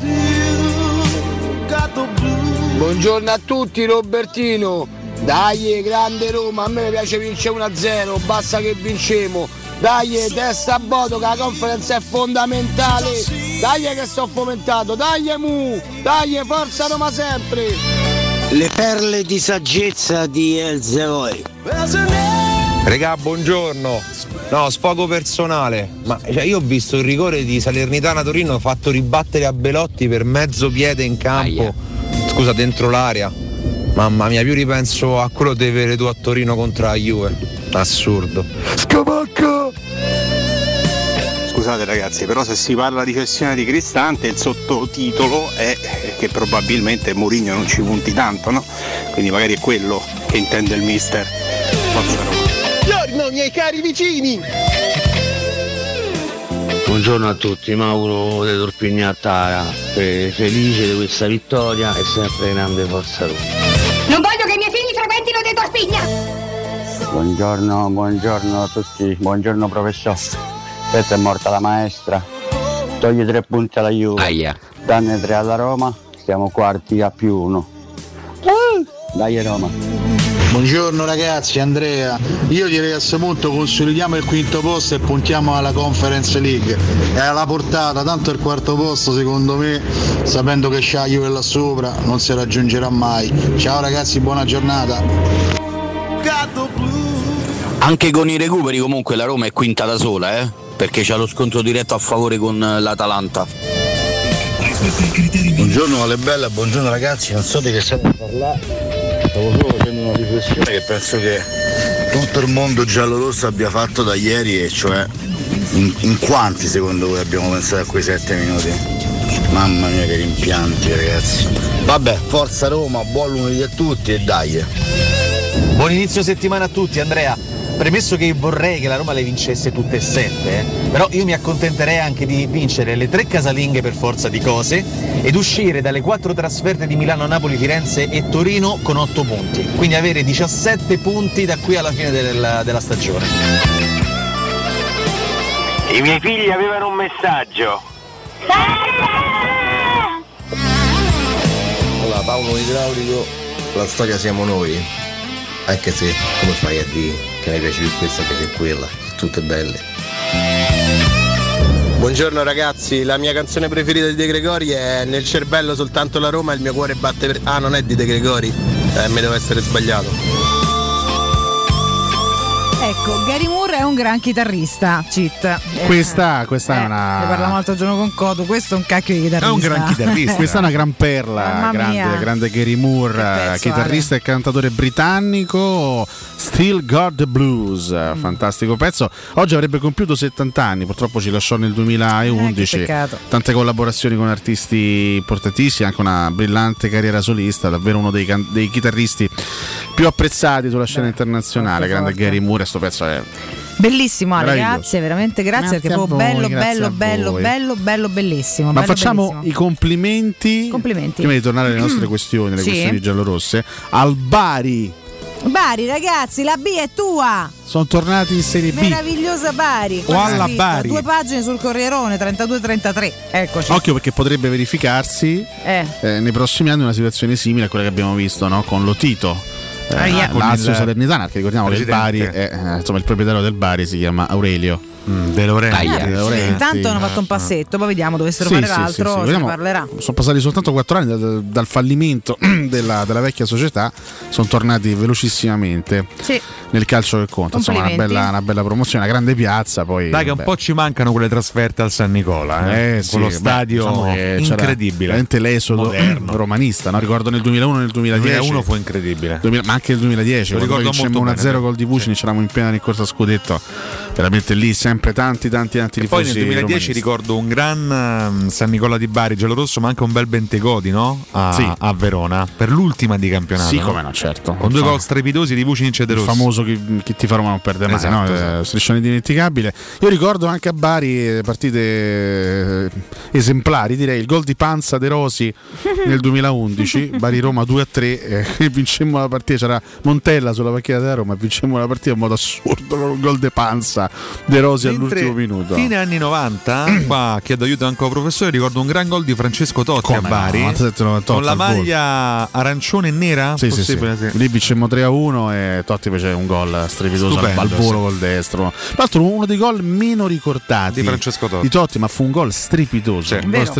S27: Buongiorno a tutti, Robertino. Dai, grande Roma, a me piace vincere 1-0, basta che vincemo. Dai, testa a Bodo, che la conference è fondamentale. Dai che sto fomentato, dai mu, dai, forza Roma sempre.
S15: Le perle di saggezza di Elzevoi.
S16: Regà, buongiorno. No, sfogo personale, ma io ho visto il rigore di Salernitana Torino fatto ribattere a Belotti per mezzo piede in campo. Scusa, dentro l'area. Mamma mia, più ripenso a quello di vedere tu a Torino contro la Juve. Assurdo. Scamacca!
S17: Scusate ragazzi, però se si parla di cessione di Cristante il sottotitolo è che probabilmente Mourinho non ci punti tanto, no? Quindi magari è quello che intende il mister.
S27: Buongiorno miei cari vicini!
S15: Buongiorno a tutti, Mauro De Torpignattara, felice di questa vittoria e sempre grande forza Roma.
S20: Non voglio che i miei figli frequentino De Torpigna!
S15: Buongiorno a tutti, buongiorno professore. Aspetta, è morta la maestra. Togli 3 punti alla Juve. Danne 3 alla Roma, stiamo quarti a +1. Dai Roma.
S29: Buongiorno ragazzi, Andrea. Io direi a questo punto consolidiamo il quinto posto e puntiamo alla Conference League. È alla portata, tanto il quarto posto secondo me, sapendo che c'è la Juve là sopra, non si raggiungerà mai. Ciao ragazzi, buona giornata.
S15: Anche con i recuperi comunque la Roma è quinta da sola, perché c'ha lo scontro diretto a favore con l'Atalanta.
S10: Buongiorno alle belle, buongiorno ragazzi, non so di che state a parlare, stavo solo facendo una riflessione che penso che tutto il mondo giallorosso abbia fatto da ieri, e cioè in quanti secondo voi abbiamo pensato a quei 7 minuti? Mamma mia che rimpianti ragazzi. Vabbè, forza Roma, buon lunedì a tutti e dai.
S2: Buon inizio settimana a tutti, Andrea. Premesso che vorrei che la Roma le vincesse tutte e 7, però io mi accontenterei anche di vincere le 3 casalinghe per forza di cose ed uscire dalle 4 trasferte di Milano, Napoli, Firenze e Torino con 8 punti, quindi avere 17 punti da qui alla fine della stagione.
S27: I miei figli avevano un messaggio.
S10: Allora, Paolo Idraulico, la storia siamo noi, anche se come fai a dire che mi piace più questa che quella, tutte belle.
S2: Buongiorno ragazzi, la mia canzone preferita di De Gregori è Nel cervello soltanto la Roma e il mio cuore batte per... Ah, non è di De Gregori, mi devo essere sbagliato.
S19: Ecco, Gary Moore è un gran chitarrista, Cheat.
S22: Questa è una...
S19: Ne parlavamo l'altro giorno con Cotu, questo è un cacchio di chitarrista.
S22: È un gran chitarrista. Questa è una gran perla, grande Gary Moore, chitarrista e cantatore britannico, Still Got the Blues, fantastico pezzo. Oggi avrebbe compiuto 70 anni, purtroppo ci lasciò nel 2011. Tante collaborazioni con artisti importantissimi, anche una brillante carriera solista, davvero uno dei chitarristi più apprezzati sulla scena internazionale, grande Gary Moore. Sto pezzo è
S19: bellissimo, Ale, grazie, veramente grazie, perché è proprio bello, bellissimo.
S22: Ma
S19: bello,
S22: facciamo
S19: bellissimo.
S22: I complimenti prima di tornare alle nostre questioni, le questioni giallorosse, al Bari,
S19: ragazzi, la B è tua.
S22: Sono tornati in Serie B.
S19: Meravigliosa Bari.
S22: O alla Bari.
S19: 2 pagine sul Corrierone, 32-33. Eccoci.
S22: Occhio, perché potrebbe verificarsi nei prossimi anni una situazione simile a quella che abbiamo visto, no? Con Lotito. Lazio Salernitana, che ricordiamo che il Bari insomma, il proprietario del Bari si chiama Aurelio
S1: De Laurenti.
S19: Intanto hanno fatto un passetto, poi vediamo, dovessero fare l'altro, se ne parlerà.
S22: Sono passati soltanto 4 anni dal fallimento della vecchia società, sono tornati velocissimamente nel calcio che conta. Insomma, una bella promozione, una grande piazza. Poi
S1: dai, che un po' ci mancano quelle trasferte al San Nicola, con lo stadio incredibile,
S22: veramente l'esodo romanista, no? Ricordo nel 2001 e nel 2010.
S1: 2001 fu incredibile,
S22: ma anche il 2010 quando vincemmo 1-0 gol di Vucinic, c'eravamo in piena rincorsa scudetto, veramente lì sempre tanti tifosi.
S1: Poi nel 2010 romanisti. Ricordo un gran San Nicola di Bari giallorosso, ma anche un bel Bentegodi, no? A Verona per l'ultima di campionato.
S22: Sì, come no, certo.
S1: Con 2 gol strepitosi di Vucinic e De Rossi.
S22: Il famoso chi ti fa Roma non perde mai, no? Striscione indimenticabile. Io ricordo anche a Bari partite esemplari, direi il gol di Panza De Rosi nel 2011, Bari Roma 2-3, vincemmo la partita, c'era Montella sulla panchina della Roma, vincemmo la partita in modo assurdo con un gol di Panza De Rosi all'ultimo minuto.
S1: Fine anni 90, qua chiedo aiuto anche al professore, ricordo un gran gol di Francesco Totti a Bari,
S22: 97-98,
S1: con la maglia arancione e nera.
S22: Sì. Lì vincemmo 3-1 e Totti fece un gol strepitoso al volo col destro. Tra l'altro uno dei gol meno ricordati
S1: di Francesco Totti,
S22: di Totti, ma fu un gol strepitoso,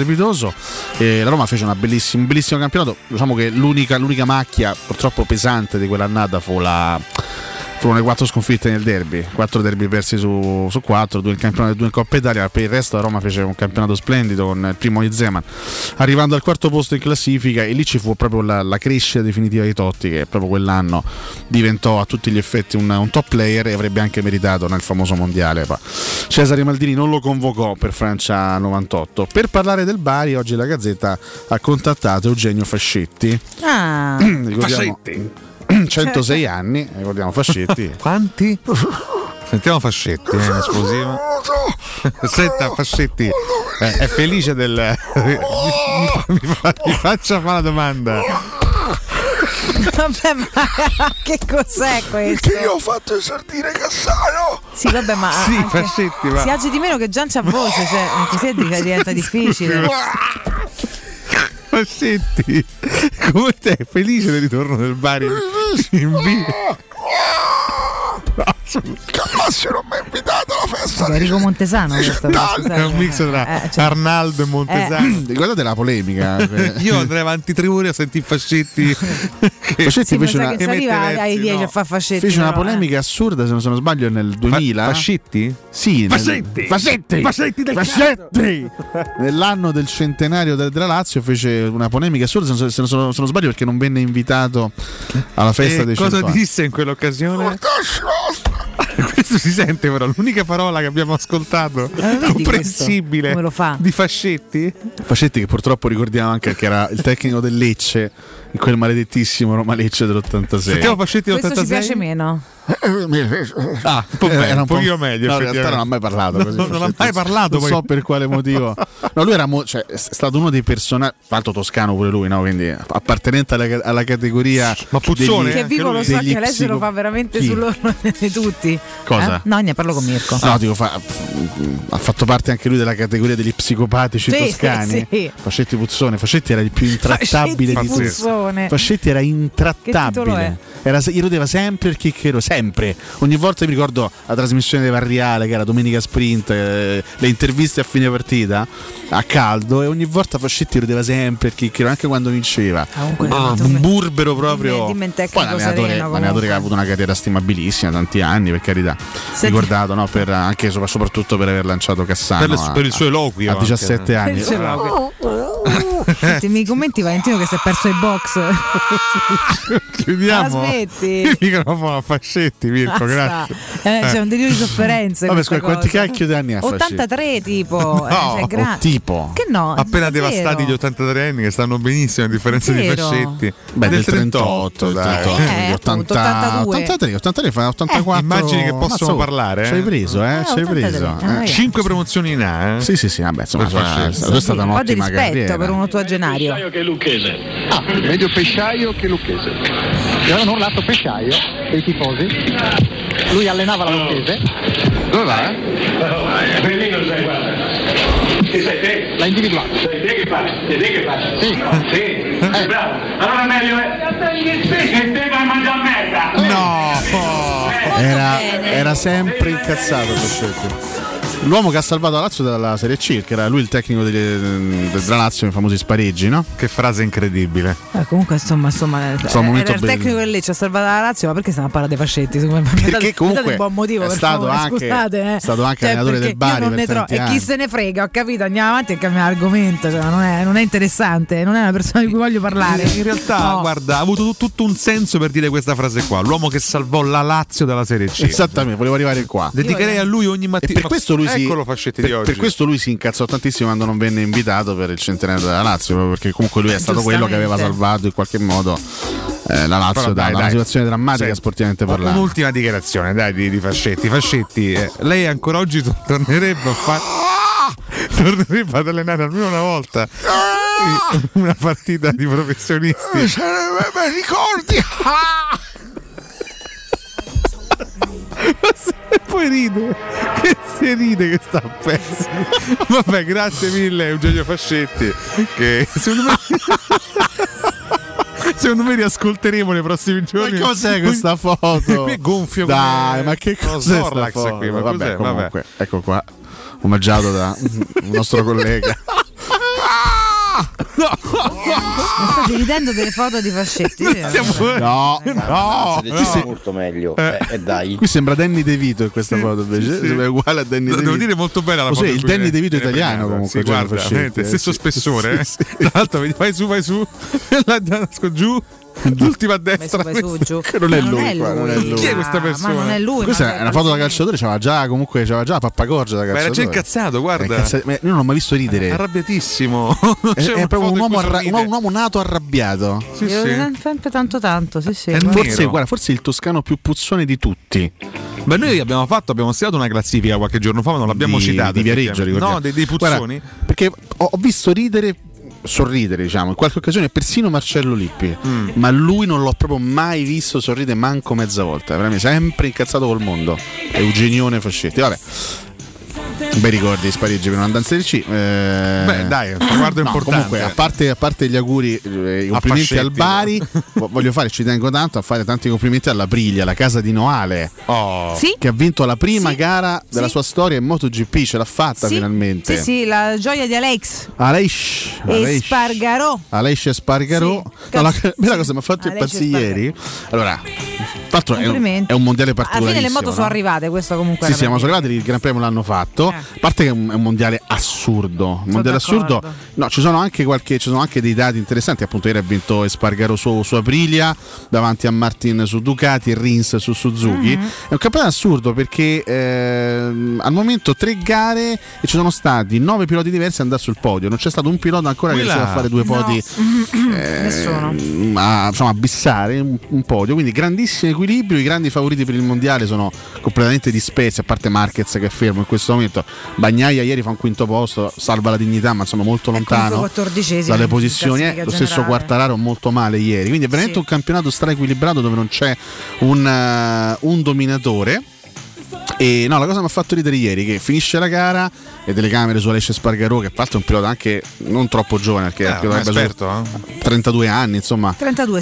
S22: E la Roma fece un bellissimo campionato. Diciamo che l'unica macchia purtroppo pesante di quell'annata furono le 4 sconfitte nel derby, 4 derby persi su 4, 2 in campionato e 2 in Coppa Italia. Per il resto la Roma fece un campionato splendido con il primo di Zeman, arrivando al 4° posto in classifica, e lì ci fu proprio la crescita definitiva di Totti, che proprio quell'anno diventò a tutti gli effetti un top player e avrebbe anche meritato nel famoso mondiale. Cesare Maldini non lo convocò per Francia 98. Per parlare del Bari oggi la Gazzetta ha contattato Eugenio Fascetti.
S1: Fascetti
S22: 106 anni, ricordiamo Fascetti.
S1: Quanti? Sentiamo Fascetti, esplosivo. Senta Fascetti, è felice del... mi faccia fare la domanda.
S19: Vabbè, ma che cos'è questo?
S3: Che io ho fatto esordire Cassano.
S19: Sì, vabbè, ma
S1: sì, Fascetti, ma...
S19: si agiti meno che Gian c'ha voce, cioè così diventa difficile.
S1: Fascetti, come te? Felice del ritorno del Bari in B? No,
S3: Massimo non mi ha invitato alla festa.
S19: Enrico Montesano,
S1: è un mix tra Arnaldo e Montesano.
S22: Ricordate la polemica?
S1: Io andrei avanti 3 ore a sentire Fascetti.
S22: Fascetti fece una
S19: ai 10 a fare Fascetti.
S22: Fece una polemica assurda, se non sbaglio, nel 2000.
S1: Fascetti?
S22: Sì,
S1: Fascetti del
S22: Fascetti! Nell'anno del centenario della Lazio fece una polemica assurda, se non sbaglio, perché non venne invitato alla festa dei 100
S1: cosa
S22: anni.
S1: disse in quell'occasione? Questo si sente, però l'unica parola che abbiamo ascoltato comprensibile
S19: come lo fa?
S1: Di Fascetti,
S22: che purtroppo ricordiamo anche che era il tecnico del Lecce in quel maledettissimo Roma Lecce dell'86.
S1: Sentiamo Fascetti
S19: Questo
S1: dell'86.
S19: ci piace meno.
S1: Un pochino meglio.
S22: No, in realtà non ha mai parlato così.
S1: Non ha mai parlato.
S22: Non so per quale motivo. No, lui era è stato uno dei personaggi, tanto toscano pure lui, no? Quindi appartenente alla categoria.
S1: Ma Puzzone
S19: che vivo lo so che lei se lo fa veramente sull'orlo di tutti.
S22: Cosa?
S19: No, ne parlo con Mirko.
S22: No, dico, ha fatto parte anche lui della categoria degli psicopatici toscani.
S19: Sì.
S22: Fascetti Puzzone. Fascetti era il più intrattabile di tutti. Fascetti era intrattabile. Gli rodeva sempre il chicchero, sempre. Ogni volta mi ricordo la trasmissione di Varriale, che era Domenica Sprint, le interviste a fine partita a caldo, e ogni volta Fascetti rodeva sempre il chicchero, anche quando vinceva. Un burbero proprio. Poi l'allenatore che ha avuto una carriera stimabilissima, tanti anni, per carità. Ricordato, no? Anche soprattutto per aver lanciato Cassano
S1: per il suo eloquio
S22: a 17 anni.
S19: Mi commenti, Valentino, che si è perso i box?
S1: Chiudiamo il microfono a Fascetti, Mirko, grazie.
S19: C'è un delirio di sofferenze.
S22: Vabbè, quanti cacchio di anni ha Fascetti?
S19: 83 tipo.
S22: Tipo.
S19: Che no?
S1: Appena devastati gli 83 anni, che stanno benissimo a differenza di Fascetti.
S22: Beh, del 38, dai. 83, 84.
S1: Immagini che possono parlare.
S22: Ci hai preso, ci hai preso.
S1: 5 promozioni in A.
S22: Sì, vabbè, insomma, è stata un'ottima carriera
S19: per un ottuagenario.
S5: Che Lucchese. Meglio Pesciaio che Lucchese. Gli avevano urlato Pesciaio dei tifosi. Lui allenava la Lucchese. Dove va? Bellino sei, guarda. Che sei te? L'ha individuato. Sei te che fai? Sei te che fai? Sì. Bravo. Allora meglio che te vai a mangiare merda.
S22: No. Era sempre incazzato Fascetti. L'uomo che ha salvato la Lazio dalla Serie C, che era lui il tecnico della Lazio, i famosi spareggi, no?
S1: Che frase incredibile.
S19: Comunque insomma era il tecnico del Lecce, ha salvato la Lazio, ma perché stiamo a parlare dei Fascetti?
S22: Perché comunque
S19: un buon motivo,
S22: è stato anche allenatore del Bari per tanti anni.
S19: E chi se ne frega, ho capito, andiamo avanti e cambiamo argomento, non è interessante, non è una persona di cui voglio parlare.
S1: In realtà, guarda, ha avuto tutto un senso per dire questa frase qua, l'uomo che salvò la Lazio dalla Serie C.
S22: Esattamente, volevo arrivare qua.
S1: Dedicherei a lui ogni mattina.
S22: E per questo lui
S1: Fascetti di oggi.
S22: Per questo lui si incazzò tantissimo quando non venne invitato per il centenario della Lazio, perché comunque lui è stato quello che aveva salvato in qualche modo la Lazio da una situazione drammatica sportivamente parlando.
S1: Un'ultima dichiarazione di Fascetti. Fascetti, lei ancora oggi tornerebbe ad allenare almeno una volta una partita di professionisti?
S3: Ricordi?
S1: E poi ride, che si ride che sta a pezzi. Vabbè, grazie mille Eugenio Fascetti, che secondo me riascolteremo nei prossimi giorni.
S22: Ma cos'è questa foto?
S1: Qui gonfio.
S22: Dai, ma che cos'è questa foto?
S1: Qui, ma
S22: vabbè, comunque, ecco qua, omaggiato da un nostro collega.
S19: No. Ma state ridendo delle foto di Fascetti?
S22: No.
S15: Molto meglio. Dai.
S22: Qui sembra Danny De Vito in questa foto, invece. Sembra uguale a Danny De Vito.
S1: Devo dire molto bella la foto.
S22: Il Danny De Vito italiano, comunque.
S1: Sì, guarda, stesso spessore. Tra l'altro, vai su, giù. L'ultima a destra,
S19: giù.
S22: Che non è lui.
S1: Chi è questa persona?
S19: Ma non è lui.
S22: Questa è una foto da calciatore. C'aveva già Pappagorgia da calciatore.
S1: Ma era già incazzato, guarda.
S22: Io non ho mai visto ridere.
S1: Arrabbiatissimo.
S22: È proprio un uomo nato arrabbiato.
S19: Sì. Sempre tanto. Sì.
S22: Forse il toscano più puzzone di tutti.
S1: Beh, noi abbiamo stilato una classifica qualche giorno fa, ma non l'abbiamo citata.
S22: Di Viareggio,
S1: no, dei puzzoni.
S22: Guarda, perché ho visto sorridere, diciamo, in qualche occasione persino Marcello Lippi, ma lui non l'ho proprio mai visto sorridere manco mezza volta, veramente sempre incazzato col mondo. Eugenione Fascetti. Vabbè, Bei ricordi di Parigi per una danza del C.
S1: Beh, dai, traguardo importante.
S22: Comunque, a parte gli auguri, i complimenti al Bari, voglio fare, ci tengo tanto a fare tanti complimenti alla Priglia, la casa di Noale, che ha vinto la prima gara della sua storia in MotoGP, ce l'ha fatta finalmente.
S19: Sì, la gioia di Aleix
S22: Espargarò. Aleix Espargarò.
S19: Sì.
S22: La cosa mi ha fatto impazzire ieri. Allora, fatto è un mondiale particolarissimo.
S19: Alla fine le moto sono arrivate, questo comunque.
S22: Sì, siamo arrivati, il Gran Premio l'hanno fatto. A parte che è un mondiale assurdo. No, ci sono anche dei dati interessanti. Appunto, ieri ha vinto Espargarò su Aprilia davanti a Martin su Ducati e Rins su Suzuki. È un campionato assurdo perché al momento 3 gare e ci sono stati 9 piloti diversi ad andare sul podio. Non c'è stato un pilota ancora che riusciva a fare 2 podi.
S19: Nessuno.
S22: A bissare un podio. Quindi grandissimo equilibrio. I grandi favoriti per il mondiale sono completamente dispersi, a parte Marquez che è fermo in questo momento. Bagnaia ieri fa un quinto posto, salva la dignità, ma insomma molto lontano dalle posizioni. Lo stesso Quartararo molto male ieri. Quindi è veramente un campionato stra-equilibrato dove non c'è un dominatore. E no, la cosa mi ha fatto ridere ieri che finisce la gara e telecamere su Aleix Espargarò, che fa è un pilota anche non troppo giovane, perché è un esperto, 32 anni, insomma.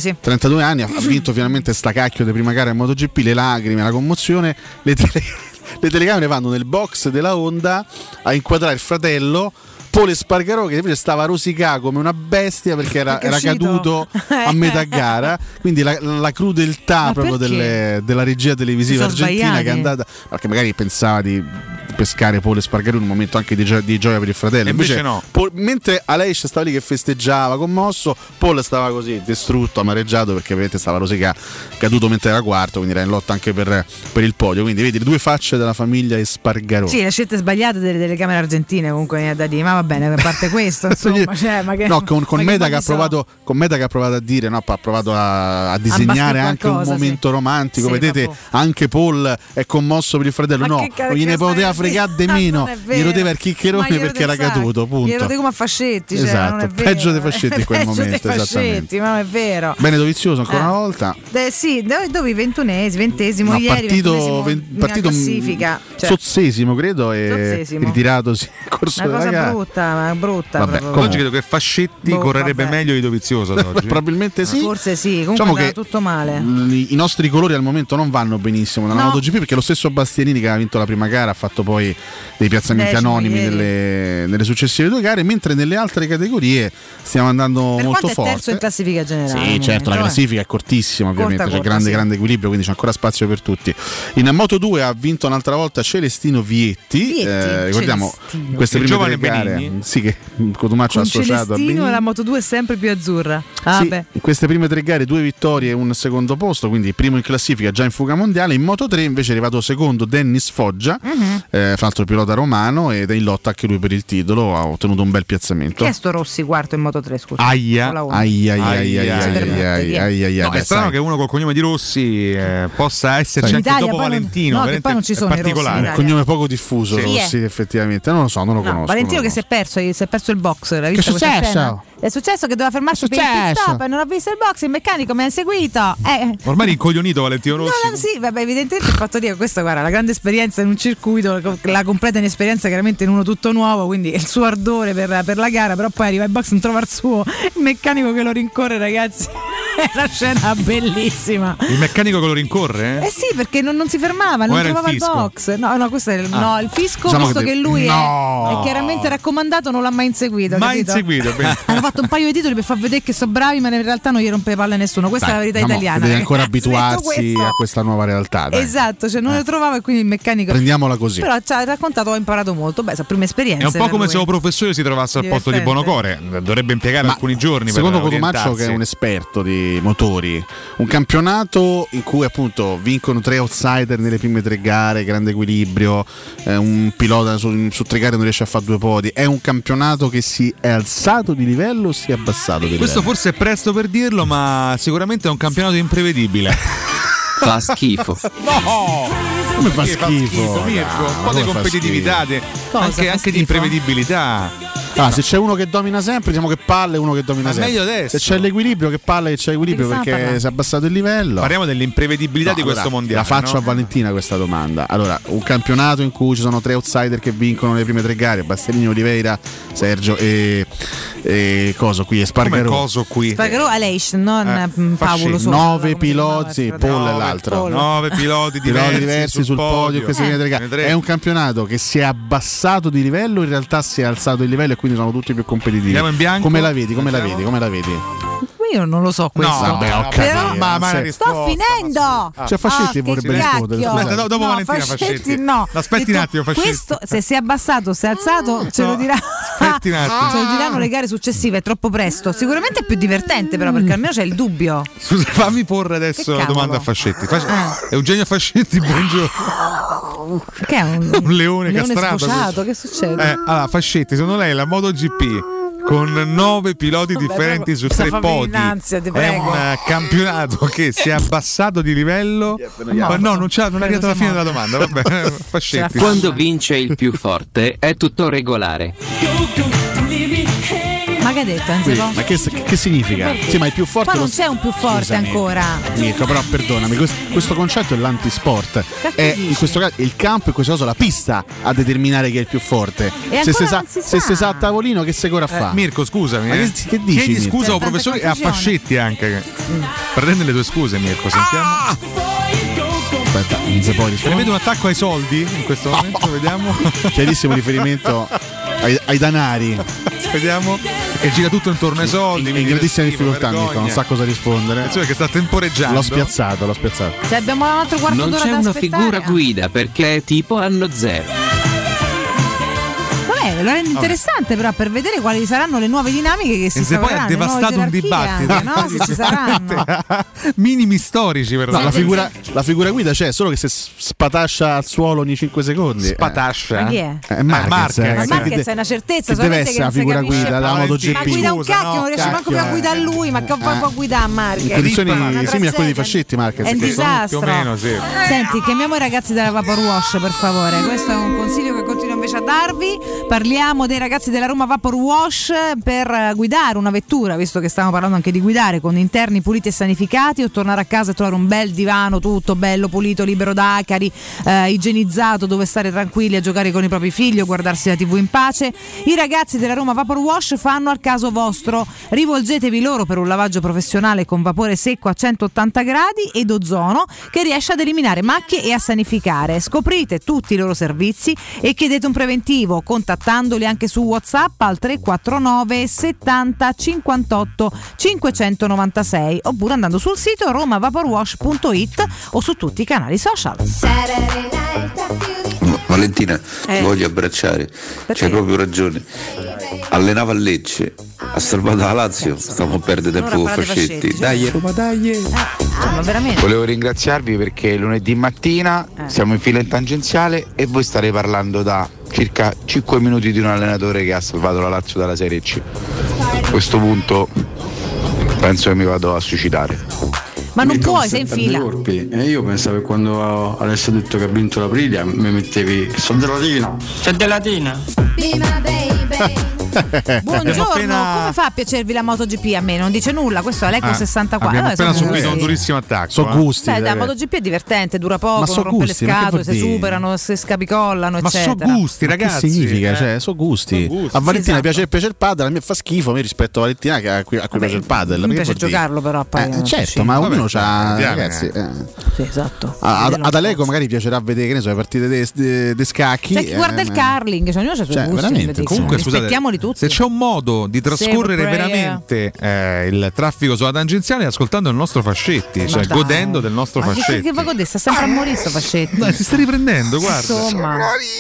S22: 32 anni, ha vinto finalmente sta cacchio di prima gara in MotoGP, le lacrime, la commozione, le telecamere vanno nel box della Honda a inquadrare il fratello Paul Espargarò, che invece stava a rosicare come una bestia perché era caduto a metà gara. Quindi la crudeltà proprio della regia televisiva argentina che è andata, perché magari pensava di pescare Paul Espargarò in un momento anche di gioia per il fratello, invece no. Mentre Aleix stava lì che festeggiava commosso, Paul stava così distrutto, amareggiato, perché vedete stava a rosicare, caduto mentre era quarto, quindi era in lotta anche per il podio. Quindi vedi le due facce della famiglia Espargarò.
S19: Sì, le scelte sbagliate delle camere argentine comunque viene da dire, ma va bene, a parte questo insomma,
S22: con Meda che ha provato a dire, no, ha provato a disegnare anche un momento romantico, vedete anche Paul è commosso per il fratello, non gliene poteva fregare di meno, gli rodeva il chiccherone perché era caduto, punto.
S19: Gli rodeva come a Fascetti,
S22: esatto, peggio dei Fascetti in quel momento,
S19: esattamente. Ma non è vero.
S22: Bene Dovizioso ancora una volta.
S19: Sì, dove 20esimo ieri,
S22: partito
S19: classifica,
S22: sozzesimo credo, e ritiratosi in corso della gara.
S19: Brutta.
S22: Vabbè,
S1: oggi credo che Fascetti correrebbe meglio di Dovizioso ad oggi.
S22: Probabilmente sì.
S19: Forse sì, comunque diciamo che tutto male.
S22: I nostri colori al momento non vanno benissimo nella MotoGP, perché lo stesso Bastianini che ha vinto la prima gara ha fatto poi dei piazzamenti anonimi nelle successive 2 gare, mentre nelle altre categorie stiamo andando molto forte.
S19: È terzo in classifica generale.
S22: Sì, certo, la classifica è cortissima, ovviamente, c'è grande equilibrio, quindi c'è ancora spazio per tutti. In Moto2 ha vinto un'altra volta Celestino Vietti. Ricordiamo queste prime
S1: giovane
S22: 3 gare.
S1: Benigni.
S22: Sì, che Cotumaccio ha associato a Benigni.
S19: La Moto2 è sempre più azzurra.
S22: In queste prime 3 gare 2 vittorie e un secondo posto, quindi primo in classifica già in fuga mondiale. In Moto3 invece è arrivato secondo Dennis Foggia, fra l'altro pilota romano, ed è in lotta anche lui per il titolo, ha ottenuto un bel piazzamento.
S19: Chi è sto Rossi quarto in Moto3, scusa?
S1: È strano che uno col cognome di Rossi possa esserci anche dopo Valentino.
S19: Che poi non ci sono
S1: particolare.
S22: È un cognome poco diffuso, Rossi, effettivamente. Non lo so, non lo conosco.
S19: Valentino che si è perso il box. Che è
S22: successo?
S19: È successo che doveva fermarsi per il pit stop e non ha visto il box, il meccanico mi ha inseguito.
S1: Ormai rincoglionito Valentino Rossi.
S19: Sì, vabbè, evidentemente il fatto di questa, guarda, la grande esperienza in un circuito, la completa inesperienza chiaramente in uno tutto nuovo, quindi il suo ardore per la gara, però poi arriva il box, non trova il suo, il meccanico che lo rincorre, ragazzi. È una scena bellissima.
S1: Il meccanico che lo rincorre?
S19: Sì, perché non si fermava, non trovava il box. No, questo è il fisco, diciamo visto che lui è chiaramente raccomandato, non l'ha mai inseguito.
S1: Inseguito.
S19: Hanno fatto un paio di titoli per far vedere che sono bravi, ma in realtà non gli rompe le palle a nessuno. Questa è la verità italiana.
S22: Deve ancora abituarsi a questa nuova realtà.
S19: Esatto, cioè non lo trovava e quindi il meccanico.
S22: Prendiamola così.
S19: Però ci ha raccontato, ho imparato molto. Sa prima esperienza.
S1: È un po' come se un professore si trovasse al posto di Bonocore. Dovrebbe impiegare alcuni giorni.
S22: Secondo Cotumaccio, che è un esperto di motori, un campionato in cui appunto vincono 3 outsider nelle prime 3 gare, grande equilibrio, un pilota su 3 gare non riesce a fare 2 podi, è un campionato che si è alzato di livello o si è abbassato di livello?
S1: Questo forse è presto per dirlo, ma sicuramente è un campionato imprevedibile.
S7: Fa schifo.
S22: No! Come fa schifo?
S1: Mirko, un po' di competitività, anche di imprevedibilità.
S22: Se c'è uno che domina sempre, diciamo che palla e uno che domina sempre.
S1: Meglio adesso.
S22: Se c'è l'equilibrio, che palla e c'è equilibrio perché si è abbassato il livello.
S1: Parliamo dell'imprevedibilità di questo mondiale.
S22: La faccio a Valentina questa domanda. Allora, un campionato in cui ci sono 3 outsider che vincono le prime 3 gare: Bastianini, Oliveira, Sergio e coso qui, Espargarò.
S1: Come coso qui?
S19: Espargarò, Aleix, non Paolo.
S22: 9 piloti, Paul e l'altro.
S1: 9 piloti diversi
S22: sul podio. Queste prime 3 gare. È un campionato che si è abbassato di livello, in realtà si è alzato il livello e quindi sono tutti più competitivi.
S1: Andiamo in bianco.
S22: Come la vedi?
S19: Io non lo so questo.
S22: No, vabbè,
S19: però
S22: sto
S19: finendo.
S22: C'è Fascetti vorrebbe rispondere.
S1: Aspetta, dopo Valentina Fascetti.
S19: No.
S1: Aspetti un attimo, Fascetti.
S19: Questo, se si è abbassato, se è alzato, ce lo dirà.
S1: Aspetti un attimo.
S19: Ce lo diranno le gare successive, è troppo presto. Sicuramente è più divertente, però, perché almeno c'è il dubbio.
S1: Scusa, fammi porre adesso la domanda a Fascetti. Eugenio Fascetti, buongiorno.
S19: Che è un
S1: leone castrato?
S19: Sfociato, che succede?
S1: Allora, Fascetti, secondo lei la MotoGP con 9 piloti differenti su 3 podi è un campionato che si è abbassato di livello? Ma no, non è arrivato alla fine della domanda. Vabbè, Fascetti.
S7: Quando vince il più forte è tutto regolare.
S19: Ma che hai detto?
S22: Ma che significa? Sì, ma il più forte.
S19: Ma non c'è un più forte ancora.
S22: Mirko, però perdonami, questo concetto è l'antisport. È in questo caso il campo, in questo caso la pista a determinare chi è il più forte. Se si sa a tavolino, che segora fa?
S1: Mirko, scusami.
S22: Ma che dici?
S1: Chiedi scusa al professore e a Fascetti anche. Prende le tue scuse, Mirko, sentiamo.
S22: Aspetta, non si può rispondere.
S1: Vedo un attacco ai soldi in questo momento, vediamo.
S22: Chiarissimo riferimento ai danari.
S1: Vediamo. E gira tutto intorno ai soldi.
S22: In grandissima difficoltà, Mirko, non sa cosa rispondere.
S1: Che sta temporeggiando.
S22: L'ho spiazzato.
S19: Cioè, abbiamo un altro quarto
S7: d'ora da aspettare. Non c'è una figura guida perché è tipo anno 0.
S19: Lo rende interessante però per vedere quali saranno le nuove dinamiche che si
S1: faranno. Poi ha devastato un dibattito,
S19: anche, no? Se ci saranno
S1: minimi storici per
S22: la figura guida c'è, solo che se spatascia al suolo ogni 5 secondi.
S1: Spatascia?
S19: Ma chi è?
S22: Marquez.
S19: Marquez è una certezza,
S22: deve essere la figura guida della MotoGP.
S19: Ma guida un cacchio, non riesce manco più a guidare lui, ma che può guidare Marquez?
S22: In condizioni simili a quelli di Fascetti, Marquez.
S19: È un disastro.
S1: Più o meno, sì.
S19: Senti, chiamiamo i ragazzi della Vapor Wash, per favore. Questo è un consiglio che continuo invece a darvi. Parliamo dei ragazzi della Roma Vapor Wash per guidare una vettura, visto che stiamo parlando anche di guidare, con interni puliti e sanificati, o tornare a casa e trovare un bel divano tutto bello pulito, libero da acari, igienizzato, dove stare tranquilli a giocare con i propri figli o guardarsi la TV in pace. I ragazzi della Roma Vapor Wash fanno al caso vostro. Rivolgetevi loro per un lavaggio professionale con vapore secco a 180 gradi ed ozono che riesce ad eliminare macchie e a sanificare. Scoprite tutti i loro servizi e chiedete un preventivo contattandoli anche su WhatsApp al 349 70 58 596 oppure andando sul sito romavaporwash.it o su tutti i canali social.
S8: Valentina, ti voglio abbracciare. C'hai proprio ragione. Allenava a Lecce, ha salvato la Lazio, stiamo a perdere tempo con Fascetti. Dai, Roma, dai.
S19: Ma veramente.
S8: Volevo ringraziarvi perché lunedì mattina siamo in fila in tangenziale e voi state parlando da circa 5 minuti di un allenatore che ha salvato la Lazio dalla Serie C. A questo punto penso che mi vado a suicidare.
S19: Ma non puoi, sei in fila.
S9: Io pensavo che quando Alessio ha detto che ha vinto la Priglia mi mettevi Soddelatina.
S19: Buongiorno, come fa a piacervi la MotoGP? A me non dice nulla, questo è l'Eco 64.
S1: Abbiamo appena subito un durissimo attacco.
S22: So gusti.
S19: La MotoGP è divertente, dura poco, non rompe le scatole, si superano, si scapicollano, eccetera.
S1: Ma so gusti, ragazzi.
S22: Che significa? Cioè, so gusti. A Valentina piace il padel, a me fa schifo, mi rispetto a Valentina a cui piace il padel.
S19: Mi piace giocarlo però poi.
S22: Certo, ma ognuno c'ha, ragazzi.
S19: Sì, esatto.
S22: Ad Alego magari piacerà vedere, che ne so, le partite di scacchi.
S19: C'è chi guarda il curling, cioè ognuno c'ha i suoi gusti.
S22: Veramente.
S1: Comunque, scusate,
S19: tutti.
S1: Se c'è un modo di trascorrere veramente il traffico sulla tangenziale, ascoltando il nostro Fascetti, cioè godendo del nostro Fascetti.
S19: Che va godere? Sta sempre a morire sto Fascetti.
S1: Dai, si sta riprendendo, guarda.
S19: Insomma.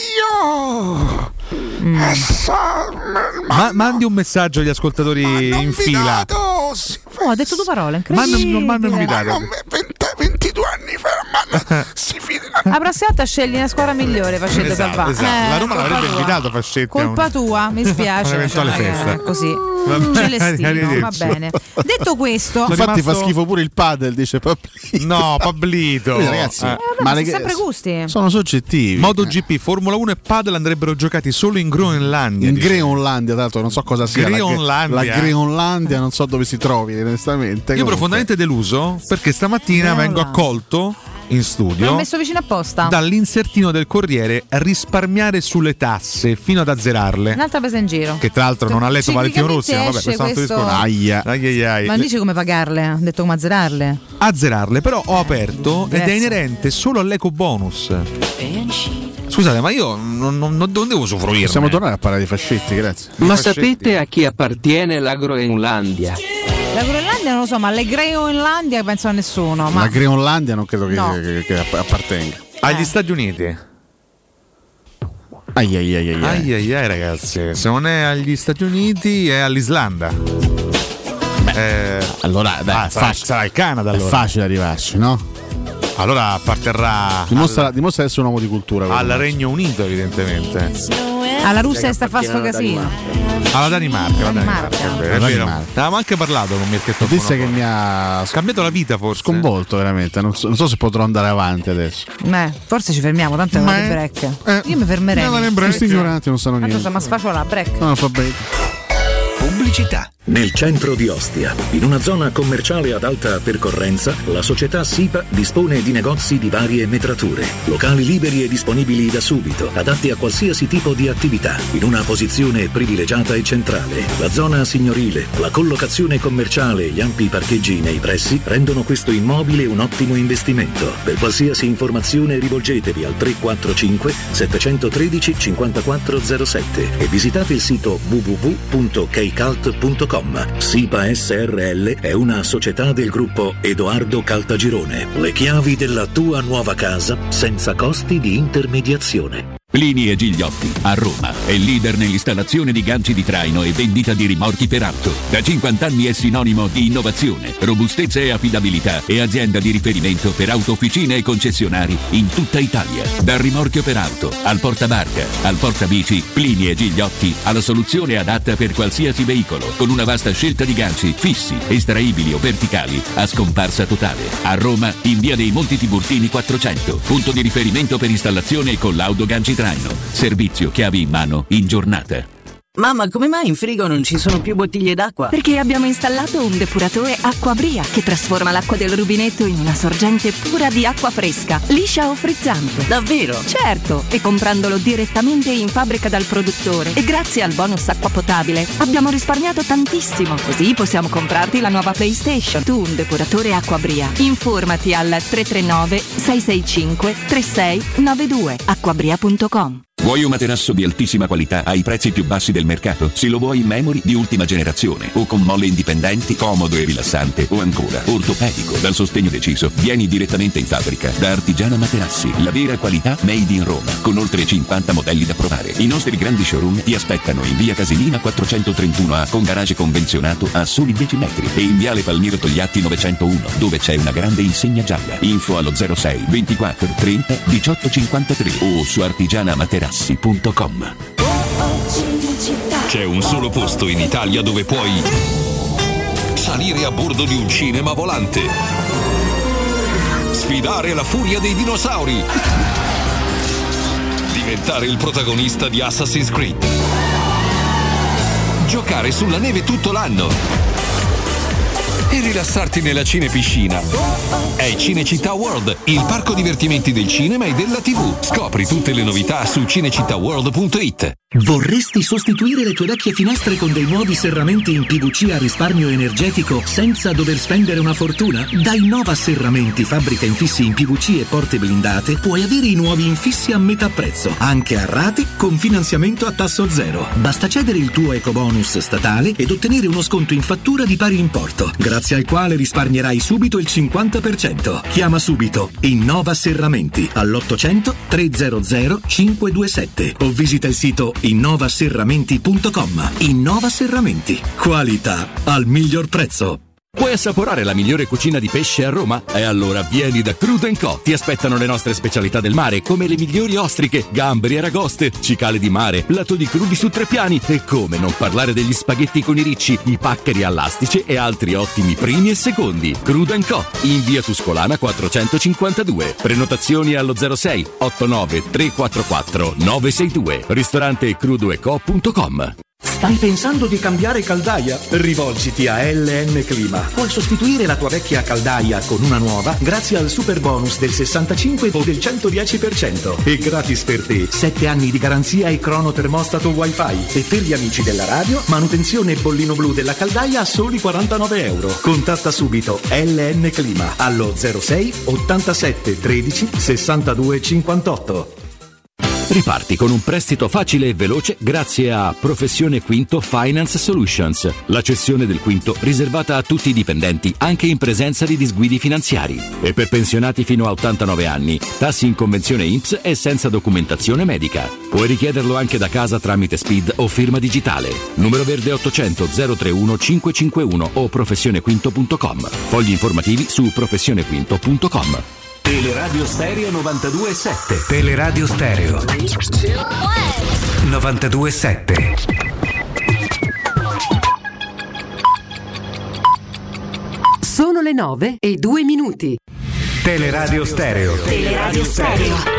S1: Mandi un messaggio agli ascoltatori in fila.
S19: Ha detto due parole.
S1: Non mi hanno invitato.
S3: 22 anni fa, si fida
S19: La prossima volta scegli una squadra migliore, Fascetto Salvà.
S1: Esatto. La Roma l'avrebbe invitato Fascetti.
S19: Colpa tua, mi spiace.
S1: Un'eventuale festa.
S19: Così. Celestino, va bene. Detto questo,
S22: infatti fa schifo pure il padel, dice Pablito.
S1: No, Pablito.
S22: Ragazzi,
S19: ma sono sempre gusti.
S22: Sono soggettivi.
S1: MotoGP, Formula 1 e padel andrebbero giocati solo in Groenlandia.
S22: In Groenlandia, tra l'altro, non so cosa sia la Groenlandia, non so dove si trovi, onestamente.
S1: Io profondamente deluso perché stamattina vengo accolto in studio.
S19: L'ho messo vicino apposta.
S1: Dall'insertino del Corriere risparmiare sulle tasse fino ad azzerarle.
S19: Un'altra presa in giro.
S1: Che tra l'altro non ha letto Valentino Rossi, ma vabbè, questo altro discorso.
S19: Ma non dici come pagarle, ha detto come azzerarle.
S1: Azzerarle, però ho aperto ed è inerente solo all'eco bonus. Scusate, ma io non devo usufruire.
S22: Possiamo tornare a parlare di Fascetti, grazie.
S7: Ma sapete a chi appartiene la Groenlandia?
S19: La Groenlandia non lo so, ma le Groenlandia penso a nessuno. Ma...
S22: La Groenlandia non credo che appartenga.
S1: Agli Stati Uniti. Ai ragazzi, se non è agli Stati Uniti è all'Islanda.
S22: Allora dai,
S1: sarà il Canada allora.
S22: È facile arrivarci, no?
S1: Allora apparterrà
S22: dimostra di essere un uomo di cultura
S1: al Regno Unito, evidentemente.
S19: Alla Russia sta a fare sto casino.
S1: Alla Danimarca. È vero. Avevamo anche parlato con Mirchetto.
S22: Disse che mi ha
S1: cambiato la vita, forse.
S22: Sconvolto veramente. Non so se potrò andare avanti adesso.
S19: Forse ci fermiamo, tanto è una break. Io mi fermerei.
S22: Questi ignoranti non sanno niente.
S19: Tanto stiamo a sfacciare la break.
S22: No, fa break.
S11: Pubblicità. Nel centro di Ostia, in una zona commerciale ad alta percorrenza, la società SIPA dispone di negozi di varie metrature, locali liberi e disponibili da subito, adatti a qualsiasi tipo di attività, in una posizione privilegiata e centrale. La zona signorile, la collocazione commerciale e gli ampi parcheggi nei pressi rendono questo immobile un ottimo investimento. Per qualsiasi informazione rivolgetevi al 345 713 5407 e visitate il sito www.kcalt.com. SIPA SRL è una società del gruppo Edoardo Caltagirone. Le chiavi della tua nuova casa senza costi di intermediazione.
S4: Plini e Gigliotti, a Roma, è leader nell'installazione di ganci di traino e vendita di rimorchi per auto. Da 50 anni è sinonimo di innovazione, robustezza e affidabilità e azienda di riferimento per autofficine e concessionari in tutta Italia. Dal rimorchio per auto, al portabarca, al portabici, Plini e Gigliotti ha la soluzione adatta per qualsiasi veicolo, con una vasta scelta di ganci fissi, estraibili o verticali, a scomparsa totale. A Roma, in via dei Monti Tiburtini 400, punto di riferimento per installazione con laudo ganci traino. Servizio chiavi in mano in giornata.
S12: Mamma, come mai in frigo non ci sono più bottiglie d'acqua?
S13: Perché abbiamo installato un depuratore Acquabria che trasforma l'acqua del rubinetto in una sorgente pura di acqua fresca, liscia o frizzante.
S12: Davvero?
S13: Certo, e comprandolo direttamente in fabbrica dal produttore e grazie al bonus acqua potabile abbiamo risparmiato tantissimo. Così possiamo comprarti la nuova PlayStation. Tu un depuratore Acquabria. Informati al 339 665 3692 acquabria.com.
S4: Vuoi un materasso di altissima qualità ai prezzi più bassi del mercato? Se lo vuoi in memory di ultima generazione o con molle indipendenti, comodo e rilassante o ancora ortopedico dal sostegno deciso, vieni direttamente in fabbrica da Artigiana Materassi, la vera qualità made in Roma, con oltre 50 modelli da provare. I nostri grandi showroom ti aspettano in via Casilina 431A con garage convenzionato a soli 10 metri e in viale Palmiro Togliatti 901 dove c'è una grande insegna gialla. Info allo 06 24 30 18 53 o su artigianamaterassi.com.
S18: C'è un solo posto in Italia dove puoi salire a bordo di un cinema volante, sfidare la furia dei dinosauri, diventare il protagonista di Assassin's Creed, giocare sulla neve tutto l'anno e rilassarti nella cinepiscina. È Cinecittà World, il parco divertimenti del cinema e della TV. Scopri tutte le novità su cinecittàworld.it.
S11: Vorresti sostituire le tue vecchie finestre con dei nuovi serramenti in PVC a risparmio energetico senza dover spendere una fortuna? Da Innova Serramenti, fabbrica infissi in PVC e porte blindate, puoi avere i nuovi infissi a metà prezzo, anche a rate con finanziamento a tasso zero. Basta cedere il tuo ecobonus statale ed ottenere uno sconto in fattura di pari importo, grazie al quale risparmierai subito il 50%. Chiama subito Innova Serramenti all'800 300 527 o visita il sito innovaserramenti.com. Innova Serramenti, qualità al miglior prezzo.
S18: Vuoi assaporare la migliore cucina di pesce a Roma? E allora vieni da Crudo & Co. Ti aspettano le nostre specialità del mare, come le migliori ostriche, gamberi e aragoste, cicale di mare, platoni crudi su 3 piani e come non parlare degli spaghetti con i ricci, i paccheri all'astice e altri ottimi primi e secondi. Crudo & Co. in via Tuscolana 452. Prenotazioni allo 06 89 344 962. Ristorante crudoeco.com.
S6: Stai pensando di cambiare caldaia? Rivolgiti a LN Clima. Puoi sostituire la tua vecchia caldaia con una nuova grazie al super bonus del 65 o del 110%. E gratis per te 7 anni di garanzia e cronotermostato wifi. E per gli amici della radio, manutenzione e bollino blu della caldaia a soli €49. Contatta subito LN Clima allo 06 87 13 62 58.
S18: Riparti con un prestito facile e veloce grazie a Professione Quinto Finance Solutions, la cessione del quinto riservata a tutti i dipendenti anche in presenza di disguidi finanziari. E per pensionati fino a 89 anni, tassi in convenzione INPS e senza documentazione medica. Puoi richiederlo anche da casa tramite SPID o firma digitale. Numero verde 800 031 551 o professionequinto.com. Fogli informativi su professionequinto.com.
S11: Teleradio Stereo 92.7. Teleradio Stereo 92.7.
S14: Sono le 9:02.
S11: Teleradio Stereo.
S14: Teleradio Stereo.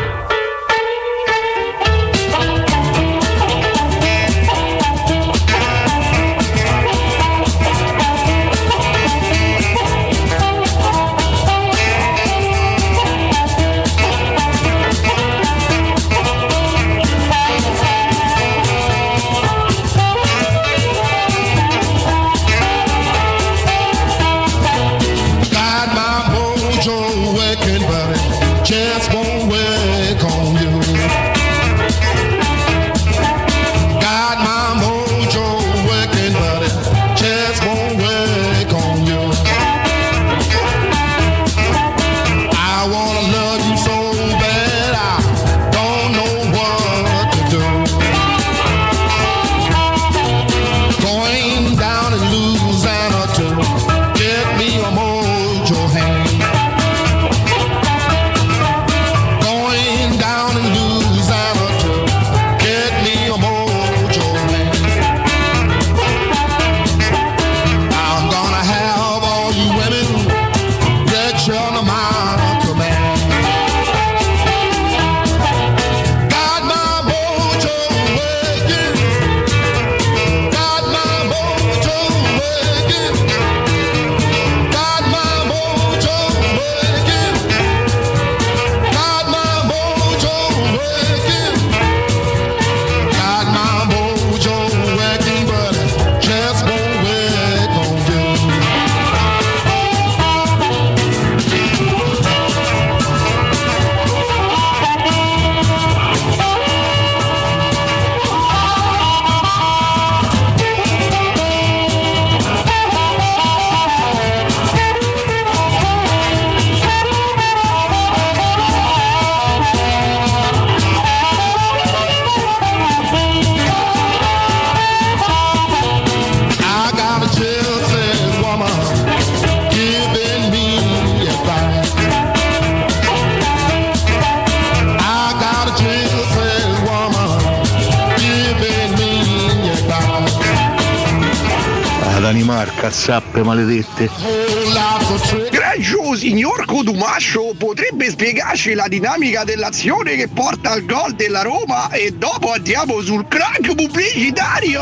S10: Danimarca, zappe maledette.
S27: Graggio, signor Cotumascio, potrebbe spiegarci la dinamica dell'azione che porta al gol della Roma e dopo andiamo sul crack pubblicitario?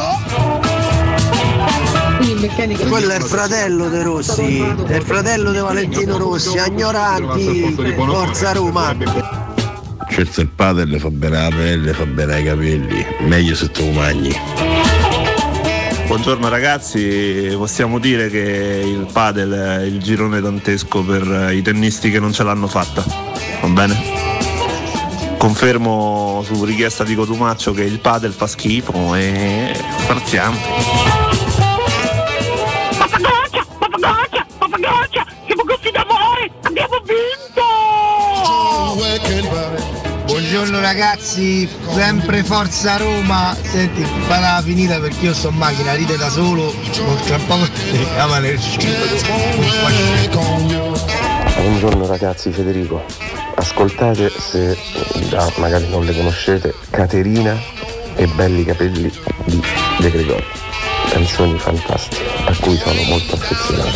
S16: Quello è il fratello De Rossi, è il fratello di Valentino Rossi, ignoranti, forza Roma.
S10: Certo il padre le fa bene la pelle, fa bene ai capelli, meglio se tu mangi.
S17: Buongiorno ragazzi, possiamo dire che il padel è il girone dantesco per i tennisti che non ce l'hanno fatta, va bene? Confermo su richiesta di Cotumaccio che il padel fa schifo e sfarziante.
S27: Papagaccia, siamo così d'amore, abbiamo vinto!
S16: Buongiorno ragazzi, sempre Forza Roma. Senti, farà finita perché io sto in macchina, ride da solo, tra poco
S2: Buongiorno ragazzi, Federico. Ascoltate, se magari non le conoscete, Caterina e Belli Capelli di De Gregori. Canzoni fantastiche a cui sono molto affezionato.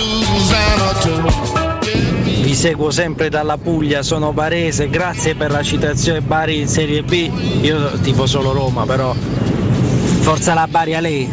S20: Vi seguo sempre dalla Puglia, sono barese, grazie per la citazione Bari in Serie B. Io tifo solo Roma, però forza la Bari a lei.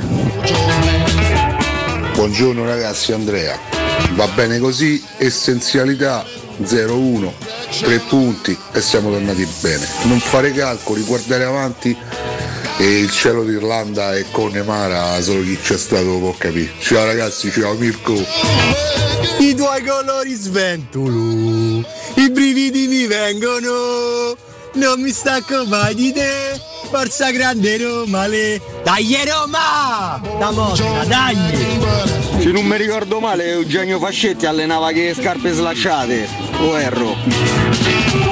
S10: Buongiorno ragazzi, Andrea. Va bene così, essenzialità 0-1, 3 punti e siamo tornati bene. Non fare calcoli, guardare avanti e il cielo d'Irlanda e Connemara solo chi c'è stato può capire. Ciao ragazzi, ciao Mirko.
S16: I tuoi colori sventolo, i brividi mi vengono, non mi stacco mai di te, forza grande Roma, dai Roma, da Modena, dai!
S21: Se non mi ricordo male Eugenio Fascetti allenava che scarpe slacciate, o erro?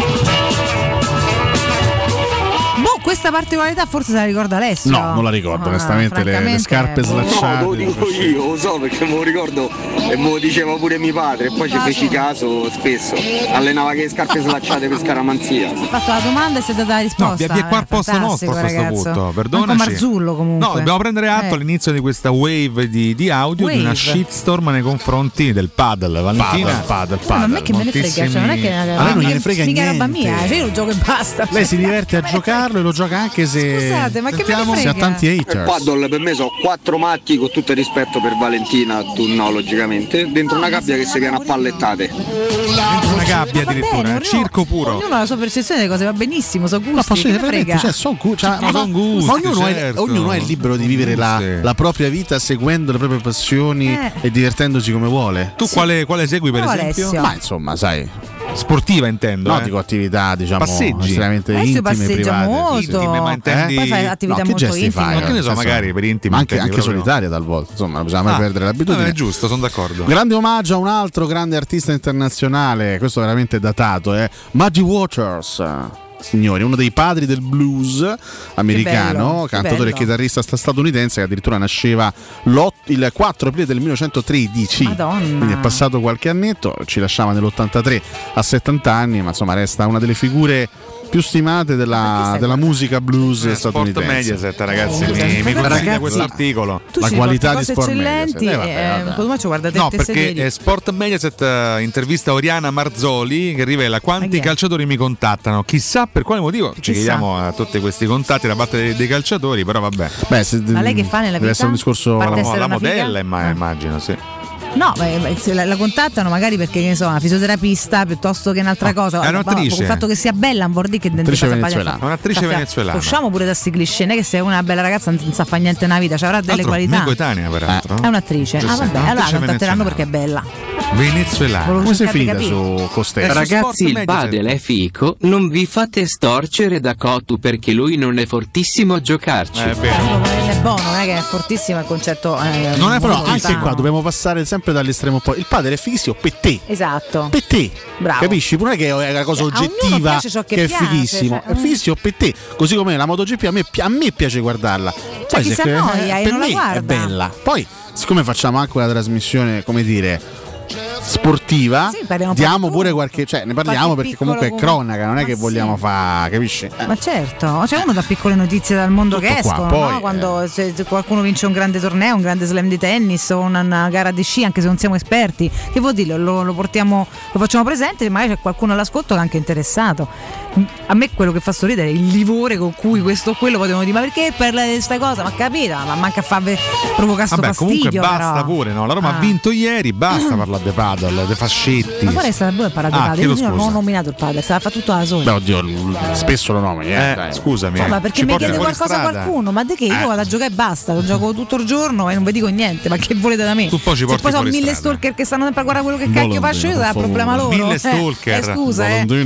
S19: Questa particolarità forse se la ricorda Alessio?
S22: No, non la ricordo, onestamente le scarpe slacciate.
S21: No, lo dico io, lo so perché me lo ricordo e me lo diceva pure mio padre e poi ci feci caso spesso. Allenava che scarpe slacciate per scaramanzia.
S19: Si è fatto la domanda e si è data la risposta.
S1: No, vi è qua al posto nostro a questo punto, perdonaci.
S19: Marzullo comunque.
S1: No, dobbiamo prendere atto all'inizio di questa wave di audio di una shitstorm nei confronti del paddle. Valentina.
S22: Paddle.
S19: Ma a me che me ne frega, cioè non è che
S22: a me non gliene frega niente.
S19: Mica roba mia, cioè io lo gioco e basta.
S22: Lei si diverte a giocarlo e lo gioca anche se
S19: scusate, ma che me ne frega?
S22: Se ha tanti haters.
S21: Il paddle per me sono 4 matti, con tutto il rispetto per Valentina, tu no logicamente, dentro una gabbia che si viene a pallettate.
S1: Dentro una gabbia addirittura, circo puro.
S19: Ognuno ha la sua percezione delle cose, va benissimo, sono gusti,
S22: sono gusti, ognuno è libero di vivere la propria vita seguendo le proprie passioni e divertendosi come vuole.
S1: Tu quale segui per esempio?
S19: Alessio.
S22: Ma insomma, sai,
S1: sportiva intendo,
S22: no, dico attività diciamo
S1: passeggi
S22: estremamente intime e private.
S19: Molto.
S1: Intime, ma intendi...
S19: Poi fai attività molto intime.
S1: Ma che ne so, magari per intimi,
S22: ma anche solitaria talvolta, insomma, non bisogna mai perdere l'abitudine.
S1: È giusto, sono d'accordo.
S22: Grande omaggio a un altro grande artista internazionale, questo veramente datato, Muddy Waters. Signori, uno dei padri del blues americano, cantautore e chitarrista statunitense che addirittura nasceva il 4 aprile del 1913.
S19: Madonna.
S22: Quindi è passato qualche annetto, ci lasciava nell'83 a 70 anni, ma insomma resta una delle figure più stimate della musica blues statunitense.
S1: Sport Mediaset, ragazzi, mi consiglia questo articolo.
S22: La qualità di Sport
S19: Mediaset.
S1: No, perché Sport Mediaset intervista Oriana Marzoli che rivela quanti calciatori mi contattano. Chissà per quale motivo. Ci chiediamo a tutti questi contatti da parte dei calciatori, però vabbè.
S19: Ma lei che fa nella vita?
S22: Deve essere un discorso
S1: la modella, immagino, sì.
S19: No, la contattano magari perché che ne so, una fisioterapista piuttosto che un'altra cosa.
S1: È un'attrice.
S19: Con il fatto che sia bella non vuol dire che
S22: un'attrice venezuelana.
S1: Un'attrice venezuelana.
S19: Usciamo pure da sti cliché, non è che se è una bella ragazza non sa fare niente nella vita, cioè avrà delle qualità.
S1: È coetanea peraltro.
S19: È un'attrice. Vabbè, allora la contatteranno perché è bella.
S1: Venezuelana.
S22: Come sei finita su Costello?
S7: Ragazzi, il padel è fico, non vi fate storcere da Cotu perché lui non è fortissimo a giocarci.
S19: È buono, non è che è fortissimo il concetto.
S22: Non è però anche qua dobbiamo passare sempre dall'estremo poi. Il padre è fighissimo per te.
S19: Esatto.
S22: Per te.
S19: Bravo.
S22: Capisci? Non è che è una cosa oggettiva che è fighissimo. È fighissimo per te. Così come la MotoGP a me piace guardarla.
S19: Poi se per me
S22: è bella. Poi, siccome facciamo anche una trasmissione, come dire, sportiva, diamo pure qualche, cioè ne parliamo perché comunque è cronaca, non è che vogliamo fare, capisci?
S19: Ma certo, cioè uno da piccole notizie dal mondo tutto che escono, poi, no? Quando se qualcuno vince un grande torneo, un grande slam di tennis o una gara di sci, anche se non siamo esperti, che vuol dire? Lo portiamo, lo facciamo presente, magari c'è qualcuno all'ascolto che è anche interessato. A me quello che fa sorridere è il livore con cui questo o quello potevano dire ma perché parla di questa cosa, ma capita, ma manca a far provocare sto fastidio.
S1: Comunque basta però. Pure, no? La Roma ha vinto ieri, basta parlare di padel, dei fascetti.
S19: Ma qual è stata a parlare di padel? Io non ho nominato il padel, stava fatto tutto da solo.
S22: Beh, oddio, spesso lo nomini, dai.
S1: Scusami.
S19: Ma perché mi chiede qualcosa qualcuno? Ma di che? Io vado a giocare e basta, lo gioco tutto il giorno e non vi dico niente, ma che volete da me?
S1: Tu poi ci porti
S19: se poi sono 1000 stalker che stanno sempre a guardare quello che cacchio faccio io, dà problema loro.
S1: 1000 stalker.
S19: Scusa,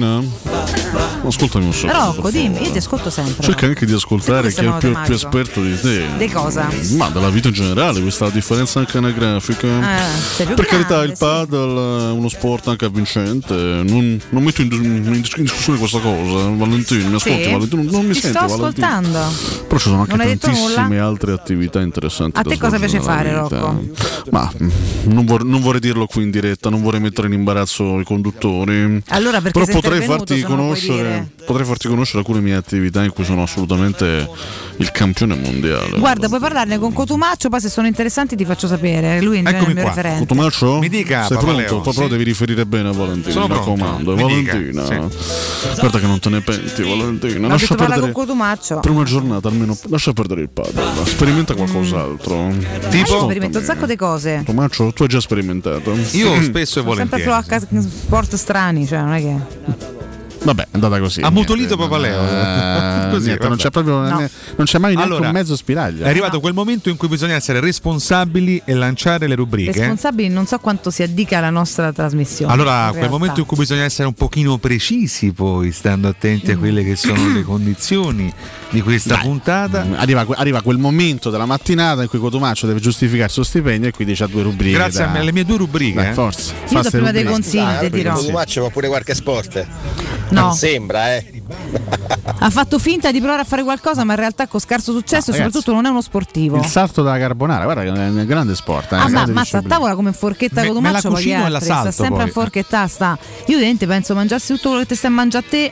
S22: ascoltami un secondo.
S19: Rocco, dimmi, io ti ascolto sempre.
S22: Cerca anche di ascoltare chi è più esperto di te.
S19: Di cosa?
S22: Ma della vita in generale, questa differenza anche anagrafica.
S19: Per
S22: carità, il padel è uno sport anche avvincente. Non metto in discussione questa cosa, Valentino. Mi ascolti, Valentino? Non mi senti,
S19: sto ascoltando.
S22: Però ci sono anche tantissime altre attività interessanti.
S19: A te cosa piace fare, Rocco?
S22: Ma non vorrei dirlo qui in diretta, non vorrei mettere in imbarazzo i conduttori.
S19: Allora, perché
S22: però potrei farti conoscere alcune mie attività in cui sono assolutamente il campione mondiale.
S19: Guarda, puoi parlarne con Cotumaccio, poi se sono interessanti ti faccio sapere. Lui in genere è il mio referente.
S22: Cotumaccio?
S1: Mi dica,
S22: sei
S1: pronto?
S22: Però devi riferire bene a Valentina, mi raccomando. Valentina, guarda che non te ne penti, Valentina.
S19: Lascia perdere con Cotumaccio.
S22: Per una giornata almeno lascia perdere il padel. Sperimenta qualcos'altro.
S19: Tipo? Sperimento un sacco di cose.
S22: Cotumaccio, tu hai già sperimentato?
S1: Io spesso e volentieri.
S19: Sempre sport strani, cioè non è che...
S22: Vabbè, è andata così.
S1: Ha mutolito Papaleo.
S22: Così, niente, non c'è proprio non c'è mai neanche un mezzo spiraglio.
S1: È arrivato quel momento in cui bisogna essere responsabili e lanciare le rubriche.
S19: Responsabili non so quanto si addica alla nostra trasmissione.
S1: Allora, quel momento in cui bisogna essere un pochino precisi, poi stando attenti a quelle che sono le condizioni di questa puntata.
S22: Arriva quel momento della mattinata in cui Cotumaccio deve giustificare il suo stipendio e quindi c'ha 2 rubriche.
S1: Grazie alle mie 2 rubriche.
S22: Forza.
S19: Io do prima dei consigli, ti dirò.
S10: Cotumaccio fa pure qualche sport.
S19: No.
S10: Non sembra,
S19: Ha fatto finta di provare a fare qualcosa, ma in realtà con scarso successo e soprattutto non è uno sportivo.
S22: Il salto della carbonara, guarda che è un grande sport.
S19: Ma ammazza a tavola come forchetta Cotumaccio,
S1: poi e la salto,
S19: sta sempre
S1: poi.
S19: a forchetta, sta. Io ovviamente penso mangiarsi tutto quello che ti stai a mangiare a te.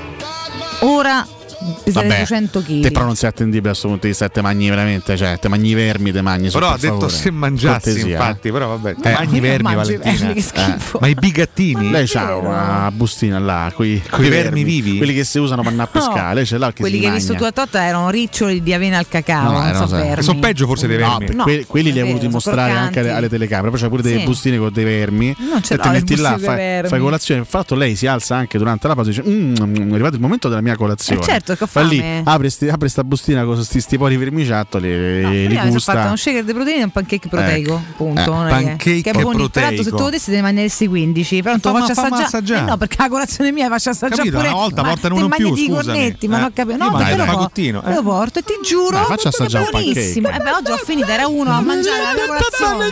S19: Ora
S22: Vabbè,
S19: 200 kg.
S22: Te però non sei attendibile a questo punto di vista, te mangi veramente, cioè te mangi i vermi, te mangi.
S1: Però ha detto se mangiassi, cortesia, infatti, però vabbè, mangi i vermi, Valentina. Ma i bigattini?
S22: Lei c'ha una bustina là, coi
S1: vermi vivi,
S22: quelli che si usano per andare a pescare, lei ce l'ha che
S19: quelli che hai visto tu a Totta erano riccioli di avena al cacao, non so vermi.
S22: Sono
S1: peggio forse dei vermi.
S22: Quelli li hai voluti mostrare anche alle telecamere, poi c'è pure delle bustine con dei vermi. E ti metti là, fai colazione. Infatti lei si alza anche durante la pausa e dice: è arrivato il momento della mia colazione.
S19: Certo che ho fame.
S22: Lì, apre sta bustina con questi pori vermiciattoli, li gusta.
S19: Ho fatto un shaker di proteine e un pancake proteico, punto.
S1: Pancake
S19: che è buonissimo. Peraltro se tu lo dessi te ne mangeresti 15, però non te lo faccio assaggiare. No, perché la colazione mia faccio assaggiare pure.
S1: Una volta portano uno in più,
S19: scusami. Cornetti, ma non ho capito. No,
S1: dai,
S19: te lo porto e ti giuro,
S22: faccio assaggiare un pancake.
S19: Oggi ho finito, era uno a mangiare la mia colazione.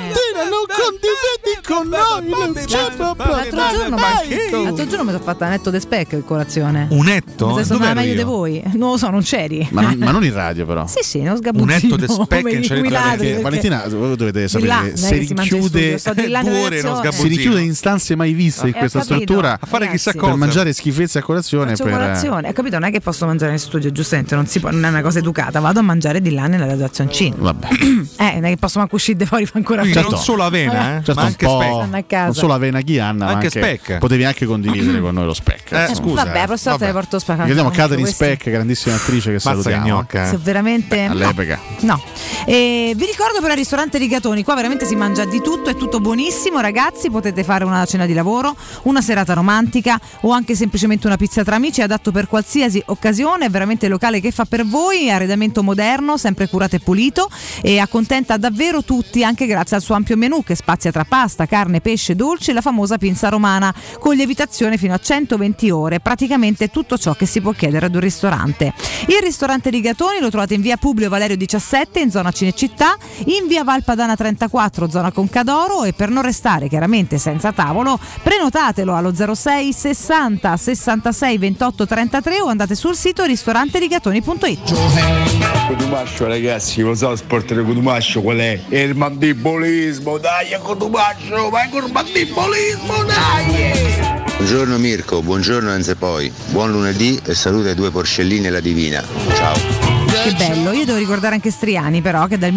S22: non condividi con noi.
S19: L'altro giorno mi sono fatta un netto de spec colazione.
S1: Un netto?
S19: Mi sono meglio di voi. Non lo so, non c'eri.
S22: Ma non in radio, però.
S19: Sì, non sgabuzzino.
S1: Un netto de spec in
S22: perché Valentina, voi dovete sapere che si rinchiude
S19: 2 ore
S22: si richiude in stanze mai viste in questa struttura
S1: a fare chissà cosa,
S22: per mangiare schifezze a colazione.
S19: Hai capito? Non è che posso mangiare in studio, giustamente, non è una cosa educata. Vado a mangiare di là nella radiazioncina.
S22: Vabbè.
S19: Non è che posso manco uscire di fuori, fa ancora
S1: freddo. Non solo avena,
S22: certo,
S1: ma anche
S22: spec. Non solo avena Ghianna, ma anche spec. Potevi anche condividere con noi lo spec.
S1: Scusa.
S19: Vabbè, la prossima volta le porto spec.
S22: Vediamo Catherine Speck, grandissima attrice che salutiamo.
S19: Se veramente
S22: all'epoca.
S19: No. Vi ricordo però il ristorante Rigatoni, qua veramente si mangia di tutto, è tutto buonissimo, ragazzi, potete fare una cena di lavoro, una serata romantica o anche semplicemente una pizza tra amici, adatto per qualsiasi occasione, è veramente il locale che fa per voi, arredamento moderno, sempre curato e pulito e accontenta davvero tutti anche grazie al suo ampio menù che spazia tra pasta, carne, pesce, dolci e la famosa pinza romana con lievitazione fino a 120 ore, praticamente tutto ciò che si può chiedere ad un ristorante. Il ristorante Rigatoni lo trovate in via Publio Valerio 17 in zona Cinecittà, in via Valpadana 34 zona Concadoro e per non restare chiaramente senza tavolo prenotatelo allo 06 60 66 28 33 o andate sul sito ristoranterigatoni.it.
S10: Cotumaccio ragazzi, lo so sport di Cotumaccio qual è? Il mandibolismo, dai Cotumaccio, vai col mandibolismo, dai!
S2: Buongiorno Mirko, buongiorno Enze Poi, buon lunedì e saluta i 2 porcellini e la Divina. Ciao.
S19: Che bello, io devo ricordare anche Striani però che dal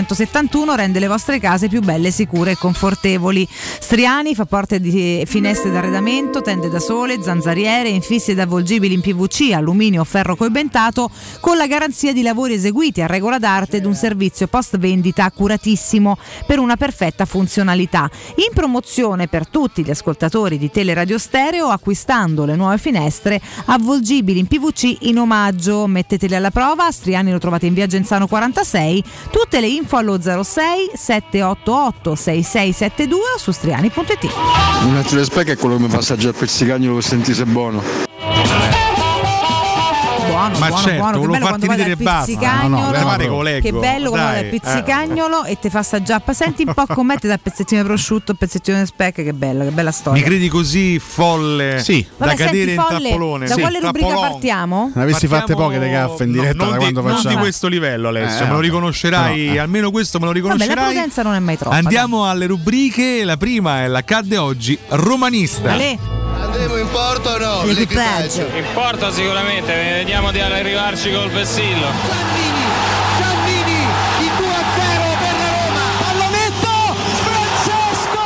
S19: 1971 rende le vostre case più belle, sicure e confortevoli. Striani fa porte di finestre d'arredamento, tende da sole, zanzariere, infissi ed avvolgibili in PVC, alluminio o ferro coibentato con la garanzia di lavori eseguiti a regola d'arte ed un servizio post vendita accuratissimo per una perfetta funzionalità. In promozione per tutti gli ascoltatori di Teleradio Stereo acquistando le nuove finestre avvolgibili in PVC in omaggio. Metteteli alla prova, Striani lo trovate in via Genzano 46, tutte le info allo 06 788 6672 o su striani.it.
S9: Un altro spec è quello che mi fa assaggiare il pizzicagnolo per sentire se è buono.
S19: buono,
S1: ma
S19: buono,
S1: certo,
S19: buono. Che bello quando vai dal pizzicagnolo. Che bello quando vai dal pizzicagnolo e te fa assaggiare. Senti un po' con me, te dà pezzettino di prosciutto, pezzettino di speck, che bella storia.
S1: Mi credi così folle?
S22: Sì.
S1: Da cadere in tappolone.
S19: Da quale rubrica partiamo?
S22: Ne avessi fatte poche le gaffe in diretta da quando facciamo.
S1: Non di questo livello, Alessio, me lo riconoscerai, almeno questo me lo riconoscerai.
S19: Vabbè, la prudenza non è mai troppa.
S1: Andiamo alle rubriche, la prima è l'accadde oggi romanista.
S5: Andremo in porto o no?
S19: L'equipaggio.
S8: In porto sicuramente, vediamo di arrivarci col vessillo.
S5: Giannini, il 2-0 per la Roma. Pallonetto, Francesco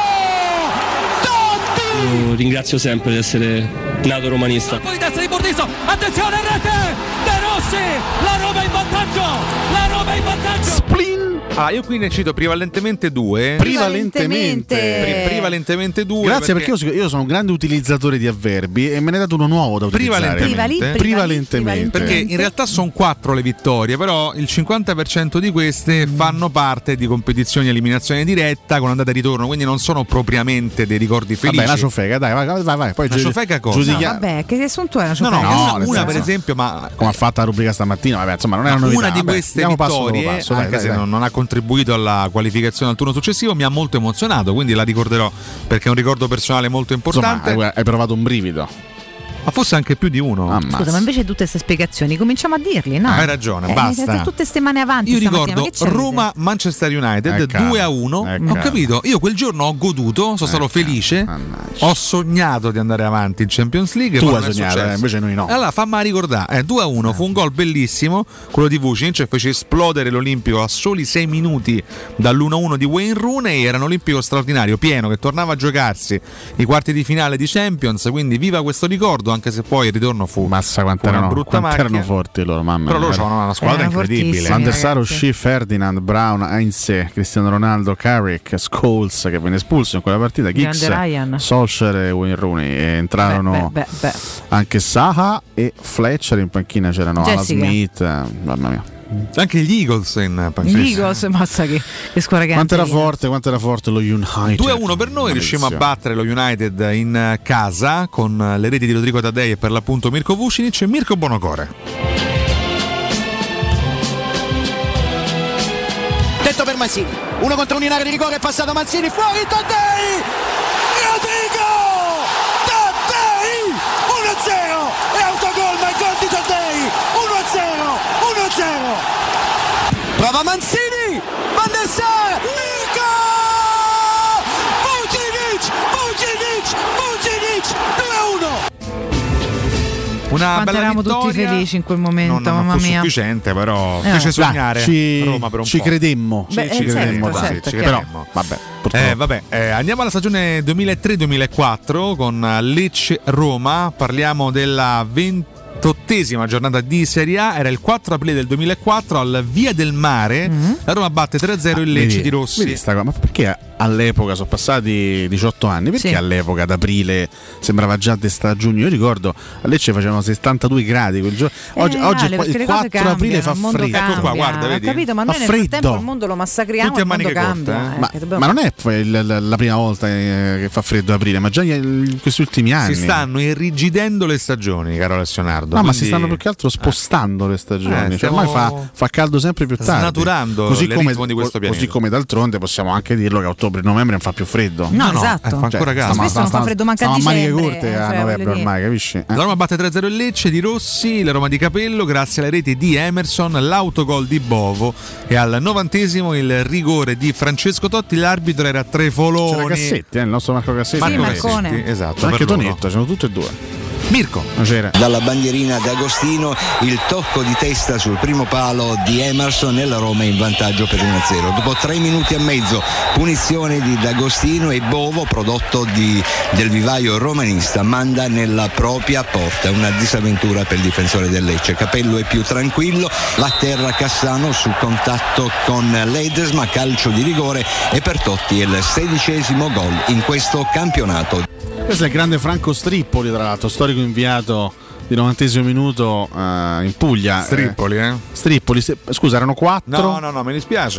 S5: Totti.
S15: Ringrazio sempre di essere nato romanista.
S5: Poi testa di Bordiso, attenzione rete, De Rossi, la Roma in vantaggio.
S1: Splin. Io qui ne cito prevalentemente due. Prevalentemente due.
S22: Grazie, perché io sono un grande utilizzatore di avverbi e me ne è dato uno nuovo da utilizzare. Prevalentemente.
S1: Perché in realtà sono 4 le vittorie, però il 50% di queste fanno parte di competizioni a eliminazione diretta con andata e ritorno, quindi non sono propriamente dei ricordi felici.
S22: Vabbè, la ciofeca, dai, vai. Poi
S1: la ciofeca cosa?
S19: No, vabbè, che sono tu la ciofeca?
S22: No,
S1: una per esempio, ma
S22: come ha fatto la rubrica stamattina, vabbè, insomma, non è una novità.
S1: Una di queste vittorie, anche se non ha contribuito alla qualificazione al turno successivo, mi ha molto emozionato, quindi la ricorderò perché è un ricordo personale molto importante.
S22: Insomma, hai provato un brivido.
S1: Ma forse anche più di uno.
S19: Scusa, ma invece tutte queste spiegazioni cominciamo a dirli, no?
S1: Hai ragione, basta.
S19: Tutte ste mani avanti.
S1: Io ricordo Roma-Manchester United 2-1. Ho capito, io quel giorno ho goduto, sono stato felice. Ho sognato di andare avanti in Champions League.
S22: Tu hai sognato, invece noi no.
S1: Allora fammi ricordare, 2-1 fu un gol bellissimo, quello di Vucinic, fece esplodere l'Olimpico a soli 6 minuti dall'1-1 di Wayne Rooney. Era un Olimpico straordinario, pieno, che tornava a giocarsi i quarti di finale di Champions, quindi viva questo ricordo, anche se poi il ritorno fu una brutta macchina.
S22: Erano forti loro, mamma.
S1: Però loro sono una squadra incredibile.
S22: Van der Sar uscì, Ferdinand, Brown, Heinze, Cristiano Ronaldo, Carrick, Scholes, che venne espulso in quella partita, Giggs, Solskjaer e Wayne Rooney, e entrarono anche Saha e Fletcher. In panchina c'erano Alan Smith, mamma mia.
S1: Anche gli Eagles in panchina.
S19: Gli Eagles, mazza che squadra che
S22: quanto era forte lo United.
S1: 2-1 per noi, riuscimmo a battere lo United in casa con le reti di Rodrigo Taddei e per l'appunto Mirko Vucinic e Mirko Bonocore.
S5: Detto per Mancini, 1 contro 1 in area di rigore, è passato Mancini, fuori Taddei, Rodrigo Taddei, 1-0 e autogol, ma il gol di Taddei, 1-0. Prova Mancini, Van der Sar, Mirko Vucinic, 2-1.
S1: Una
S19: bella
S1: eravamo
S19: vittoria. Tutti felici in quel momento, mamma mia.
S22: Sufficiente,
S1: però fece sognare Roma per un
S22: ci
S1: po'.
S22: Credemmo.
S19: Beh,
S22: ci credemmo,
S19: però
S22: vabbè.
S1: Andiamo alla stagione 2003-2004 con Lecce-Roma. Parliamo della 28esima giornata di Serie A. Era il 4 aprile del 2004 al Via del Mare. La Roma batte 3-0 il Lecce di Rossi.
S22: Ma perché all'epoca sono passati 18 anni? Perché all'epoca ad aprile sembrava già d'estate a giugno? Io ricordo a Lecce facevano 72 gradi quel giorno. Oggi il 4 aprile fa freddo.
S1: Ecco qua, guarda, vedi?
S19: Ho capito, ma noi nel frattempo il mondo lo massacriamo.
S1: Tutti a
S19: il mondo
S1: maniche
S19: cambia.
S1: corte,
S22: ma non è la prima volta che fa freddo ad aprile, ma già in questi ultimi anni
S1: si stanno irrigidendo le stagioni, caro Alessandro.
S22: No, ma si stanno più che altro spostando le stagioni. Cioè, ormai fa caldo sempre più tardi.
S1: Snaturando il ritmo di questo pianeta.
S22: Così come d'altronde possiamo anche dirlo che a ottobre-novembre non fa più freddo.
S19: No, esatto.
S1: Fa ancora caldo.
S19: Spesso non fa freddo manca a dicembre.
S22: Maniche corte a novembre ormai, capisci?
S1: La Roma batte 3-0 il Lecce di Rossi, la Roma di Capello grazie alle reti di Emerson, l'autogol di Bovo e al 90esimo il rigore di Francesco Totti. L'arbitro era Trefoloni.
S22: C'era Cassetti, il nostro Marco Cassetti.
S19: Sì, Marcone.
S1: Esatto.
S22: Anche Tonetto, sono tutte e due.
S1: Mirko.
S23: Dalla bandierina d'Agostino il tocco di testa sul primo palo di Emerson e la Roma in vantaggio per 1-0. Dopo 3 minuti e mezzo punizione di D'Agostino e Bovo, prodotto del vivaio romanista, manda nella propria porta. Una disavventura per il difensore del Lecce. Capello è più tranquillo, la terra Cassano sul contatto con Ledesma, calcio di rigore e per Totti è il 16° gol in questo campionato.
S22: Questo è il grande Franco Strippoli, tra l'altro, storico inviato di 90° minuto in Puglia.
S1: Strippoli,
S22: Strippoli, scusa, erano 4.
S1: No, mi dispiace.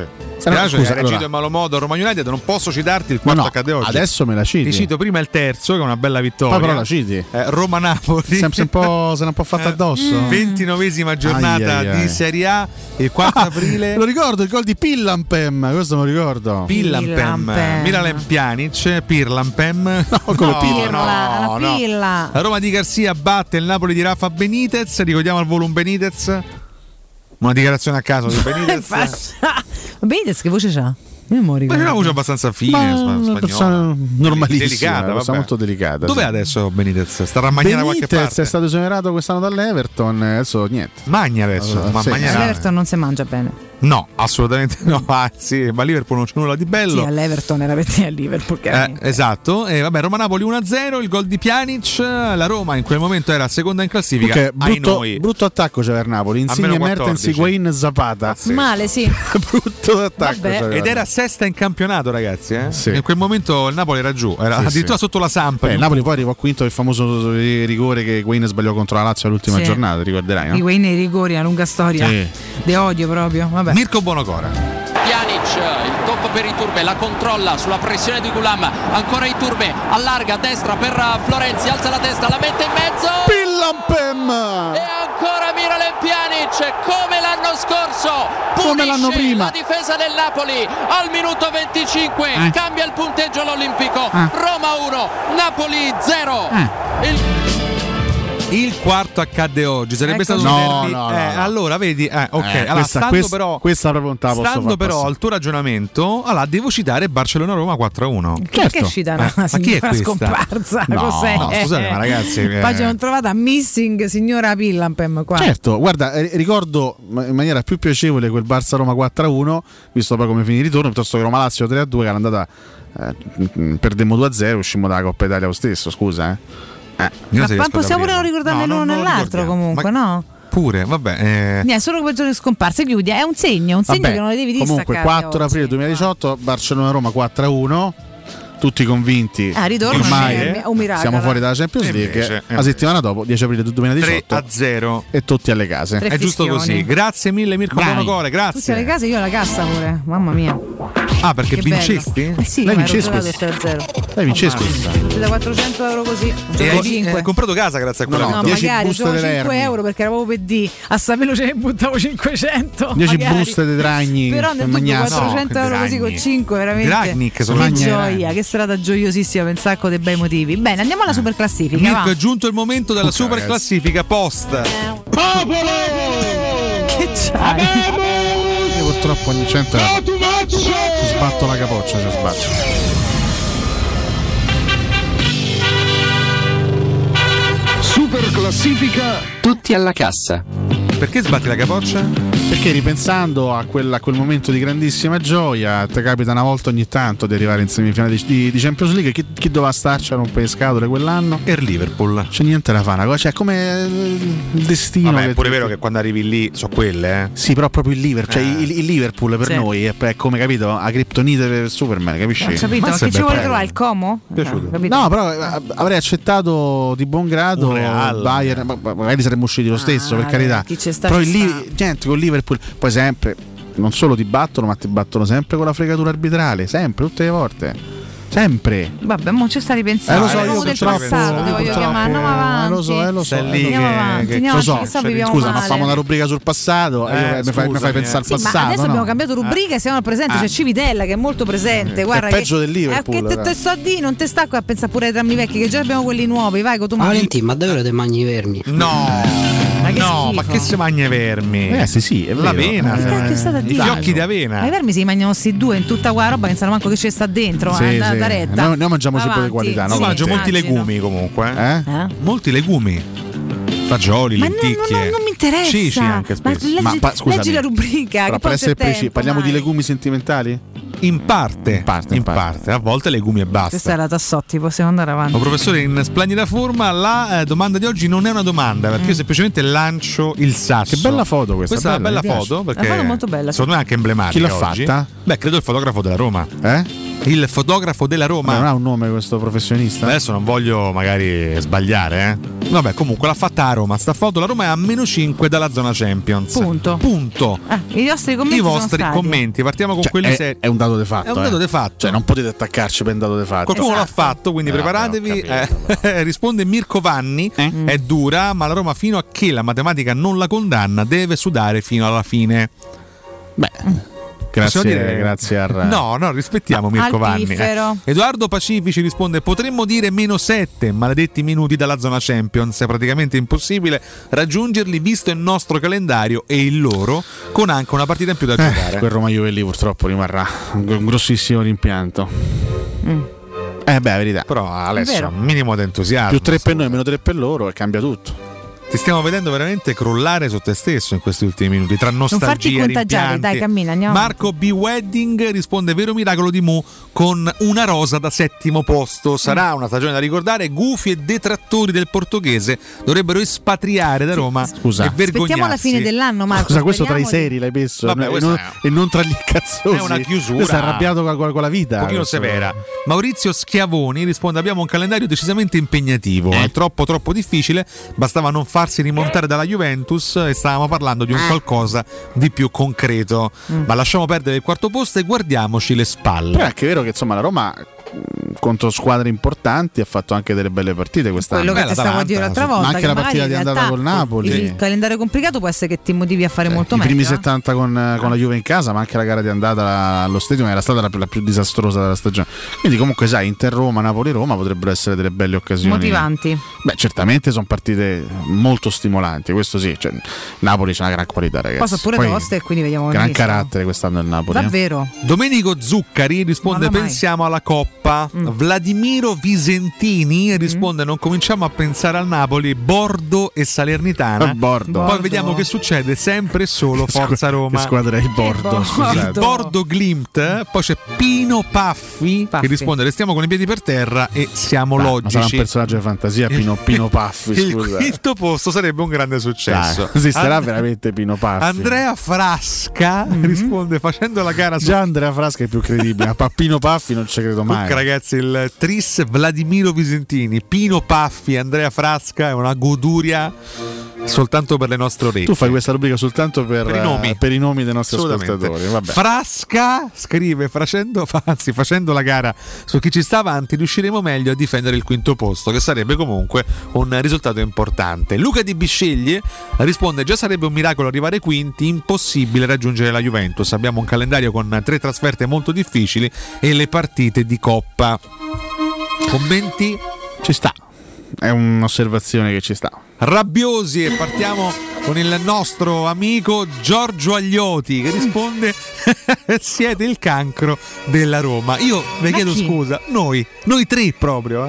S1: spiace, hai reagito in malo modo a Roma United, non posso citarti il quarto accade oggi.
S22: Adesso me la citi.
S1: Ti cito prima il terzo, che è una bella vittoria.
S22: Poi però la citi.
S1: Roma-Napoli.
S22: Se n'è un po' fatta addosso.
S1: 29esima giornata di Serie A, il 4 aprile.
S22: Lo ricordo, il gol di Pillampem, questo me lo ricordo.
S1: Miralem Pjanic, Pirlampem.
S22: No, come
S19: Pirla, la Pilla.
S1: La Roma di Garcia batte il Napoli di Rafa Benitez, ricordiamo al volo un Benitez. Una dichiarazione a caso di Benitez.
S19: Benitez che voce c'ha?
S1: Ma c'è una voce abbastanza fine,
S22: normalissima,
S1: delicata,
S22: molto delicata.
S1: Dov'è adesso Benitez? Starà a Magna da qualche parte?
S22: Benitez è stato esonerato quest'anno dall'Everton, adesso niente.
S1: Magna adesso, ma
S19: l'Everton non si mangia bene.
S1: No, assolutamente no, anzi, ma Liverpool non c'è nulla di bello.
S19: Sì, all'Everton era per te a Liverpool.
S1: Esatto, e vabbè, Roma-Napoli 1-0, il gol di Pjanic, la Roma in quel momento era seconda in classifica.
S22: Brutto attacco c'era il Napoli, Insigne, Mertens, Higuaín, Zapata.
S19: Male, sì.
S22: Brutto attacco.
S1: Ed era sesta in campionato, ragazzi.
S22: Sì.
S1: In quel momento il Napoli era giù, era addirittura sotto la Samp.
S22: Il Napoli poi arrivò quinto il famoso rigore che Higuaín sbagliò contro la Lazio all'ultima giornata, ricorderai, no?
S19: Higuaín i rigori, una lunga storia. De odio proprio. Vabbè.
S1: Mirko Bonocora.
S3: Pjanic, il tocco per Iturbe, la controlla sulla pressione di Gulam, ancora Iturbe, allarga a destra per Florenzi, alza la testa, la mette in mezzo.
S22: Pillampem!
S3: E ancora Miralem Pjanic, come l'anno scorso,
S22: come l'anno prima.
S3: La difesa del Napoli al minuto 25, cambia il punteggio all'Olimpico, Roma 1, Napoli 0.
S1: Il quarto accadde oggi, sarebbe stato un derby. Allora vedi, allora,
S22: questa proprio non te la posso
S1: stando però
S22: passare.
S1: al tuo ragionamento, allora devo citare Barcellona-Roma 4-1.
S19: Perché citare una signora scomparsa? Cos'è?
S1: No, scusate, ma ragazzi,
S19: poi non trovata missing signora Pillampem qua.
S22: Certo, guarda, ricordo in maniera più piacevole quel Barça-Roma 4-1, visto poi come finì il ritorno, piuttosto che Roma-Lazio 3-2, che era andata perdemmo 2-0, uscimmo dalla Coppa Italia lo stesso, scusa,
S19: ma possiamo pure non ricordarne l'uno nell'altro comunque, no?
S1: Pure, vabbè.
S19: Niente, solo quel giorno di scomparsa, chiudi, è un segno che non le devi dire.
S22: Comunque 4 aprile 2018, Barcellona-Roma 4-1. Tutti convinti ormai siamo fuori dalla Champions League. La settimana dopo, 10 aprile 2018,
S1: 3-0
S22: e tutti alle case.
S1: È giusto così. Grazie mille Mirko Bonocore, grazie.
S19: Tutti alle case, io alla cassa pure, mamma mia.
S1: Perché vincesti?
S19: Sì,
S22: lei vincesco.
S19: Lei
S22: vincesco.
S19: Da 400 euro così.
S1: E hai comprato casa grazie a quello.
S19: No, magari avevo 5 euro perché eravamo per D. A sta veloce ne buttavo 500.
S22: 10 buste di Dragni.
S19: Però nel tutto 400 euro così con 5, veramente.
S1: Dragnic,
S19: che gioia, che serata gioiosissima per un sacco di bei motivi. Bene, andiamo alla super classifica.
S1: Mirko, è giunto il momento della super classifica post.
S22: Popolo!
S19: Che c'hai?
S22: Io purtroppo ogni 100 sbatto la capoccia,
S18: Super classifica, tutti alla cassa.
S1: Perché sbatti la capoccia?
S22: Perché ripensando a quel momento di grandissima gioia, ti capita una volta ogni tanto di arrivare in semifinale di Champions League. Chi doveva starci a rompere le scatole quell'anno?
S1: E il Liverpool.
S22: C'è niente da fare, cioè come il destino.
S1: Vabbè, è pure vero che quando arrivi lì so quelle,
S22: Sì, però proprio il Liverpool, cioè il Liverpool per noi è come, capito, la criptonite per Superman, capisci?
S19: Ho capito, ma che ci vuole trovare il Como?
S22: No, però avrei accettato di buon grado Bayern, magari saremmo usciti lo stesso, per carità. Però niente, con Liverpool poi sempre non solo ti battono, ma ti battono sempre con la fregatura arbitrale, sempre, tutte le volte. Sempre.
S19: Vabbè, mo ci sta ripensando.
S22: Lo so, io
S19: del passato, ti voglio chiamare. Andiamo avanti.
S22: Lo so.
S19: Andiamo avanti.
S22: Lo so. Scusa, ma facciamo una rubrica sul passato e mi fai pensare al passato.
S19: Ma adesso abbiamo cambiato rubrica e siamo al presente. C'è Civitella che è molto presente. Guarda,
S22: è peggio del Liverpool.
S19: Che te sto a dire, non te stacco a pensare pure ai drammi vecchi, che già abbiamo quelli nuovi. Vai, tu
S23: Valentin, ma davvero te mangi i vermi?
S1: No, ma che si mangia i vermi?
S22: Sì, è vero.
S1: L'avena,
S19: i
S1: fiocchi di avena.
S19: Ma i vermi si mangiano sti due in tutta quella roba, pensano manco che ci sta dentro. Da retta.
S22: Noi mangiamo cibo di qualità.
S1: Io mangio molti legumi comunque. Molti legumi. Fagioli, lenticchie.
S19: Non mi interessa.
S1: Sì, anche spesso.
S19: Leggi la rubrica.
S22: Però per essere precisi, parliamo di legumi sentimentali?
S1: In parte. A volte legumi e basta.
S19: Questa è la Tassotti, possiamo andare avanti.
S1: Professore, in splendida forma. La domanda di oggi non è una domanda, perché io semplicemente lancio il sasso.
S22: Che bella foto questa.
S1: Questa è una bella foto, perché
S19: la foto è molto bella.
S1: Secondo me è anche emblematica.
S22: Chi l'ha fatta?
S1: Beh, credo il fotografo della Roma. il fotografo della Roma.
S22: Non ha un nome questo professionista?
S1: Adesso non voglio magari sbagliare, Vabbè, comunque l'ha fatta a Roma sta foto. La Roma è a -5 dalla zona Champions.
S19: Punto. I vostri commenti
S1: partiamo con quelli seri.
S22: È un dato di fatto.
S1: È un dato di fatto.
S22: Cioè non potete attaccarci per un dato di fatto.
S1: Qualcuno l'ha fatto, quindi preparatevi. Risponde Mirko Vanni. È dura, ma la Roma fino a che la matematica non la condanna deve sudare fino alla fine.
S22: Beh, grazie a
S1: No, rispettiamo Mirko Vanni. Edoardo Pacifici risponde: potremmo dire -7 maledetti minuti dalla zona Champions. È praticamente impossibile raggiungerli visto il nostro calendario e il loro, con anche una partita in più da giocare.
S22: Quel Roma Juve lì purtroppo rimarrà un grossissimo rimpianto. Verità.
S1: Però Alessio, un minimo di entusiasmo.
S22: Più 3 per noi, meno 3 per loro e cambia tutto.
S1: Ti stiamo vedendo veramente crollare su te stesso in questi ultimi minuti, tra nostalgia, rimpianti.
S19: Dai, cammina, andiamo.
S1: Marco B. Wedding risponde: vero miracolo di Mu con una rosa da 7° posto. Sarà una stagione da ricordare. Gufi e detrattori del portoghese dovrebbero espatriare da Roma.
S22: Scusa,
S1: e vergognarsi.
S19: Aspettiamo la fine dell'anno, Marco.
S22: Scusa, questo tra i seri l'hai messo.
S1: Vabbè,
S22: e non tra gli incazzosi.
S1: È una chiusura.
S22: Questo è arrabbiato con la vita.
S1: Un pochino severa. Maurizio Schiavoni risponde: abbiamo un calendario decisamente impegnativo. È troppo difficile. Bastava non farsi rimontare dalla Juventus e stavamo parlando di un qualcosa di più concreto. Ma lasciamo perdere il 4° posto e guardiamoci le spalle.
S22: Però è anche vero che insomma la Roma contro squadre importanti ha fatto anche delle belle partite quest'anno.
S19: Quello che ti stavo a dire l'altra volta,
S22: ma anche la partita di andata col Napoli.
S19: Il calendario complicato può essere che ti motivi a fare molto meglio.
S22: I primi 70 con la Juve in casa, ma anche la gara di andata allo Stadium era stata la più disastrosa della stagione. Quindi comunque sai, Inter-Roma, Napoli-Roma potrebbero essere delle belle occasioni.
S19: Motivanti.
S22: Beh, certamente sono partite molto stimolanti, questo sì. Cioè, Napoli c'è una gran qualità, ragazzi.
S19: Poi sono pure toste e quindi vediamo
S22: gran carattere quest'anno il Napoli.
S19: Davvero.
S1: Domenico Zuccari risponde: pensiamo alla Coppa. Vladimiro Visentini risponde: non cominciamo a pensare al Napoli, Bordo e Salernitana. Poi vediamo che succede, sempre e solo Forza Roma.
S22: Che squadra è il Bordo?
S1: Il Bordo Glimt. Poi c'è Pino Paffi che risponde: restiamo con i piedi per terra e siamo logici.
S22: Sarà un personaggio di fantasia Pino Paffi.
S1: Il 5° posto sarebbe un grande successo.
S22: Esisterà veramente Pino Paffi.
S1: Andrea Frasca risponde facendo la gara
S22: già Andrea Frasca è più credibile, ma Pino Paffi non ci credo mai.
S1: Comunque, ragazzi, il tris Vladimiro Visentini, Pino Paffi, Andrea Frasca è una goduria soltanto per le nostre orecchie.
S22: Tu fai questa rubrica soltanto per i nomi dei nostri ascoltatori. Vabbè.
S1: Frasca scrive: facendo la gara su chi ci sta avanti riusciremo meglio a difendere il 5° posto, che sarebbe comunque un risultato importante. Luca Di Bisceglie risponde: già sarebbe un miracolo arrivare quinti, impossibile raggiungere la Juventus, abbiamo un calendario con 3 trasferte molto difficili e le partite di Coppa. Commenti?
S22: Ci sta, è un'osservazione che ci sta.
S1: Rabbiosi, e partiamo con il nostro amico Giorgio Aglioti che risponde: siete il cancro della Roma. Io vi chiedo scusa, noi 3 proprio.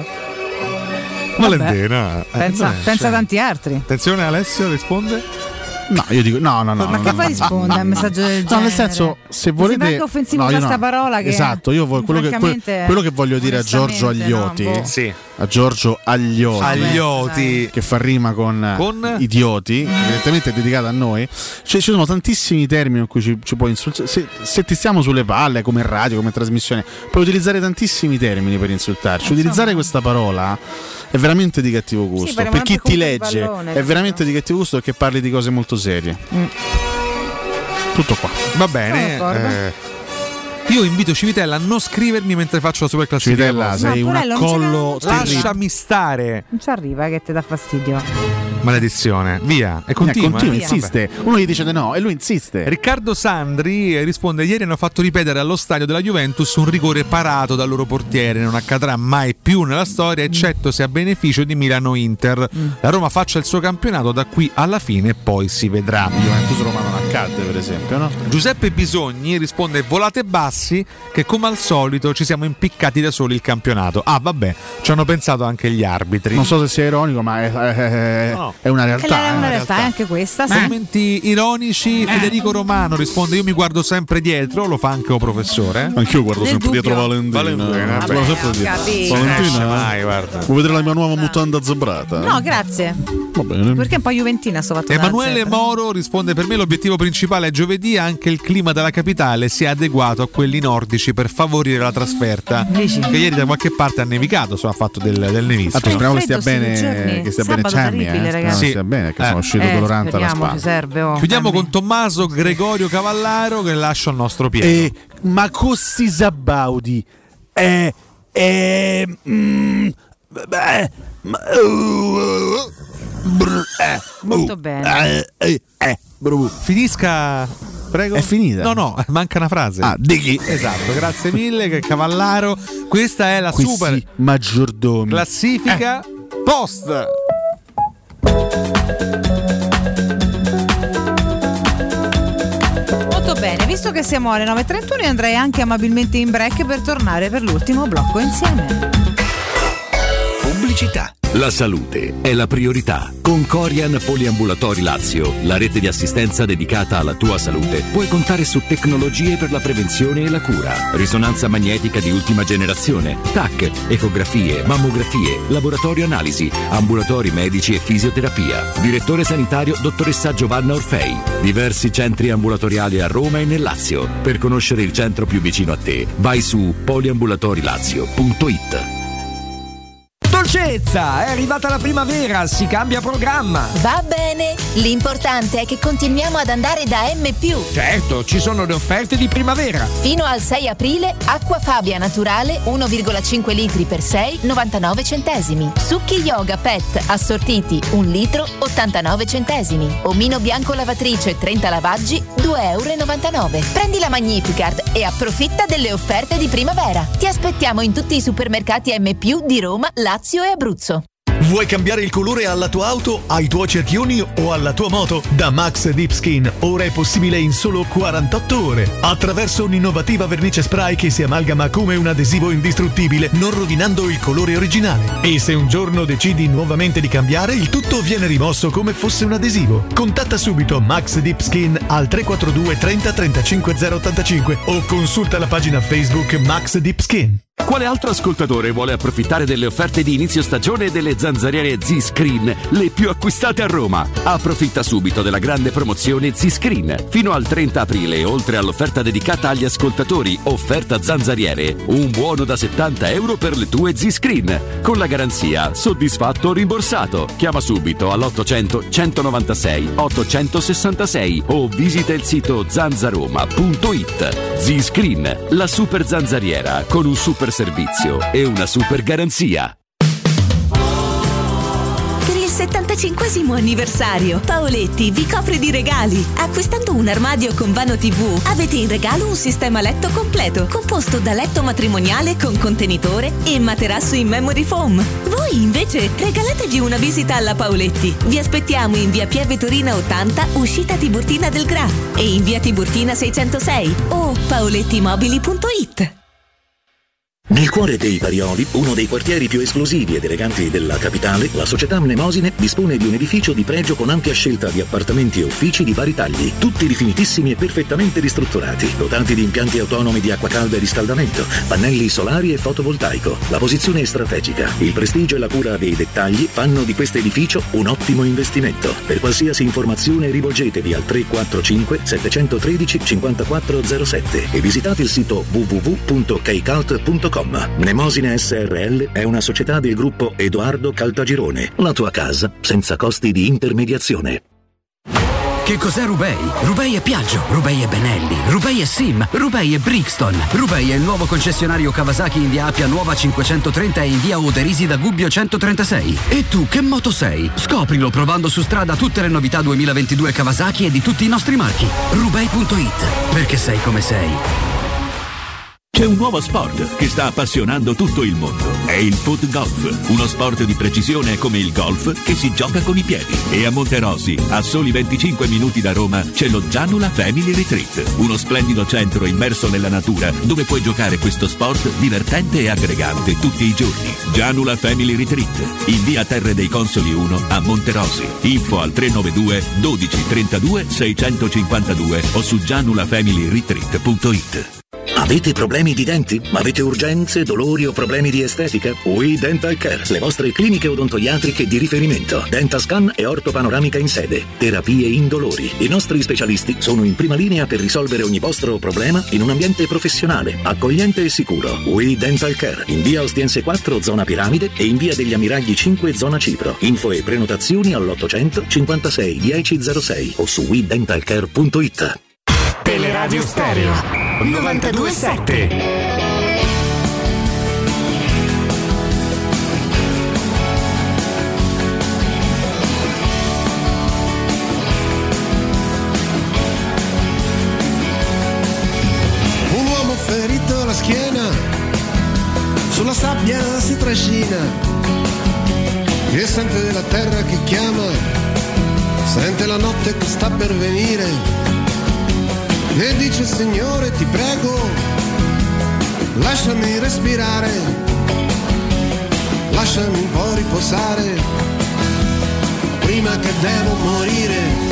S1: Valentina,
S19: pensa tanti altri.
S1: Attenzione, Alessio risponde.
S22: No, io dico no.
S19: Ma che fai risponde a un messaggio del genere?
S22: No, nel senso, se volete.
S19: Sembra anche offensivo questa parola che
S22: esatto, io quello che voglio dire a Giorgio Aglioti, a Giorgio Aglioti che fa rima con idioti, evidentemente è dedicato a noi. Cioè, ci sono tantissimi termini in cui ci puoi insultare. Se ti stiamo sulle palle come radio, come trasmissione, puoi utilizzare tantissimi termini per insultarci. Utilizzare questa parola è veramente di cattivo gusto. Per chi ti legge è veramente di cattivo gusto perché parli di cose molto serie. Tutto qua.
S1: Va bene. Io invito Civitella a non scrivermi mentre faccio la super classifica.
S22: Civitella, sei un accollo.
S1: Lasciami stare.
S19: Non ci arriva che ti dà fastidio.
S1: Maledizione, via. E continua,
S22: insiste. Uno gli dice di no e lui insiste.
S1: Riccardo Sandri risponde: ieri hanno fatto ripetere allo stadio della Juventus un rigore parato dal loro portiere. Non accadrà mai più nella storia, eccetto se a beneficio di Milano-Inter. La Roma faccia il suo campionato da qui alla fine e poi si vedrà.
S22: Juventus-Roma non accadde, per esempio, no?
S1: Giuseppe Bisogni risponde: volate bassi, che come al solito ci siamo impiccati da soli il campionato. Ah, vabbè, ci hanno pensato anche gli arbitri.
S22: Non so se sia ironico, ma è una realtà.
S19: È una realtà, anche questa.
S1: Commenti ironici. Federico Romano risponde: io mi guardo sempre dietro, lo fa anche un professore.
S22: Anch'io guardo sempre dietro Valentina. Valentina,
S1: mai, guarda.
S22: Vuoi vedere la mia nuova mutanda zebrata?
S19: No, grazie.
S22: Va bene.
S19: Perché un po' juventina sto fatto.
S1: Emanuele Moro risponde: per me l'obiettivo principale è giovedì, anche il clima della capitale si è adeguato a quelli nordici per favorire la trasferta. Che ieri da qualche parte ha nevicato, insomma, ha fatto del nevischio.
S22: Speriamo che stia bene, che stia bene Cenni,
S19: ragazzi.
S22: Sì. Stia bene, che sono uscito dolorante alla spalla.
S19: Serve,
S1: chiudiamo con Tommaso Gregorio Cavallaro, che lascio al nostro Piero.
S4: Ma così Sabaudi
S19: molto bene.
S1: Finisca, prego.
S22: È finita?
S1: No, manca una frase.
S22: Di chi?
S1: Esatto, grazie mille Cavallaro. Questa è la super
S22: maggiordomi
S1: classifica post.
S19: Molto bene, visto che siamo alle 9.31 andrei anche amabilmente in break per tornare per l'ultimo blocco insieme.
S18: Pubblicità. La salute è la priorità. Con Corian Poliambulatori Lazio, la rete di assistenza dedicata alla tua salute, puoi contare su tecnologie per la prevenzione e la cura. Risonanza magnetica di ultima generazione, TAC, ecografie, mammografie, laboratorio analisi, ambulatori medici e fisioterapia. Direttore sanitario dottoressa Giovanna Orfei. Diversi centri ambulatoriali a Roma e nel Lazio. Per conoscere il centro più vicino a te, vai su poliambulatorilazio.it.
S6: Dolcezza, è arrivata la primavera, si cambia programma.
S12: Va bene, l'importante è che continuiamo ad andare da M+.
S6: Certo, ci sono le offerte di primavera.
S12: Fino al 6 aprile, acqua Fabia naturale 1,5 litri per 6, 99 centesimi. Succhi Yoga Pet assortiti 1 litro, 89 centesimi. Omino bianco lavatrice 30 lavaggi, 2,99 euro. Prendi la Magnificard e approfitta delle offerte di primavera. Ti aspettiamo in tutti i supermercati M+ di Roma, Lazio e Abruzzo.
S13: Vuoi cambiare il colore alla tua auto, ai tuoi cerchioni o alla tua moto? Da Max Deep Skin ora è possibile in solo 48 ore attraverso un'innovativa vernice spray che si amalgama come un adesivo indistruttibile, non rovinando il colore originale. E se un giorno decidi nuovamente di cambiare, il tutto viene rimosso come fosse un adesivo. Contatta subito Max Deep Skin al 342 30 35 085 o consulta la pagina Facebook Max Deep Skin.
S18: Quale altro ascoltatore vuole approfittare delle offerte di inizio stagione delle zanzariere Z-Screen, le più acquistate a Roma? Approfitta subito della grande promozione Z-Screen. Fino al 30 aprile, oltre all'offerta dedicata agli ascoltatori, offerta zanzariere, un buono da 70 euro per le tue Z-Screen, con la garanzia soddisfatto o rimborsato. Chiama subito all'800 196 866 o visita il sito zanzaroma.it. Z-Screen, la super zanzariera con un super servizio e una super garanzia.
S24: Per il 75esimo anniversario, Paoletti vi copre di regali. Acquistando un armadio con vano TV, avete in regalo un sistema letto completo, composto da letto matrimoniale con contenitore e materasso in memory foam. Voi invece regalatevi una visita alla Paoletti. Vi aspettiamo in via Pieve Torina 80, uscita Tiburtina del Gra, e in via Tiburtina 606 o paolettimobili.it.
S25: Nel cuore dei Parioli, uno dei quartieri più esclusivi ed eleganti della capitale, la società Mnemosine dispone di un edificio di pregio con ampia scelta di appartamenti e uffici di vari tagli, tutti rifinitissimi e perfettamente ristrutturati, dotati di impianti autonomi di acqua calda e riscaldamento, pannelli solari e fotovoltaico. La posizione è strategica, il prestigio e la cura dei dettagli fanno di questo edificio un ottimo investimento. Per qualsiasi informazione rivolgetevi al 345 713 5407 e visitate il sito www.kcalt.com. Mnemosine SRL è una società del gruppo Edoardo Caltagirone. La tua casa senza costi di intermediazione.
S26: Che cos'è Rubei? Rubei è Piaggio, Rubei è Benelli, Rubei è Sim, Rubei è Brixton. Rubei è il nuovo concessionario Kawasaki in via Appia Nuova 530 e in via Oderisi da Gubbio 136. E tu che moto sei? Scoprilo provando su strada tutte le novità 2022 Kawasaki e di tutti i nostri marchi. Rubei.it, perché sei come sei.
S18: C'è un nuovo sport che sta appassionando tutto il mondo. È il foot golf, uno sport di precisione come il golf che si gioca con i piedi. E a Monterosi, a soli 25 minuti da Roma, c'è lo Gianula Family Retreat, uno splendido centro immerso nella natura dove puoi giocare questo sport divertente e aggregante tutti i giorni. Gianula Family Retreat, in via Terre dei Consoli 1 a Monterosi. Info al 392 12 32 652 o su gianulafamilyretreat.it.
S25: Avete problemi di denti? Avete urgenze, dolori o problemi di estetica? We Dental Care, le vostre cliniche odontoiatriche di riferimento. Dentascan e ortopanoramica in sede. Terapie indolori. I nostri specialisti sono in prima linea per risolvere ogni vostro problema in un ambiente professionale, accogliente e sicuro. We Dental Care, in via Ostiense 4, zona Piramide, e in via degli Ammiragli 5, zona Cipro. Info e prenotazioni all'800 56 1006 o su wedentalcare.it.
S11: Teleradio Stereo 92.7.
S14: Ferito alla schiena, sulla sabbia si trascina, e sente della terra che chiama, sente la notte che sta per venire, e dice: Signore, ti prego, lasciami respirare, lasciami un po' riposare, prima che devo morire.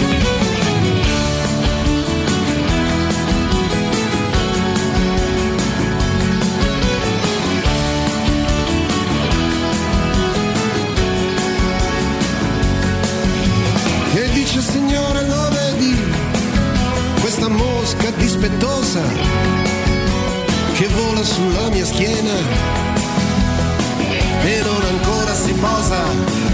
S14: E dice: Signore, lo vedi questa mosca dispettosa che vola sulla mia schiena e non ancora si posa?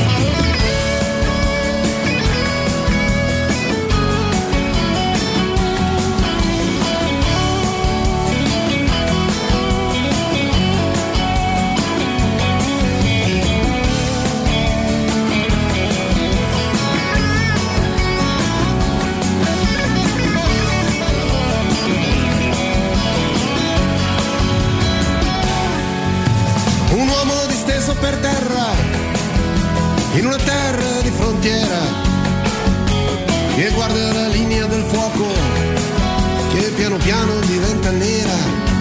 S14: Un uomo disteso per terra, in una terra di frontiera, che guarda la linea del fuoco, che piano piano diventa nera,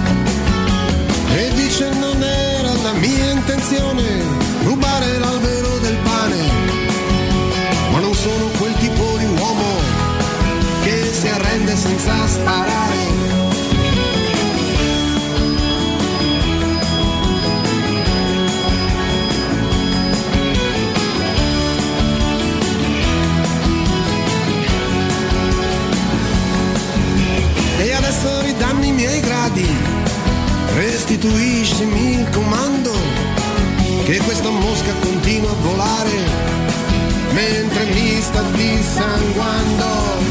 S14: e dice: non era la mia intenzione rubare l'albero del pane, ma non sono quel tipo di uomo che si arrende senza sparare. E adesso ridammi i miei gradi, restituiscimi il comando, che questa mosca continua a volare mentre mi sta dissanguando.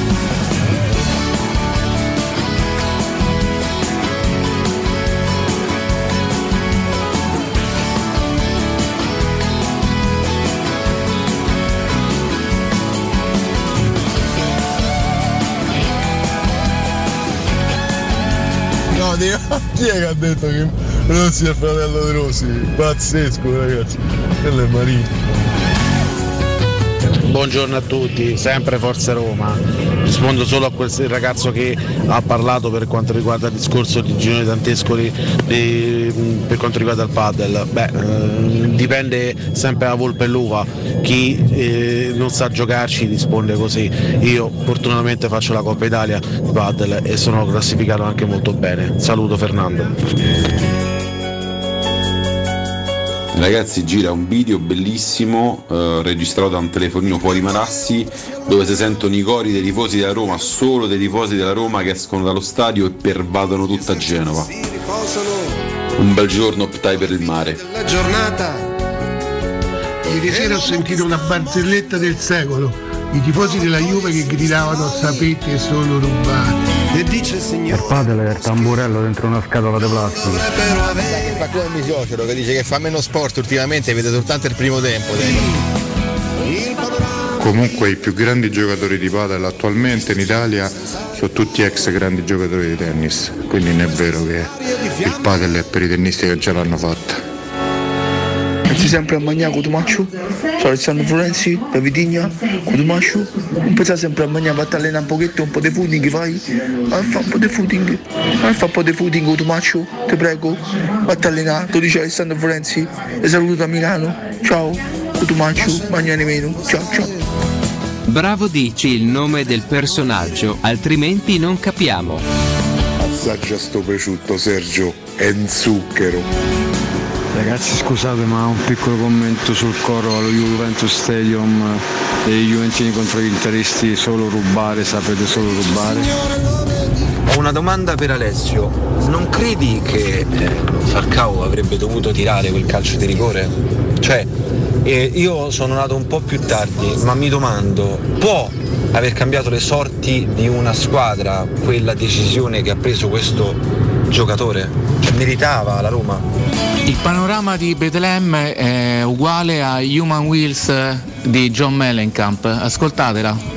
S16: No, chi è che ha detto che Rossi è il fratello di Rossi? Pazzesco, ragazzi, quello è Marino.
S22: Buongiorno a tutti, sempre Forza Roma. Rispondo solo a quel ragazzo che ha parlato per quanto riguarda il discorso di Giunione Dantescoli per quanto riguarda il padel. Dipende sempre da volpe e l'uva. Chi non sa giocarci risponde così. Io fortunatamente faccio la Coppa Italia di padel e sono classificato anche molto bene. Saluto Fernando.
S17: Ragazzi, gira un video bellissimo registrato da un telefonino fuori Marassi, dove si sentono i cori dei tifosi della Roma, solo dei tifosi della Roma, che escono dallo stadio e pervadono tutta Genova. Un bel giorno optai per il mare.
S14: La giornata.
S16: Ieri sera ho sentito una barzelletta del secolo. I tifosi della Juve che gridavano: sapete, sono rubati.
S14: E dice: Signore,
S22: il padel è il tamburello dentro una scatola di plastica.
S10: Fa come il mio suocero che dice che fa meno sport ultimamente, vede soltanto il primo tempo.
S20: Comunque i più grandi giocatori di padel attualmente in Italia sono tutti ex grandi giocatori di tennis, quindi non è vero che il padel è per i tennisti che ce l'hanno fatta.
S21: Pensi sempre a mangiare con Tomaccio? Sono Alessandro Florenzi, da Vitigna, con Tomaccio. Non pensa sempre a mangiare, va a allenare un pochetto, un po' di footing, fai? Fa un po' di footing. Fa un po' di footing con Tomaccio, ti prego. Va a allenare, tu dici Alessandro Florenzi, e saluto da Milano. Ciao, con Tomaccio, mangiare meno. Ciao, ciao.
S7: Bravo, dici il nome del personaggio, altrimenti non capiamo.
S20: assaggia sto prosciutto, Sergio, è un zucchero.
S2: Ragazzi, scusate, ma un piccolo commento sul coro allo Juventus Stadium dei Juventini contro gli interisti: solo rubare, sapete solo rubare.
S3: Ho una domanda per Alessio: non credi che Falcao avrebbe dovuto tirare quel calcio di rigore? Cioè, io sono nato un po' più tardi, ma mi domando, può aver cambiato le sorti di una squadra quella decisione che ha preso questo giocatore? Cioè, meritava la Roma?
S5: Il panorama di Bethlehem è uguale a Human Wheels di John Mellencamp, ascoltatela.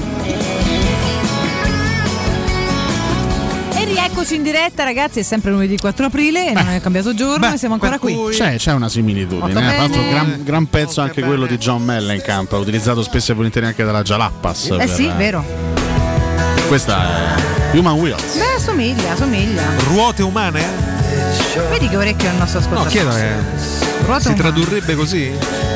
S19: Eccoci in diretta, ragazzi, è sempre lunedì 4 aprile e non è cambiato giorno e siamo ancora qui.
S22: C'è una similitudine, tra l'altro gran pezzo anche quello di John Mellencamp, utilizzato spesso e volentieri anche dalla Jalapas.
S19: Sì, vero.
S22: Questa è Human Wheels.
S19: Beh, somiglia.
S1: Ruote umane?
S19: Vedi che orecchio è il nostro ascoltatore.
S1: No, chiedo si tradurrebbe così?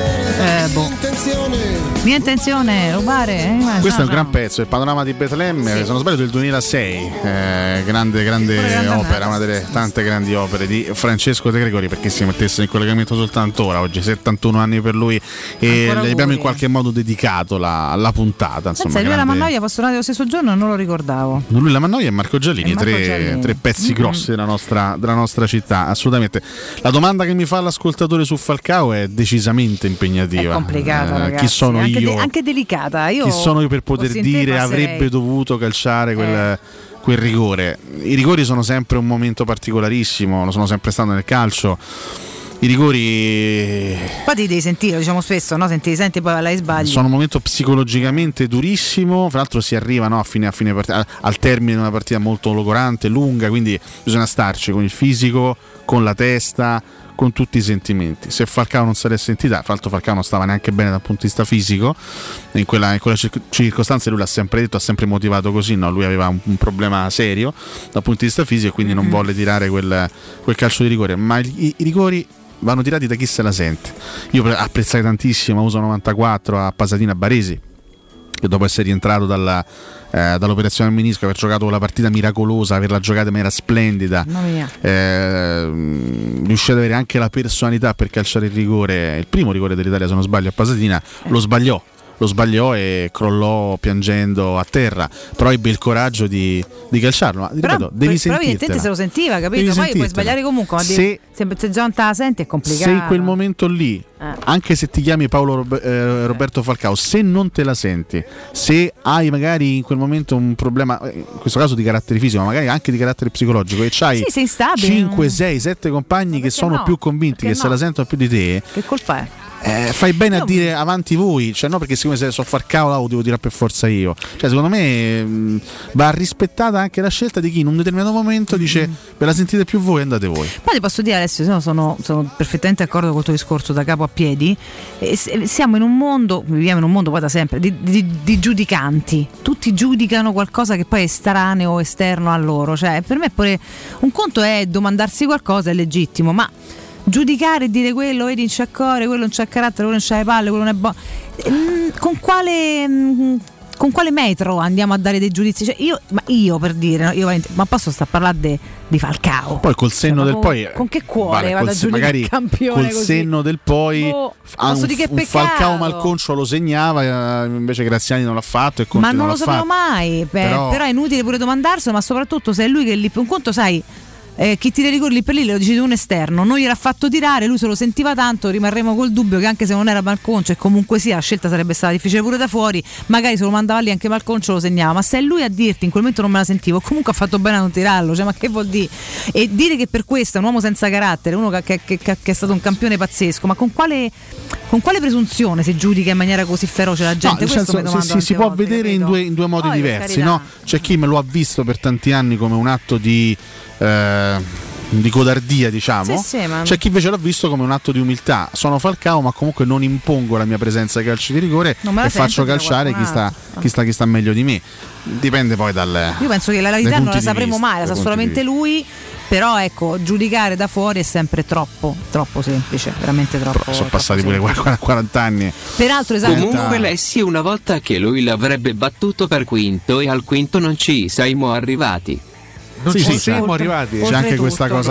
S19: Mia intenzione rubare.
S22: Questo è un gran pezzo, il panorama di Betlemme, se non sbaglio del 2006, grande opera, una delle tante grandi opere di Francesco De Gregori, perché si mettesse in collegamento soltanto ora, oggi 71 anni per lui e gli abbiamo in qualche modo dedicato la puntata. Insomma,
S19: lui e la Mannoia fossero nati lo stesso giorno, non lo ricordavo.
S22: Lui, la Mannoia e Marco Giallini, tre pezzi grossi della nostra città, assolutamente. La domanda che mi fa l'ascoltatore su Falcao è decisamente impegnativa.
S19: È complicata, ragazzi.
S22: Chi sono io?
S19: Anche delicata.
S22: Chi sono io per poter dire avrebbe dovuto calciare quel rigore? I rigori sono sempre un momento particolarissimo, lo sono sempre stato nel calcio. I rigori
S19: poi ti devi sentire, diciamo spesso, no? Senti poi alla sbagli.
S22: Sono un momento psicologicamente durissimo. Fra l'altro si arriva, no, a fine partita, al termine di una partita molto logorante, lunga, quindi bisogna starci con il fisico, con la testa, con tutti i sentimenti. Se Falcao non se l'è sentita, fra l'altro Falcao non stava neanche bene dal punto di vista fisico, in quella circostanza lui l'ha sempre detto, ha sempre motivato così, no? Lui aveva un problema serio dal punto di vista fisico e quindi non volle tirare quel calcio di rigore, ma i rigori vanno tirati da chi se la sente. Io apprezzai tantissimo USA 94 a Pasadena Baresi, che dopo essere rientrato dall'operazione al menisco, aver giocato quella partita miracolosa, averla giocata in maniera splendida, riuscì ad avere anche la personalità per calciare il rigore, il primo rigore dell'Italia se non sbaglio a Pasadena, lo sbagliò e crollò piangendo a terra, però ebbe il coraggio di calciarlo. Ma ripeto, devi sentirtela. Però evidentemente
S19: se lo sentiva, capito? Poi puoi sbagliare comunque, ma se già non te la senti è complicato.
S22: Se in quel momento lì, anche se ti chiami Paolo Roberto Falcao, se non te la senti, se hai magari in quel momento un problema, in questo caso di carattere fisico, ma magari anche di carattere psicologico, e c'hai 5, 6, 7 compagni che sono più convinti, che se la sentono più di te,
S19: che colpa è?
S22: Fai bene a dire avanti voi, cioè no, perché siccome se so Falcao lo devo dire per forza io, cioè secondo me va rispettata anche la scelta di chi in un determinato momento dice ve la sentite più voi, andate voi.
S19: Poi ti posso dire Alessio, sono perfettamente d'accordo con il tuo discorso da capo a piedi, siamo in un mondo, viviamo in un mondo poi da sempre di giudicanti, tutti giudicano qualcosa che poi è estraneo o esterno a loro, cioè per me pure un conto è domandarsi qualcosa, è legittimo, ma giudicare e dire quello vedi non c'è cuore, quello non c'è carattere, quello non c'ha le palle, quello non è buono, con quale metro andiamo a dare dei giudizi? Cioè io per dire, no? Ma posso sta a parlare di Falcao?
S22: Poi col senno del poi,
S19: con che cuore vado a giudicare il campione
S22: col
S19: così?
S22: Senno del poi un Falcao malconcio lo segnava, invece Graziani non l'ha fatto e
S19: ma non lo sapevo mai, però è inutile pure domandarselo, ma soprattutto se è lui che lì un conto sai. Chi tira i rigori lì per lì lo decide un esterno, non gliel'ha fatto tirare, lui se lo sentiva tanto, rimarremo col dubbio che anche se non era malconcio e comunque sia la scelta sarebbe stata difficile pure da fuori, magari se lo mandava lì anche malconcio lo segnava, ma se è lui a dirti in quel momento non me la sentivo, comunque ha fatto bene a non tirarlo, cioè ma che vuol dire? E dire che per questo è un uomo senza carattere, uno che è stato un campione pazzesco, ma con quale presunzione si giudica in maniera così feroce la gente?
S22: No,
S19: questo senso,
S22: si può vedere in due modi diversi, no? C'è chi me lo ha visto per tanti anni come un atto di codardia, diciamo. C'è chi invece l'ha visto come un atto di umiltà. Sono Falcao, ma comunque non impongo la mia presenza ai calci di rigore e faccio calciare chi sta meglio di me. Dipende poi dal.
S19: Io penso che la verità non la sapremo mai, la sa solamente lui. Però ecco, giudicare da fuori è sempre troppo semplice, veramente troppo.
S22: Però sono passati pure 40 anni.
S19: Peraltro
S7: Comunque Lessi una volta che lui l'avrebbe battuto per quinto e al quinto non ci siamo arrivati.
S1: Non ci siamo arrivati.
S22: C'è anche questa cosa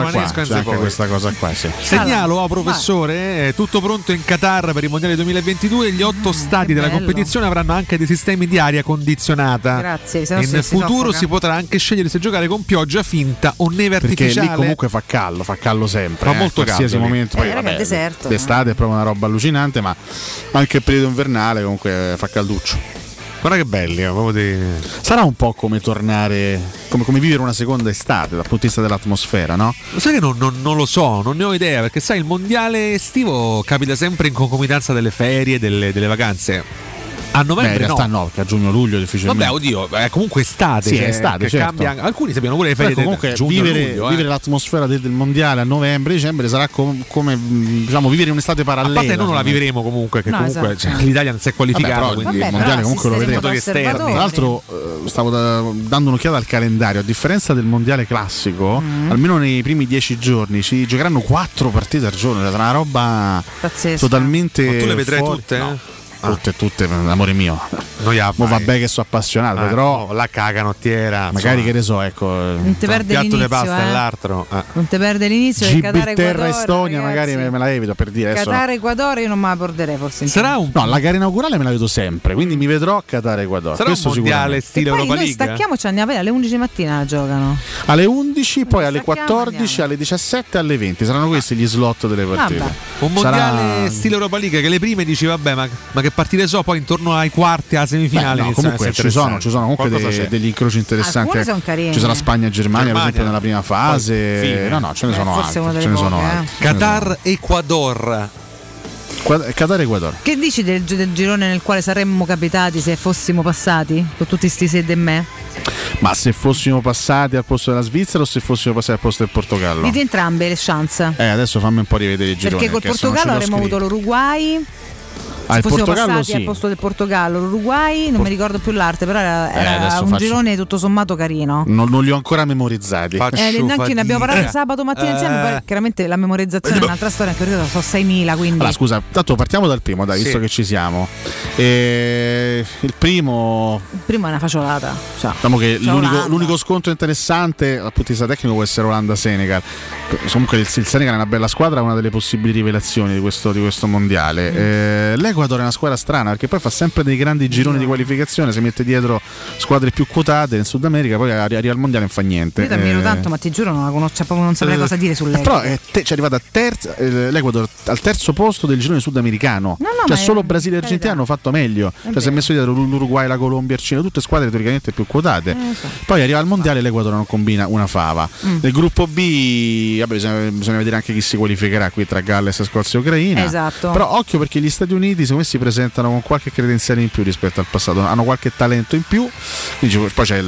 S22: qua. Sì.
S1: Segnalo, professore, tutto pronto in Qatar per il mondiale 2022. Gli 8 stadi della competizione avranno anche dei sistemi di aria condizionata.
S19: Grazie.
S1: E nel futuro si potrà anche scegliere se giocare con pioggia finta o neve artificiale.
S22: Perché lì comunque fa caldo sempre.
S1: Fa molto
S22: qualsiasi
S1: caldo.
S22: Momento. Poi, vabbè,
S19: deserto.
S22: L'estate è proprio una roba allucinante, ma anche il periodo invernale comunque fa calduccio.
S1: Guarda che belli,
S22: sarà un po' come tornare, come vivere una seconda estate dal punto di vista dell'atmosfera, no?
S1: Sai che non lo so, non ne ho idea, perché sai, il mondiale estivo capita sempre in concomitanza delle ferie, delle vacanze. A novembre
S22: in realtà no, perché a giugno-luglio difficilmente.
S1: Vabbè, oddio, è comunque estate.
S22: Sì, è estate, certo.
S1: Cambia, alcuni sappiano pure le ferie
S22: comunque vivere l'atmosfera del mondiale a novembre-dicembre sarà come diciamo vivere un'estate parallela.
S1: A parte noi non la vivremo comunque, che comunque l'Italia non si è qualificata, quindi
S22: il mondiale comunque lo vedremo.
S1: Tra
S22: l'altro stavo dando un'occhiata al calendario, a differenza del mondiale classico, almeno nei primi 10 giorni ci giocheranno 4 partite al giorno, sarà una roba
S19: pazzesca.
S22: Totalmente.
S1: Ma tu le vedrai
S22: fuori.
S1: tutte?
S22: No. Tutte, amore mio. Vabbè che sono appassionato, però
S1: la caganottiera.
S22: Magari che ne so, ecco.
S19: Non ti perde
S1: l'inizio.
S19: Di
S1: pasta all'altro.
S19: Non ti perde l'inizio.
S22: Gibilterra Estonia, ragazzi, magari me la evito per dire.
S19: Qatar Ecuador io non me la porterei forse.
S22: Sarà la gara inaugurale me la vedo sempre, quindi mi vedrò a Qatar Ecuador.
S1: Sarà
S22: questo
S1: un mondiale stile Europa League.
S19: Noi stacchiamoci, andiamo alle 11 mattina giocano.
S22: Alle 11, poi alle 14, alle 17 e alle 20. Saranno questi gli slot delle partite.
S1: Un mondiale stile Europa League che le prime dici vabbè, ma che partite so, poi intorno ai quarti, alla semifinale.
S22: No, comunque ci sono comunque degli incroci interessanti. Ci sarà Spagna-Germania per esempio nella prima fase. No, ce ne sono altri.
S1: Qatar Ecuador.
S22: Qatar Ecuador.
S19: Che dici del girone nel quale saremmo capitati se fossimo passati con tutti sti sed e me?
S22: Ma se fossimo passati al posto della Svizzera o se fossimo passati al posto del Portogallo?
S19: Di entrambe le chance.
S22: Adesso fammi un po' rivedere i gironi.
S19: Perché col Portogallo avremmo avuto l'Uruguay. Se fossimo passati al posto del Portogallo, l'Uruguay, non mi ricordo più l'arte, però era un girone tutto sommato carino.
S22: Non li ho ancora memorizzati.
S19: Neanche ne abbiamo parlato sabato mattina insieme, poi chiaramente la memorizzazione è un'altra storia, anche perché so 6.000, quindi.
S22: Allora, scusa, tanto partiamo dal primo, dai, visto che ci siamo. Il primo
S19: è una facciolata.
S22: Diciamo che l'unico scontro interessante dal punto di vista tecnico può essere Olanda-Senegal. Comunque il Senegal è una bella squadra, una delle possibili rivelazioni di questo mondiale. L'Ecuador è una squadra strana perché poi fa sempre dei grandi gironi di qualificazione, si mette dietro squadre più quotate in Sud America, poi arriva al mondiale e non fa niente.
S19: Io ti ammiro tanto, ma ti giuro non la conosco, proprio non saprei cosa dire sull'Ecuador.
S22: Però ci è arrivata l'Ecuador al terzo posto del girone sudamericano. Cioè solo Brasile e Argentina hanno fatto meglio. Cioè si è messo dietro l'Uruguay, la Colombia, il Cile, tutte squadre teoricamente più quotate. Poi arriva al mondiale e l'Ecuador non combina una fava. Nel gruppo B bisogna vedere anche chi si qualificherà qui tra Galles, Scozia e Ucraina.
S19: Esatto.
S22: Però occhio perché gli Stati Uniti secondo me si presentano con qualche credenziale in più rispetto al passato, hanno qualche talento in più. Quindi poi c'è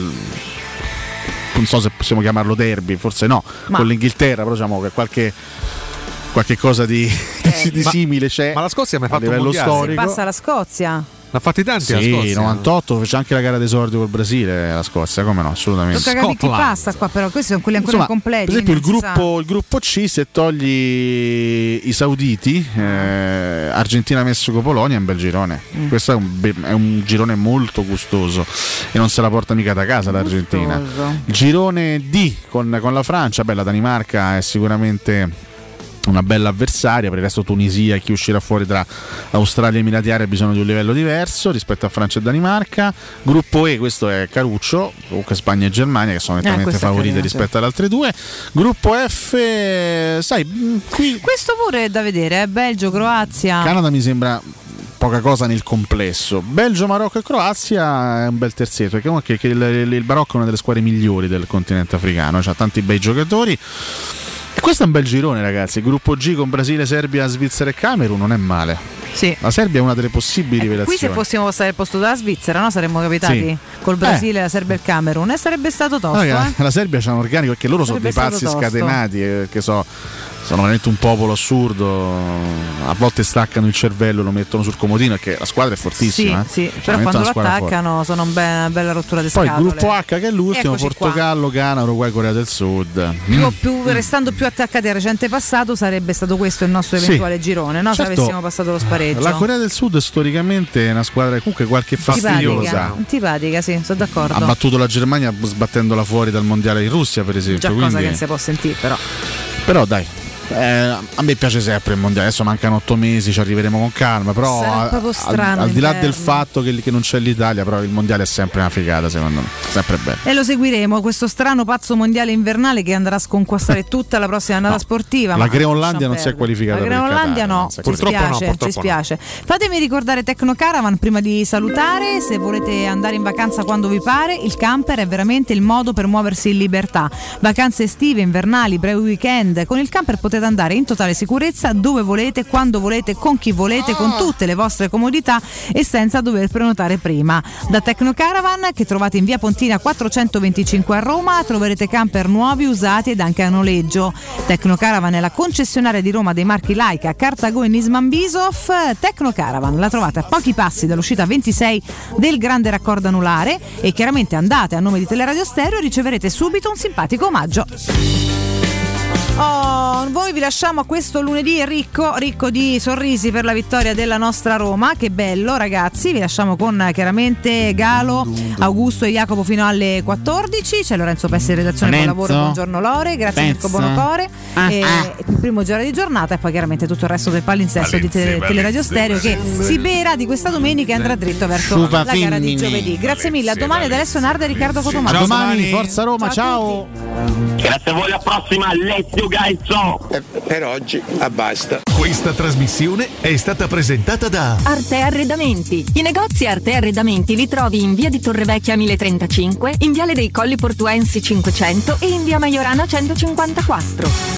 S22: non so se possiamo chiamarlo derby, forse no, con l'Inghilterra, però diciamo che qualche cosa di simile c'è.
S1: Ma la Scozia mi ha fatto
S22: a livello storico.
S19: Se passa la Scozia.
S1: L'ha fatti tanti la Scozia.
S22: 98 c'è anche la gara d'esordio col Brasile la Scozia, come no, assolutamente.
S19: Tocca capire chi passa qua, però questi sono quelli ancora incompleti.
S22: Per esempio il gruppo C, se togli i sauditi, Argentina, Messico, Polonia è un bel girone. Questo è un girone molto gustoso e non se la porta mica da casa l'Argentina. Girone D con la Francia, la Danimarca è sicuramente una bella avversaria, per il resto Tunisia e chi uscirà fuori tra Australia e Emirati Arabi sono di un livello diverso rispetto a Francia e Danimarca. Gruppo E, questo è caruccio, comunque Spagna e Germania che sono nettamente favorite rispetto alle altre due. Gruppo F, sai, qui
S19: questo pure è da vedere, Belgio, Croazia.
S22: Canada mi sembra poca cosa nel complesso. Belgio, Marocco e Croazia è un bel terzetto, perché comunque il Marocco è una delle squadre migliori del continente africano, ha tanti bei giocatori. E questo è un bel girone, ragazzi. Gruppo G con Brasile, Serbia, Svizzera e Camerun non è male.
S19: Sì.
S22: La Serbia è una delle possibili rivelazioni.
S19: Qui se fossimo passati al posto della Svizzera, no? Saremmo capitati col Brasile, la Serbia e il Camerun. E sarebbe stato tosto.
S22: La Serbia c'ha un organico perché loro sono dei pazzi scatenati, che sono veramente un popolo assurdo. A volte staccano il cervello, lo mettono sul comodino perché la squadra è fortissima.
S19: Sì, però quando lo attaccano sono una bella rottura di scatole.
S22: Poi il gruppo H che è l'ultimo, Portogallo, Ghana, Uruguay, Corea del Sud.
S19: Restando più attaccati al recente passato, sarebbe stato questo il nostro eventuale girone, no?
S22: Certo.
S19: Se avessimo passato lo spareggio. pareggio.
S22: La Corea del Sud storicamente è una squadra comunque qualche fastidiosa.
S19: Antipatica, sì, sono d'accordo.
S22: Ha battuto la Germania sbattendola fuori dal mondiale in Russia, per esempio.
S19: Già
S22: quindi...
S19: cosa che non si può sentire,
S22: Però dai. A me piace sempre il mondiale, adesso mancano 8 mesi, ci arriveremo con calma, però al di là del fatto che non c'è l'Italia, però il mondiale è sempre una figata, secondo me, sempre bello.
S19: E lo seguiremo, questo strano pazzo mondiale invernale che andrà a sconquassare tutta la prossima annata sportiva.
S22: La Groenlandia non si è qualificata.
S19: La Groenlandia no, ci spiace. Fatemi ricordare Tecno Caravan prima di salutare. Se volete andare in vacanza quando vi pare, il camper è veramente il modo per muoversi in libertà. Vacanze estive, invernali, brevi weekend, con il camper potete andare in totale sicurezza dove volete, quando volete, con chi volete, con tutte le vostre comodità e senza dover prenotare prima. Da Tecno Caravan, che trovate in via Pontina 425 a Roma, troverete camper nuovi, usati ed anche a noleggio. Tecno Caravan è la concessionaria di Roma dei marchi Laika, Cartago e Nisman Bisov. Tecno Caravan la trovate a pochi passi dall'uscita 26 del grande raccordo anulare e chiaramente andate a nome di Teleradio Stereo e riceverete subito un simpatico omaggio. Voi vi lasciamo a questo lunedì ricco di sorrisi per la vittoria della nostra Roma. Che bello, ragazzi. Vi lasciamo con chiaramente Galo, Augusto e Jacopo fino alle 14. C'è Lorenzo Pessi in redazione con lavoro. Buongiorno Lore, grazie Mirko Bonocore. Il primo giorno di giornata e poi chiaramente tutto il resto del palinsesto di Teleradio Stereo che si bera di questa domenica e andrà dritto verso la gara di giovedì. Grazie mille, a domani ad Alessio Narda e Riccardo Cotomaccio.
S22: A domani, forza Roma, ciao.
S4: Grazie a voi, alla prossima, let's go guys.
S6: Per oggi basta.
S13: Questa trasmissione è stata presentata da
S8: Arte Arredamenti. I negozi Arte Arredamenti li trovi in via di Torrevecchia 1035, in viale dei Colli Portuensi 500 e in via Maiorana 154.